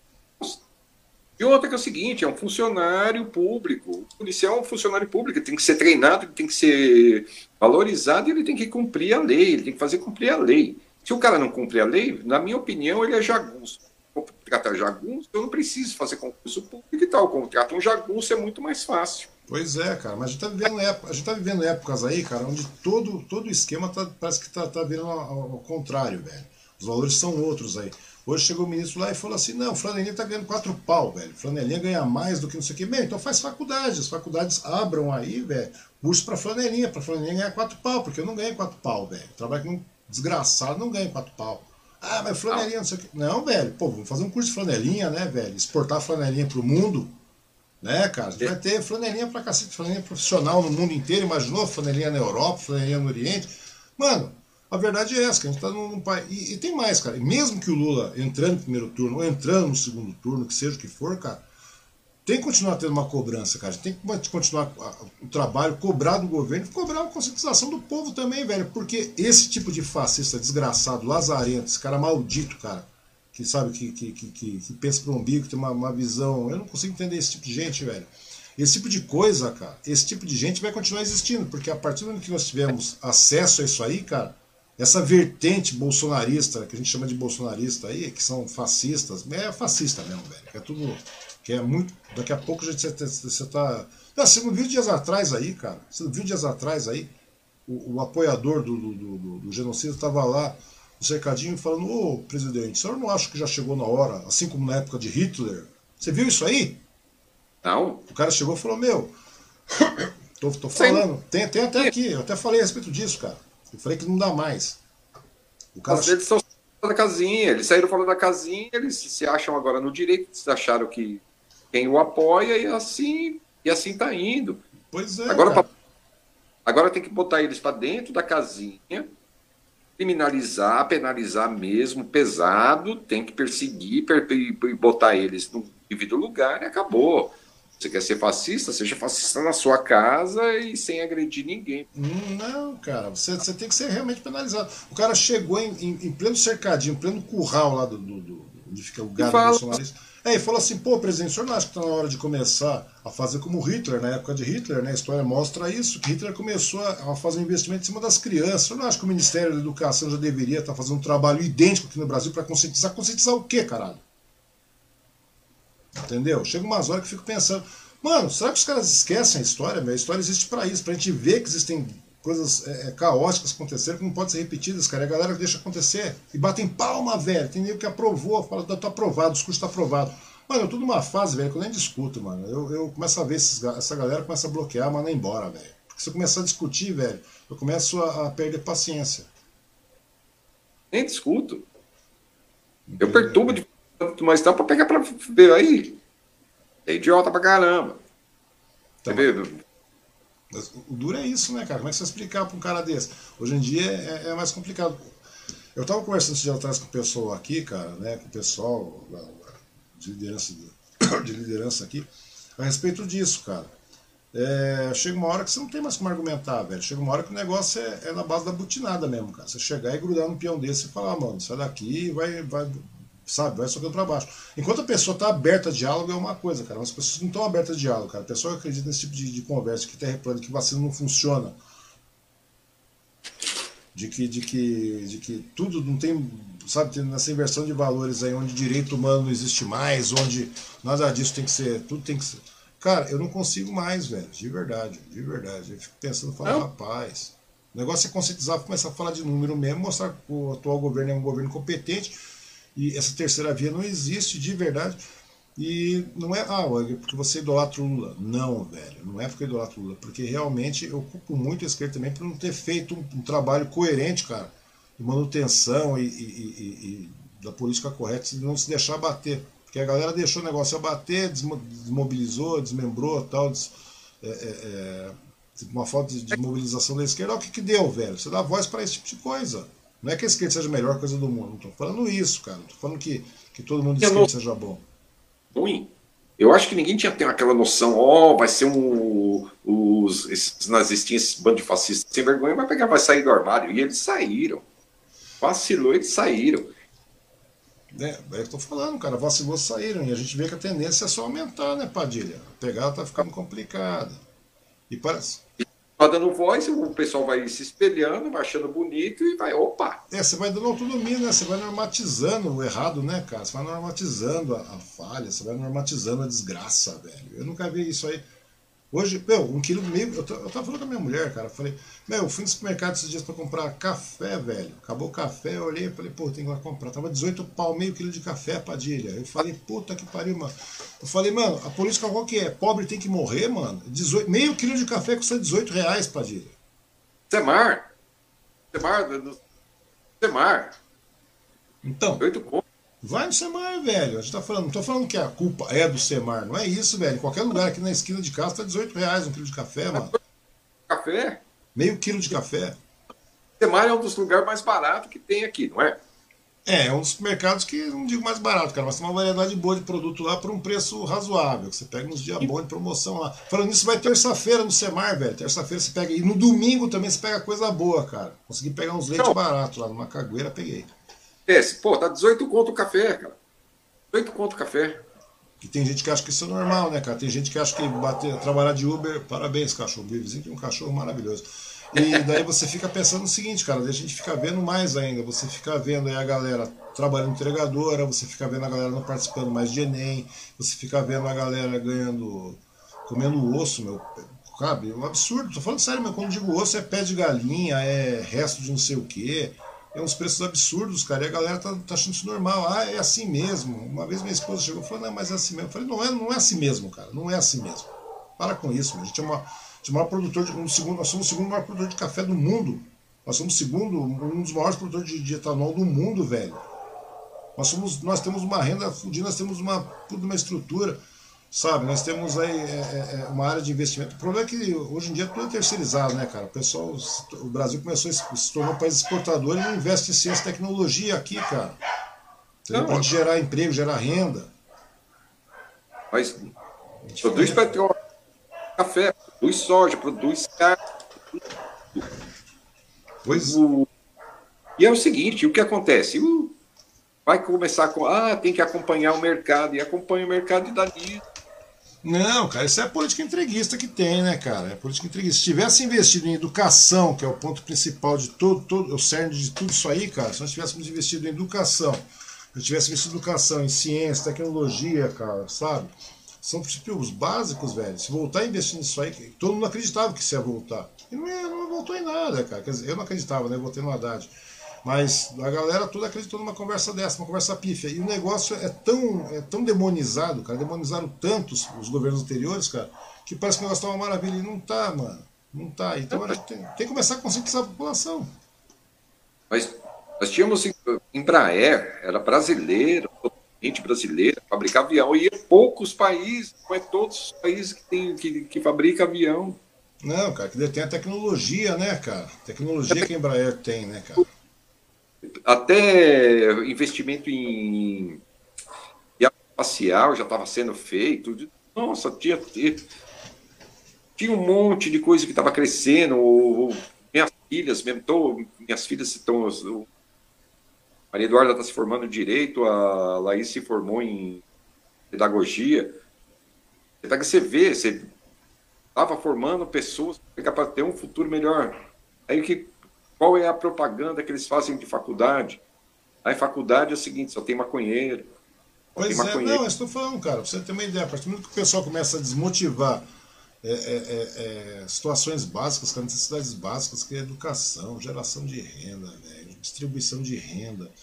E outra que é o seguinte, é um funcionário público. O policial é um funcionário público, ele tem que ser treinado, ele tem que ser valorizado e ele tem que cumprir a lei, ele tem que fazer cumprir a lei. Se o cara não cumprir a lei, na minha opinião, ele é jagunço. Vou contratar jagunço, eu não preciso fazer concurso público e tal. Contratar um jagunço é muito mais fácil. Pois é, cara, mas a gente tá vivendo, época, a gente tá vivendo épocas aí, cara, onde todo, todo o esquema tá, parece que tá, tá virando ao, ao contrário, velho. Os valores são outros aí. Hoje chegou o ministro lá e falou assim, não, flanelinha tá ganhando quatro pau, velho. Flanelinha ganha mais do que não sei o que. Bem, então faz faculdade. As faculdades abram aí, velho, curso pra flanelinha, pra flanelinha ganhar quatro pau, porque eu não ganho quatro pau, velho. Trabalho com um desgraçado, não ganho quatro pau. Ah, mas flanelinha, não sei o que. Não, velho, pô, vamos fazer um curso de flanelinha, né, velho? Exportar flanelinha pro mundo. Né, cara? A gente vai ter flanelinha pra cacete, flanelinha profissional no mundo inteiro, imaginou? Flanelinha na Europa, flanelinha no Oriente. Mano, a verdade é essa, que a gente tá num, num país. E, e tem mais, cara. E mesmo que o Lula entrando no primeiro turno, ou entrando no segundo turno, que seja o que for, cara, tem que continuar tendo uma cobrança, cara. A gente tem que continuar o trabalho, cobrar do governo e cobrar a conscientização do povo também, velho. Porque esse tipo de fascista desgraçado, lazarento, esse cara maldito, cara, que sabe, que, que, que, que pensa pro umbigo, que tem uma, uma visão. Eu não consigo entender esse tipo de gente, velho. Esse tipo de coisa, cara, esse tipo de gente vai continuar existindo, porque a partir do momento que nós tivermos acesso a isso aí, cara, essa vertente bolsonarista, que a gente chama de bolsonarista aí, que são fascistas, é fascista mesmo, velho. É tudo. Que é muito. Daqui a pouco você, você tá. Não, você não viu dias atrás aí, cara? Você não viu dias atrás aí? O, o apoiador do, do, do, do genocídio estava lá no cercadinho falando, ô presidente, o senhor não acha que já chegou na hora, assim como na época de Hitler? Você viu isso aí? Não. O cara chegou e falou, meu, tô, tô falando, tem, tem até aqui, eu até falei a respeito disso, cara. Eu falei que não dá mais. O cara... Eles estão fora da casinha, eles saíram fora da casinha, eles se acham agora no direito, eles acharam que quem o apoia e assim, e assim tá indo. Pois é, agora, cara. pra, agora tem que botar eles para dentro da casinha, criminalizar, penalizar mesmo, pesado, tem que perseguir, per, e botar eles no devido lugar e acabou. Você quer ser fascista? Seja fascista na sua casa e sem agredir ninguém. Não, cara, você, você tem que ser realmente penalizado. O cara chegou em, em, em pleno cercadinho, em pleno curral lá do, do, do onde fica o gado bolsonarista. É, e falou assim, pô, presidente, o senhor não acha que está na hora de começar a fazer como Hitler, na época de Hitler, né? A história mostra isso, que Hitler começou a fazer um investimento em cima das crianças. O senhor não acha que o Ministério da Educação já deveria estar fazendo um trabalho idêntico aqui no Brasil para conscientizar? Conscientizar o quê, caralho? Entendeu? Chega umas horas que eu fico pensando, mano, será que os caras esquecem a história? Meu? A história existe para isso, pra gente ver que existem coisas é, caóticas acontecendo que não podem ser repetidas, cara. E a galera deixa acontecer e batem palma, velho. Tem nego que aprovou, fala, tá aprovado, o discurso tá aprovado. Mano, eu tô numa fase, velho, que eu nem discuto, mano. Eu, eu começo a ver esses, essa galera começa a bloquear, mas não embora, velho. Porque se eu começar a discutir, velho, eu começo a, a perder paciência. Nem discuto. Entendeu? Eu perturbo de mas dá pra pegar pra ver aí. É idiota pra caramba. Tá, Você vê? O duro é isso, né, cara? Como é que você explicar pra um cara desse? Hoje em dia é, é mais complicado. Eu tava conversando esse dia atrás com o pessoal aqui, cara, né? Com o pessoal de liderança, de liderança aqui, a respeito disso, cara. É, chega uma hora que você não tem mais como argumentar, velho. Chega uma hora que o negócio é, é na base da butinada mesmo, cara. Você chegar e grudar num peão desse e falar, ah, mano, sai daqui e vai, vai, sabe, vai socando pra baixo. Enquanto a pessoa tá aberta a diálogo é uma coisa, cara. Mas as pessoas não estão abertas a diálogo, cara. A pessoa acredita nesse tipo de, de conversa, que terra plana, que vacina não funciona. De que, de, que, de que tudo não tem, sabe, tem nessa inversão de valores aí, onde direito humano não existe mais, onde nada disso tem que ser, tudo tem que ser. Cara, eu não consigo mais, velho, de verdade, de verdade. Eu fico pensando, falo, rapaz, o negócio é conscientizar, começar a falar de número mesmo, mostrar que o atual governo é um governo competente E essa terceira via não existe de verdade. E não é, ah, porque você idolatra o Lula. Não, velho, não é porque eu idolatro o Lula, porque realmente eu culpo muito a esquerda também por não ter feito um, um trabalho coerente, cara, de manutenção e, e, e, e da política correta, de não se deixar bater. Porque a galera deixou o negócio abater, desmobilizou, desmembrou, tal, des, é, é, uma falta de, de mobilização da esquerda. Olha o que, que deu, velho. Você dá voz para esse tipo de coisa. Não é que a esquerda seja a melhor coisa do mundo, não tô falando isso, cara. Não tô falando que, que todo mundo de esquerda seja bom. Ruim. Eu acho que ninguém tinha aquela noção, ó, oh, vai ser um. Os, esses nazistinhos, esse bando de fascistas sem vergonha, vai pegar, vai sair do armário. E eles saíram. Vacilou, eles saíram. É, é o que eu tô falando, cara. Vacilou, saíram. E a gente vê que a tendência é só aumentar, né, Padilha? A pegada tá ficando complicada. E parece. Tá dando voz, o pessoal vai se espelhando, vai achando bonito e vai, opa! É, você vai dando autonomia, né? Você vai normatizando o errado, né, cara? Você vai normatizando a, a falha, você vai normatizando a desgraça, velho. Eu nunca vi isso aí. Hoje, meu, um quilo meio. Eu, eu tava falando com a minha mulher, cara. Eu falei, meu, eu fui no supermercado esses dias pra comprar café, velho. Acabou o café, eu olhei e falei, pô, tem que ir lá comprar. Tava dezoito pau, meio quilo de café, Padilha. Eu falei, puta que pariu, mano. Eu falei, mano, a política qual que é? Pobre tem que morrer, mano. dezoito, meio quilo de café custa dezoito reais, Padilha. Semar. Semar. Semar. Então. oito conto. Vai no Semar, velho. A gente tá falando, não tô falando que a culpa é do Semar. Não é isso, velho. Em qualquer lugar aqui na esquina de casa tá dezoito reais um quilo de café, mano. Café? Meio quilo de café. Semar é um dos lugares mais baratos que tem aqui, não é? É, é um dos mercados que, não digo mais barato, cara, mas tem uma variedade boa de produto lá por um preço razoável. Que você pega nos dias bons de promoção lá. Falando nisso, vai terça-feira no Semar, velho. Terça-feira você pega. E no domingo também você pega coisa boa, cara. Consegui pegar uns leites baratos lá numa cagueira, peguei. Esse, pô, tá dezoito conto o café, cara. dezoito conto o café. E tem gente que acha que isso é normal, né, cara? Tem gente que acha que bater, trabalhar de Uber, parabéns, cachorro. Meu vizinho tem um cachorro maravilhoso. E daí você fica pensando no seguinte, cara, daí a gente fica vendo mais ainda. Você fica vendo aí a galera trabalhando entregadora, você fica vendo a galera não participando mais de Enem, você fica vendo a galera ganhando, comendo osso, meu. Sabe? É um absurdo. Tô falando sério, meu. Quando digo osso é pé de galinha, é resto de não sei o quê. É uns preços absurdos, cara, e a galera tá, tá achando isso normal. Ah, é assim mesmo. Uma vez minha esposa chegou e falou, não, mas é assim mesmo. Eu falei, não é, não é assim mesmo, cara, não é assim mesmo. Para com isso, a gente é uma, a gente é o maior produtor, de, um segundo, nós somos o segundo maior produtor de café do mundo. Nós somos o segundo, um dos maiores produtores de, de etanol do mundo, velho. Nós, somos, nós temos uma renda fodida, nós temos uma, uma estrutura, sabe? Nós temos aí é, é, uma área de investimento. O problema é que hoje em dia tudo é terceirizado, né, cara? O pessoal, o Brasil começou a se tornar um país exportador e não investe em ciência e tecnologia aqui, cara. Para a gente gerar emprego, gerar renda. Mas produz petróleo, café, produz soja, produz carne. Pois. O... E é o seguinte, o que acontece? O... Vai começar com, ah, tem que acompanhar o mercado, e acompanha o mercado e dá nisso. Não, cara, isso é a política entreguista que tem, né, cara? É a política entreguista. Se tivesse investido em educação, que é o ponto principal de todo, todo o cerne de tudo isso aí, cara, se nós tivéssemos investido em educação, se nós tivéssemos investido em educação, em ciência, tecnologia, cara, sabe? São princípios básicos, velho. Se voltar a investir nisso aí, todo mundo acreditava que isso ia voltar. E não, ia, não voltou em nada, cara. Quer dizer, eu não acreditava, né? Eu votei no Haddad. Mas a galera toda acreditou numa conversa dessa, uma conversa pífia. E o negócio é tão, é tão demonizado, cara. Demonizaram tanto os, os governos anteriores, cara, que parece que o negócio tá uma maravilha. E não tá, mano. Não tá. Então a gente tem, tem que começar a conscientizar a população. Mas nós tínhamos Embraer, era brasileira, totalmente brasileira, fabricar avião. E é poucos países, não é todos os países que, tem, que, que fabricam avião. Não, cara, que tem a tecnologia, né, cara? Tecnologia que a Embraer tem, né, cara? Até investimento em, em espacial já estava sendo feito. Nossa, tinha, tinha um monte de coisa que estava crescendo. Minhas filhas mesmo, tô, minhas filhas estão. A Maria Eduarda está se formando em Direito, a Laís se formou em Pedagogia. Você pega, você vê, você estava formando pessoas para ter um futuro melhor. Aí que. Qual é a propaganda que eles fazem de faculdade? Aí faculdade é o seguinte, só tem maconheiro. Só pois tem é, maconheiro. não, eu estou falando, cara, pra você ter uma ideia, a partir do momento que o pessoal começa a desmotivar é, é, é, é, situações básicas, cara, necessidades básicas, que é educação, geração de renda, velho, distribuição de renda.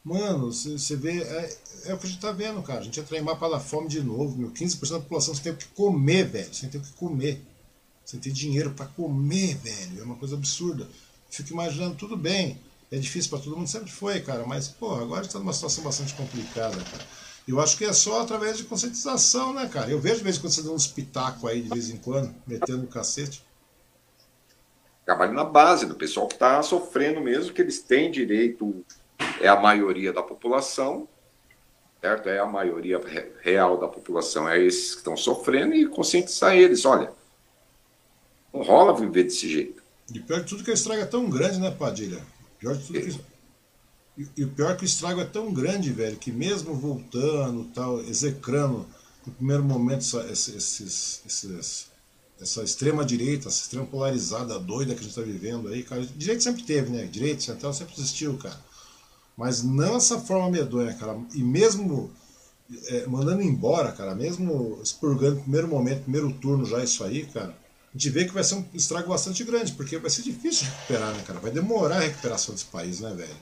Mano, você vê, é, é o que a gente tá vendo, cara. A gente entra em mapa da fome de novo, meu. quinze por cento da população sem ter o que comer, velho. Sem ter o que comer. Sem ter dinheiro pra comer, velho. É uma coisa absurda. Fico imaginando, tudo bem. É difícil pra todo mundo, sempre foi, cara. Mas, pô, agora a gente tá numa situação bastante complicada, cara. Eu acho que é só através de conscientização, né, cara? Eu vejo de vez em quando você dá uns pitacos aí, de vez em quando, metendo o cacete. Trabalho na base do pessoal que está sofrendo mesmo, que eles têm direito, é a maioria da população, certo? É a maioria real da população, é esses que estão sofrendo, e conscientizar eles, olha, não rola viver desse jeito. E pior de tudo que o estrago é tão grande, né, Padilha? Pior de tudo que... E, e o pior é que o estrago é tão grande, velho, que mesmo voltando, tal, execrando, no primeiro momento, esses, esses, esses, essa extrema direita, essa extrema polarizada doida que a gente está vivendo aí, cara, direito sempre teve, né? Direito central sempre existiu, cara. Mas não essa forma medonha, cara. E mesmo é, mandando embora, cara, mesmo expurgando no primeiro momento, primeiro turno já isso aí, cara, a gente vê que vai ser um estrago bastante grande, porque vai ser difícil de recuperar, né, cara? Vai demorar a recuperação desse país, né, velho?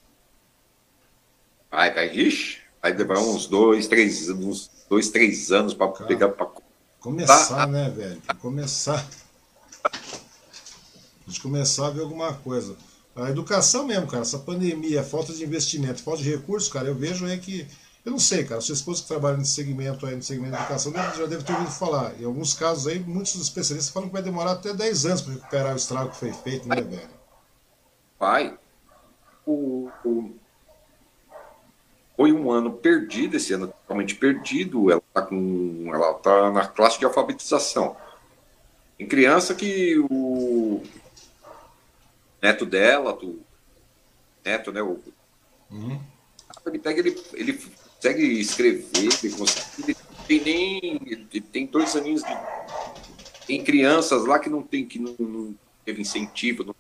Vai, vai, ixi, vai levar uns dois, três, uns dois, três anos para pegar para começar, né, velho? Pra começar. A gente começar a ver alguma coisa. A educação mesmo, cara, essa pandemia, falta de investimento, falta de recursos, cara, eu vejo aí que. Eu não sei, cara, sua esposa que trabalha nesse segmento aí, no segmento da educação, já deve ter ouvido falar. Em alguns casos aí, muitos dos especialistas falam que vai demorar até dez anos para recuperar o estrago que foi feito, né, velho? Vai. O, o... Foi um ano perdido, esse ano totalmente perdido. Ela está com, ela tá na classe de alfabetização. Tem criança que o neto dela, do neto, né? O, uhum. Ele pega, ele, ele consegue escrever, ele consegue, ele tem nem, ele tem dois aninhos de, tem crianças lá que não tem, que não, não teve incentivo, não,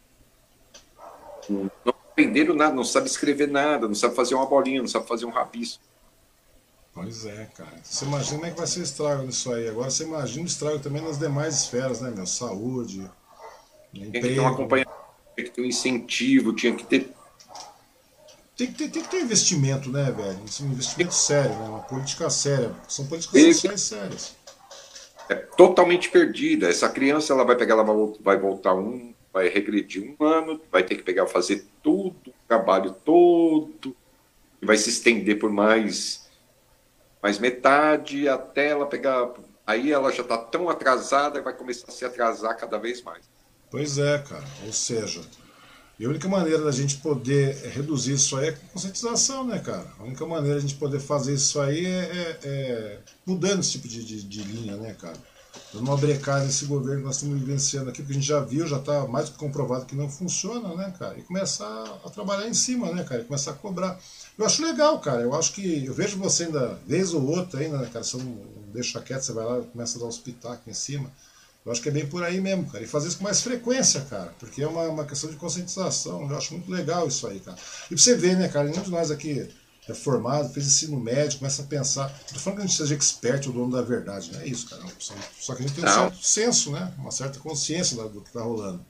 não, não aprenderam nada, não sabe escrever nada, não sabe fazer uma bolinha, não sabe fazer um rabisco. Pois é, cara. Você imagina como é que vai ser o estrago nisso aí. Agora você imagina o estrago também nas demais esferas, né, meu? Saúde, tinha emprego. que ter um acompanhamento, tinha que ter um incentivo, tinha que ter. Tem que ter, tem que ter investimento, né, velho? Um investimento sério, né? Uma política séria. São políticas sociais sérias. É totalmente perdida. Essa criança, ela vai pegar, ela vai voltar um, vai regredir um ano, vai ter que pegar, fazer tudo, o trabalho todo, e vai se estender por mais, mais metade, até ela pegar. Aí ela já está tão atrasada, vai começar a se atrasar cada vez mais. Pois é, cara. Ou seja, e a única maneira da gente poder reduzir isso aí é com conscientização, né, cara? A única maneira da gente poder fazer isso aí é, é, é mudando esse tipo de, de, de linha, né, cara? Dando uma brecada nesse governo que nós estamos vivenciando aqui, porque a gente já viu, já está mais do que comprovado que não funciona, né, cara? E começar a trabalhar em cima, né, cara? E começar a cobrar. Eu acho legal, cara. Eu acho que. Eu vejo você ainda, vez ou outra ainda, né, cara? Você não deixa quieto, você vai lá e começa a dar uns pitacos em cima. Eu acho que é bem por aí mesmo, cara. E fazer isso com mais frequência, cara. Porque é uma, uma questão de conscientização. Eu acho muito legal isso aí, cara. E pra você ver, né, cara? Nenhum de nós aqui é formado, fez ensino médio, começa a pensar. Não tô falando que a gente seja expert ou dono da verdade, não é isso, cara. Só que a gente tem um Não. certo senso, né? Uma certa consciência do que tá rolando.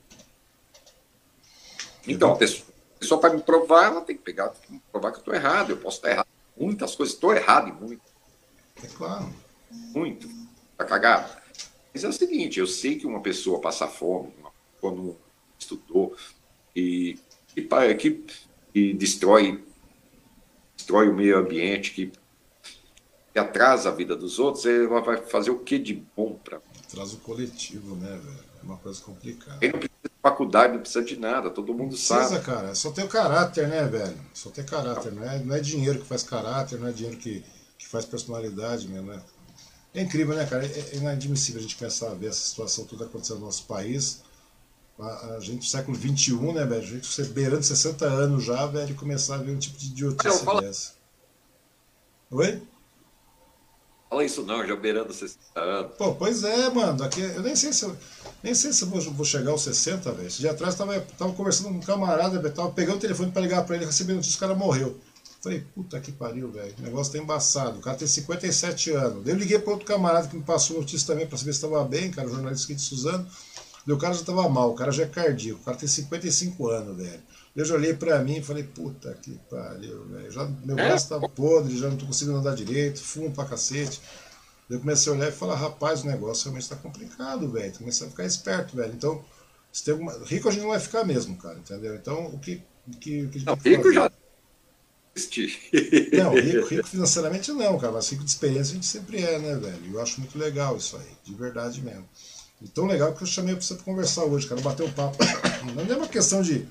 Então, a pessoa, a pessoa para me provar, ela tem que pegar, tem que me provar que eu estou errado. Eu posso estar errado em muitas coisas. Estou errado em muito. É claro. Muito. Tá cagado. Mas é o seguinte, eu sei que uma pessoa passa fome, uma pessoa não estudou e, e que, que destrói, destrói o meio ambiente, que, que atrasa a vida dos outros, ela vai fazer o que de bom para... Atraso coletivo, né, velho? É uma coisa complicada. Quem não precisa de faculdade, não precisa de nada, todo mundo não sabe. Precisa, cara. É só ter o caráter, né, velho? Só ter caráter. Não é, não é dinheiro que faz caráter, não é dinheiro que, que faz personalidade mesmo, né? É incrível, né, cara? É inadmissível a gente pensar, ver essa situação toda acontecendo no nosso país. A, a gente, no século vinte e um, né, velho? A gente beirando sessenta anos já, velho, e começar a ver um tipo de idiotice fala... dessa. Oi? Fala isso não, já beirando sessenta anos. Pô, pois é, mano. Aqui, eu nem sei se eu, nem sei se eu vou, vou chegar aos sessenta, velho. Esse dia atrás eu tava, tava conversando com um camarada, velho, tava pegando o telefone pra ligar pra ele, recebendo notícia, o cara morreu. Falei, puta que pariu, velho. O negócio tá embaçado. O cara tem cinquenta e sete anos. Eu liguei para outro camarada que me passou notícia também para saber se estava bem, cara, o jornalista aqui de Suzano. O cara já tava mal, o cara já é cardíaco, o cara tem cinquenta e cinco anos, velho. Eu já olhei pra mim e falei, puta que pariu, velho. Já, meu É, braço tá podre, já não tô conseguindo andar direito, fumo pra cacete. Eu comecei a olhar e falar, rapaz, o negócio realmente tá complicado, velho. Comecei a ficar esperto, velho. Então, se tem alguma... rico a gente não vai ficar mesmo, cara, entendeu? Então, o que, o que, o que a gente não, tem que rico fazer? já existe. Não, rico, rico financeiramente não, cara, mas rico de experiência a gente sempre é, né, velho? Eu acho muito legal isso aí, de verdade mesmo. E tão legal que eu chamei pra você pra conversar hoje, cara, bater um papo. Não é uma questão de,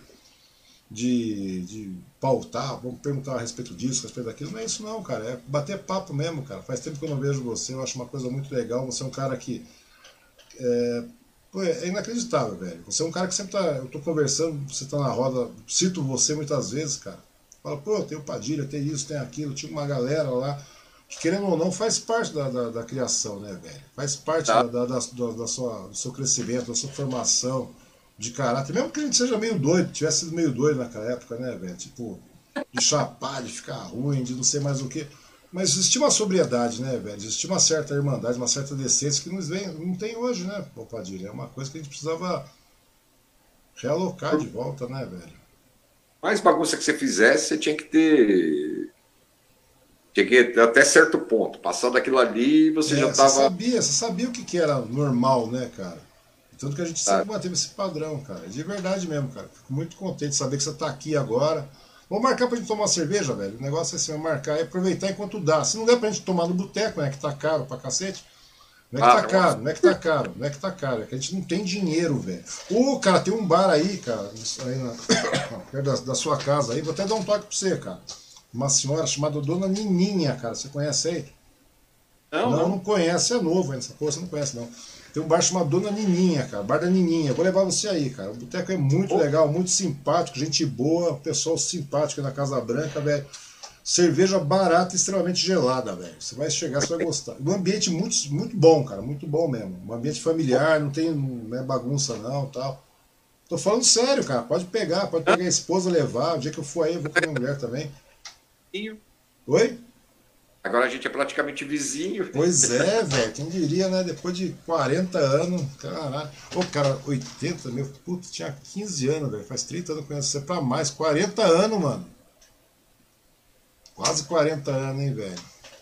de, de pautar, vamos perguntar a respeito disso, a respeito daquilo, não é isso não, cara, é bater papo mesmo, cara. Faz tempo que eu não vejo você, eu acho uma coisa muito legal, você é um cara que pô, é inacreditável, velho. Você é um cara que sempre tá. Eu tô conversando, você tá na roda, cito você muitas vezes, cara. Fala, pô, tem o Padilha, tem isso, tem aquilo, tinha uma galera lá. Que, querendo ou não, faz parte da, da, da criação, né, velho? Faz parte Tá? da, da, da, da sua, do seu crescimento, da sua formação de caráter. Mesmo que a gente seja meio doido, tivesse sido meio doido naquela época, né, velho? Tipo, de chapar, de ficar ruim, de não sei mais o que. Mas existia uma sobriedade, né, velho? Existia uma certa irmandade, uma certa decência que nos vem, não tem hoje, né, pô, Padilha? É uma coisa que a gente precisava realocar de Por volta, né, velho? mais bagunça que você fizesse, você tinha que ter. Tinha que ir até certo ponto. Passando aquilo ali, você já É, você estava. sabia, você sabia o que, que era normal, né, cara? Tanto que a gente sempre manteve esse padrão, cara. De verdade mesmo, cara. Fico muito contente de saber que você tá aqui agora. Vamos marcar pra gente tomar uma cerveja, velho. O negócio é assim, marcar e aproveitar enquanto dá. Se não der pra gente tomar no boteco, né, que tá caro pra cacete. Não é que Ah, tá tem uma. caro, não é que tá caro, não é que tá caro, é que a gente não tem dinheiro, velho. Ô, cara, tem um bar aí, cara, aí na, perto da, da sua casa aí, vou até dar um toque pra você, cara. Uma senhora chamada Dona Nininha, cara, você conhece aí? Não, Não, não não. conhece, é novo ainda, essa porra você não conhece não. Tem um bar chamado Dona Nininha, cara, bar da Nininha, vou levar você aí, cara. O boteco é muito Oh, legal, muito simpático, gente boa, pessoal simpático aí na Casa Branca, velho. Cerveja barata e extremamente gelada, velho. Você vai chegar, você vai gostar. Um ambiente muito, muito bom, cara. Muito bom mesmo. Um ambiente familiar, não tem não é bagunça não, tal. Tô falando sério, cara. Pode pegar, pode pegar a esposa, levar. O dia que eu for aí, eu vou com a minha mulher também. pouquinho. Oi? Agora a gente é praticamente vizinho. Pois é, velho. Quem diria, né? Depois de quarenta anos, caralho. Ô, cara, oitenta, meu, puto, tinha quinze anos, velho. Faz trinta anos que eu conheço você pra mais. quarenta anos, mano. Quase quarenta anos, hein, velho.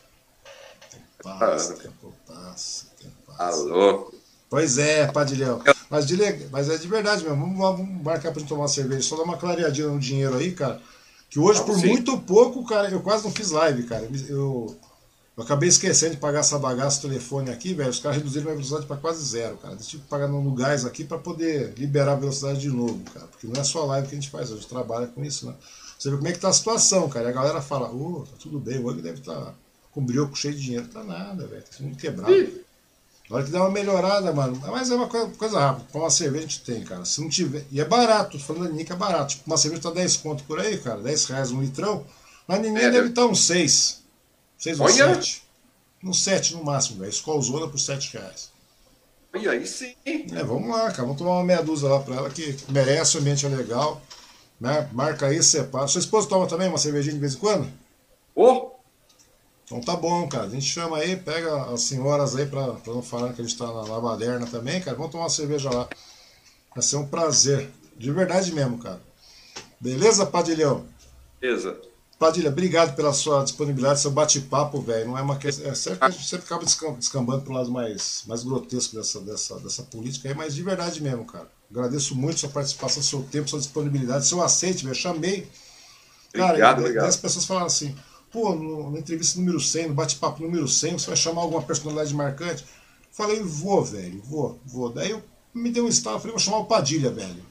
Passa, Ah, tempo passa, tempo tá passa. louco. Pois é, Padilhão. Mas, de, mas é de verdade mesmo. Vamos, vamos marcar pra gente tomar uma cerveja. Só dar uma clareadinha no dinheiro aí, cara. Que hoje, Vamos por sim. muito pouco, cara, eu quase não fiz live, cara. Eu, eu acabei esquecendo de pagar essa bagaça do telefone aqui, velho. Os caras reduziram minha velocidade pra quase zero, cara. Eu tive que pagar no, no gás aqui pra poder liberar a velocidade de novo, cara. Porque não é só live que a gente faz, a gente trabalha com isso, né? Você vê como é que tá a situação, cara. E a galera fala, ô, tá tudo bem, o Og deve estar tá com brioco cheio de dinheiro. Tá nada, velho. Tá tudo quebrado. Ih, Na hora que dá uma melhorada, mano. Mas é uma coisa, coisa rápida. Pra uma cerveja a gente tem, cara. Se não tiver. E é barato, tô falando da Ninica é barato. Tipo, uma cerveja tá dez conto por aí, cara. Dez reais um litrão. Na Nininha é, deve deve- estar uns seis, seis ou olha, sete. Uns sete no máximo, velho. Escolzona por sete reais. olha aí sim. É, vamos lá, cara. Vamos tomar uma meia dúzia lá pra ela que merece, o ambiente é legal. Né? Marca aí, separa. Sua esposa toma também uma cervejinha de vez em quando? Ô, Então tá bom, cara. A gente chama aí, pega as senhoras aí pra, pra não falar que a gente tá na lavaderna também, cara. Vamos tomar uma cerveja lá. Vai ser um prazer. De verdade mesmo, cara. Beleza, Padilhão? beleza. Padilha, obrigado pela sua disponibilidade, seu bate-papo, velho. Não é uma questão. É certo que a gente sempre acaba descam- descambando pro lado mais, mais grotesco dessa, dessa, dessa política aí, mas de verdade mesmo, cara. Agradeço muito sua participação, seu tempo, sua disponibilidade, seu aceite, velho. Chamei. Cara, e Obrigado, de- dez obrigado. pessoas falaram assim, pô, no, na entrevista número cem, no bate-papo número cem, você vai chamar alguma personalidade marcante? Falei, vou, velho, vou, vou. Daí eu me deu um estalo, falei, vou chamar o Padilha, velho.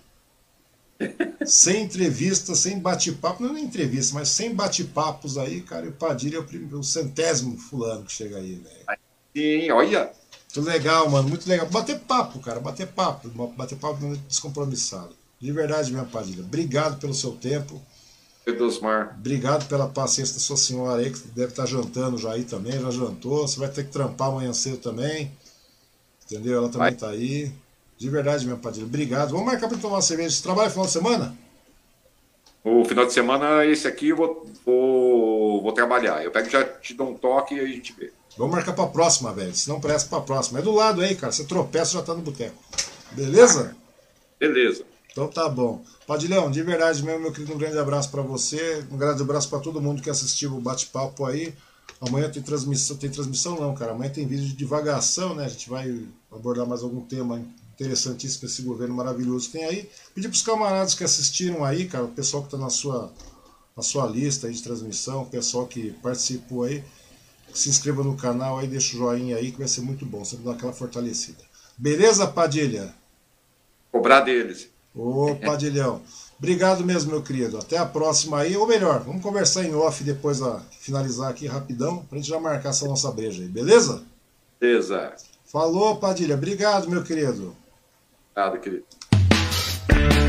Sem entrevista, sem bate-papo, não é nem entrevista, mas sem bate-papos aí, cara, e o Padilha é o, prim- o centésimo fulano que chega aí, velho. Sim, olha. Muito legal, mano, muito legal. Bater papo, cara, bater papo, bater papo descompromissado. De verdade mesmo, Padilha. Obrigado pelo seu tempo. Edosmar. Obrigado pela paciência da sua senhora aí, que deve estar jantando já aí também, já jantou. Você vai ter que trampar amanhã cedo também. Entendeu? Ela também Vai. tá aí. De verdade mesmo, Padilha. Obrigado. Vamos marcar para tomar uma cerveja. Você trabalha no final de semana? O final de semana, esse aqui eu vou, vou, vou trabalhar. Eu pego e já te dou um toque e a gente vê. Vamos marcar pra próxima, velho. Se não, presta pra próxima. É do lado aí, cara. Você tropeça já tá no boteco. Beleza? Beleza. Então tá bom. Padilhão, de verdade mesmo, meu querido, um grande abraço para você, um grande abraço para todo mundo que assistiu o bate-papo aí. Amanhã tem transmissão, tem transmissão não, cara, amanhã tem vídeo de divagação, né? A gente vai abordar mais algum tema interessantíssimo esse governo maravilhoso que tem aí. Pedir pros camaradas que assistiram aí, cara, o pessoal que tá na sua, na sua lista aí de transmissão, o pessoal que participou aí, se inscreva no canal aí, deixa o joinha aí que vai ser muito bom, sempre dá aquela fortalecida. Beleza, Padilha? Cobrar deles. Ô, Padilhão. Obrigado mesmo, meu querido. Até a próxima aí. Ou melhor, vamos conversar em off depois a finalizar aqui rapidão, pra gente já marcar essa nossa breja aí, beleza? Beleza. Falou, Padilha. Obrigado, meu querido. Obrigado, querido.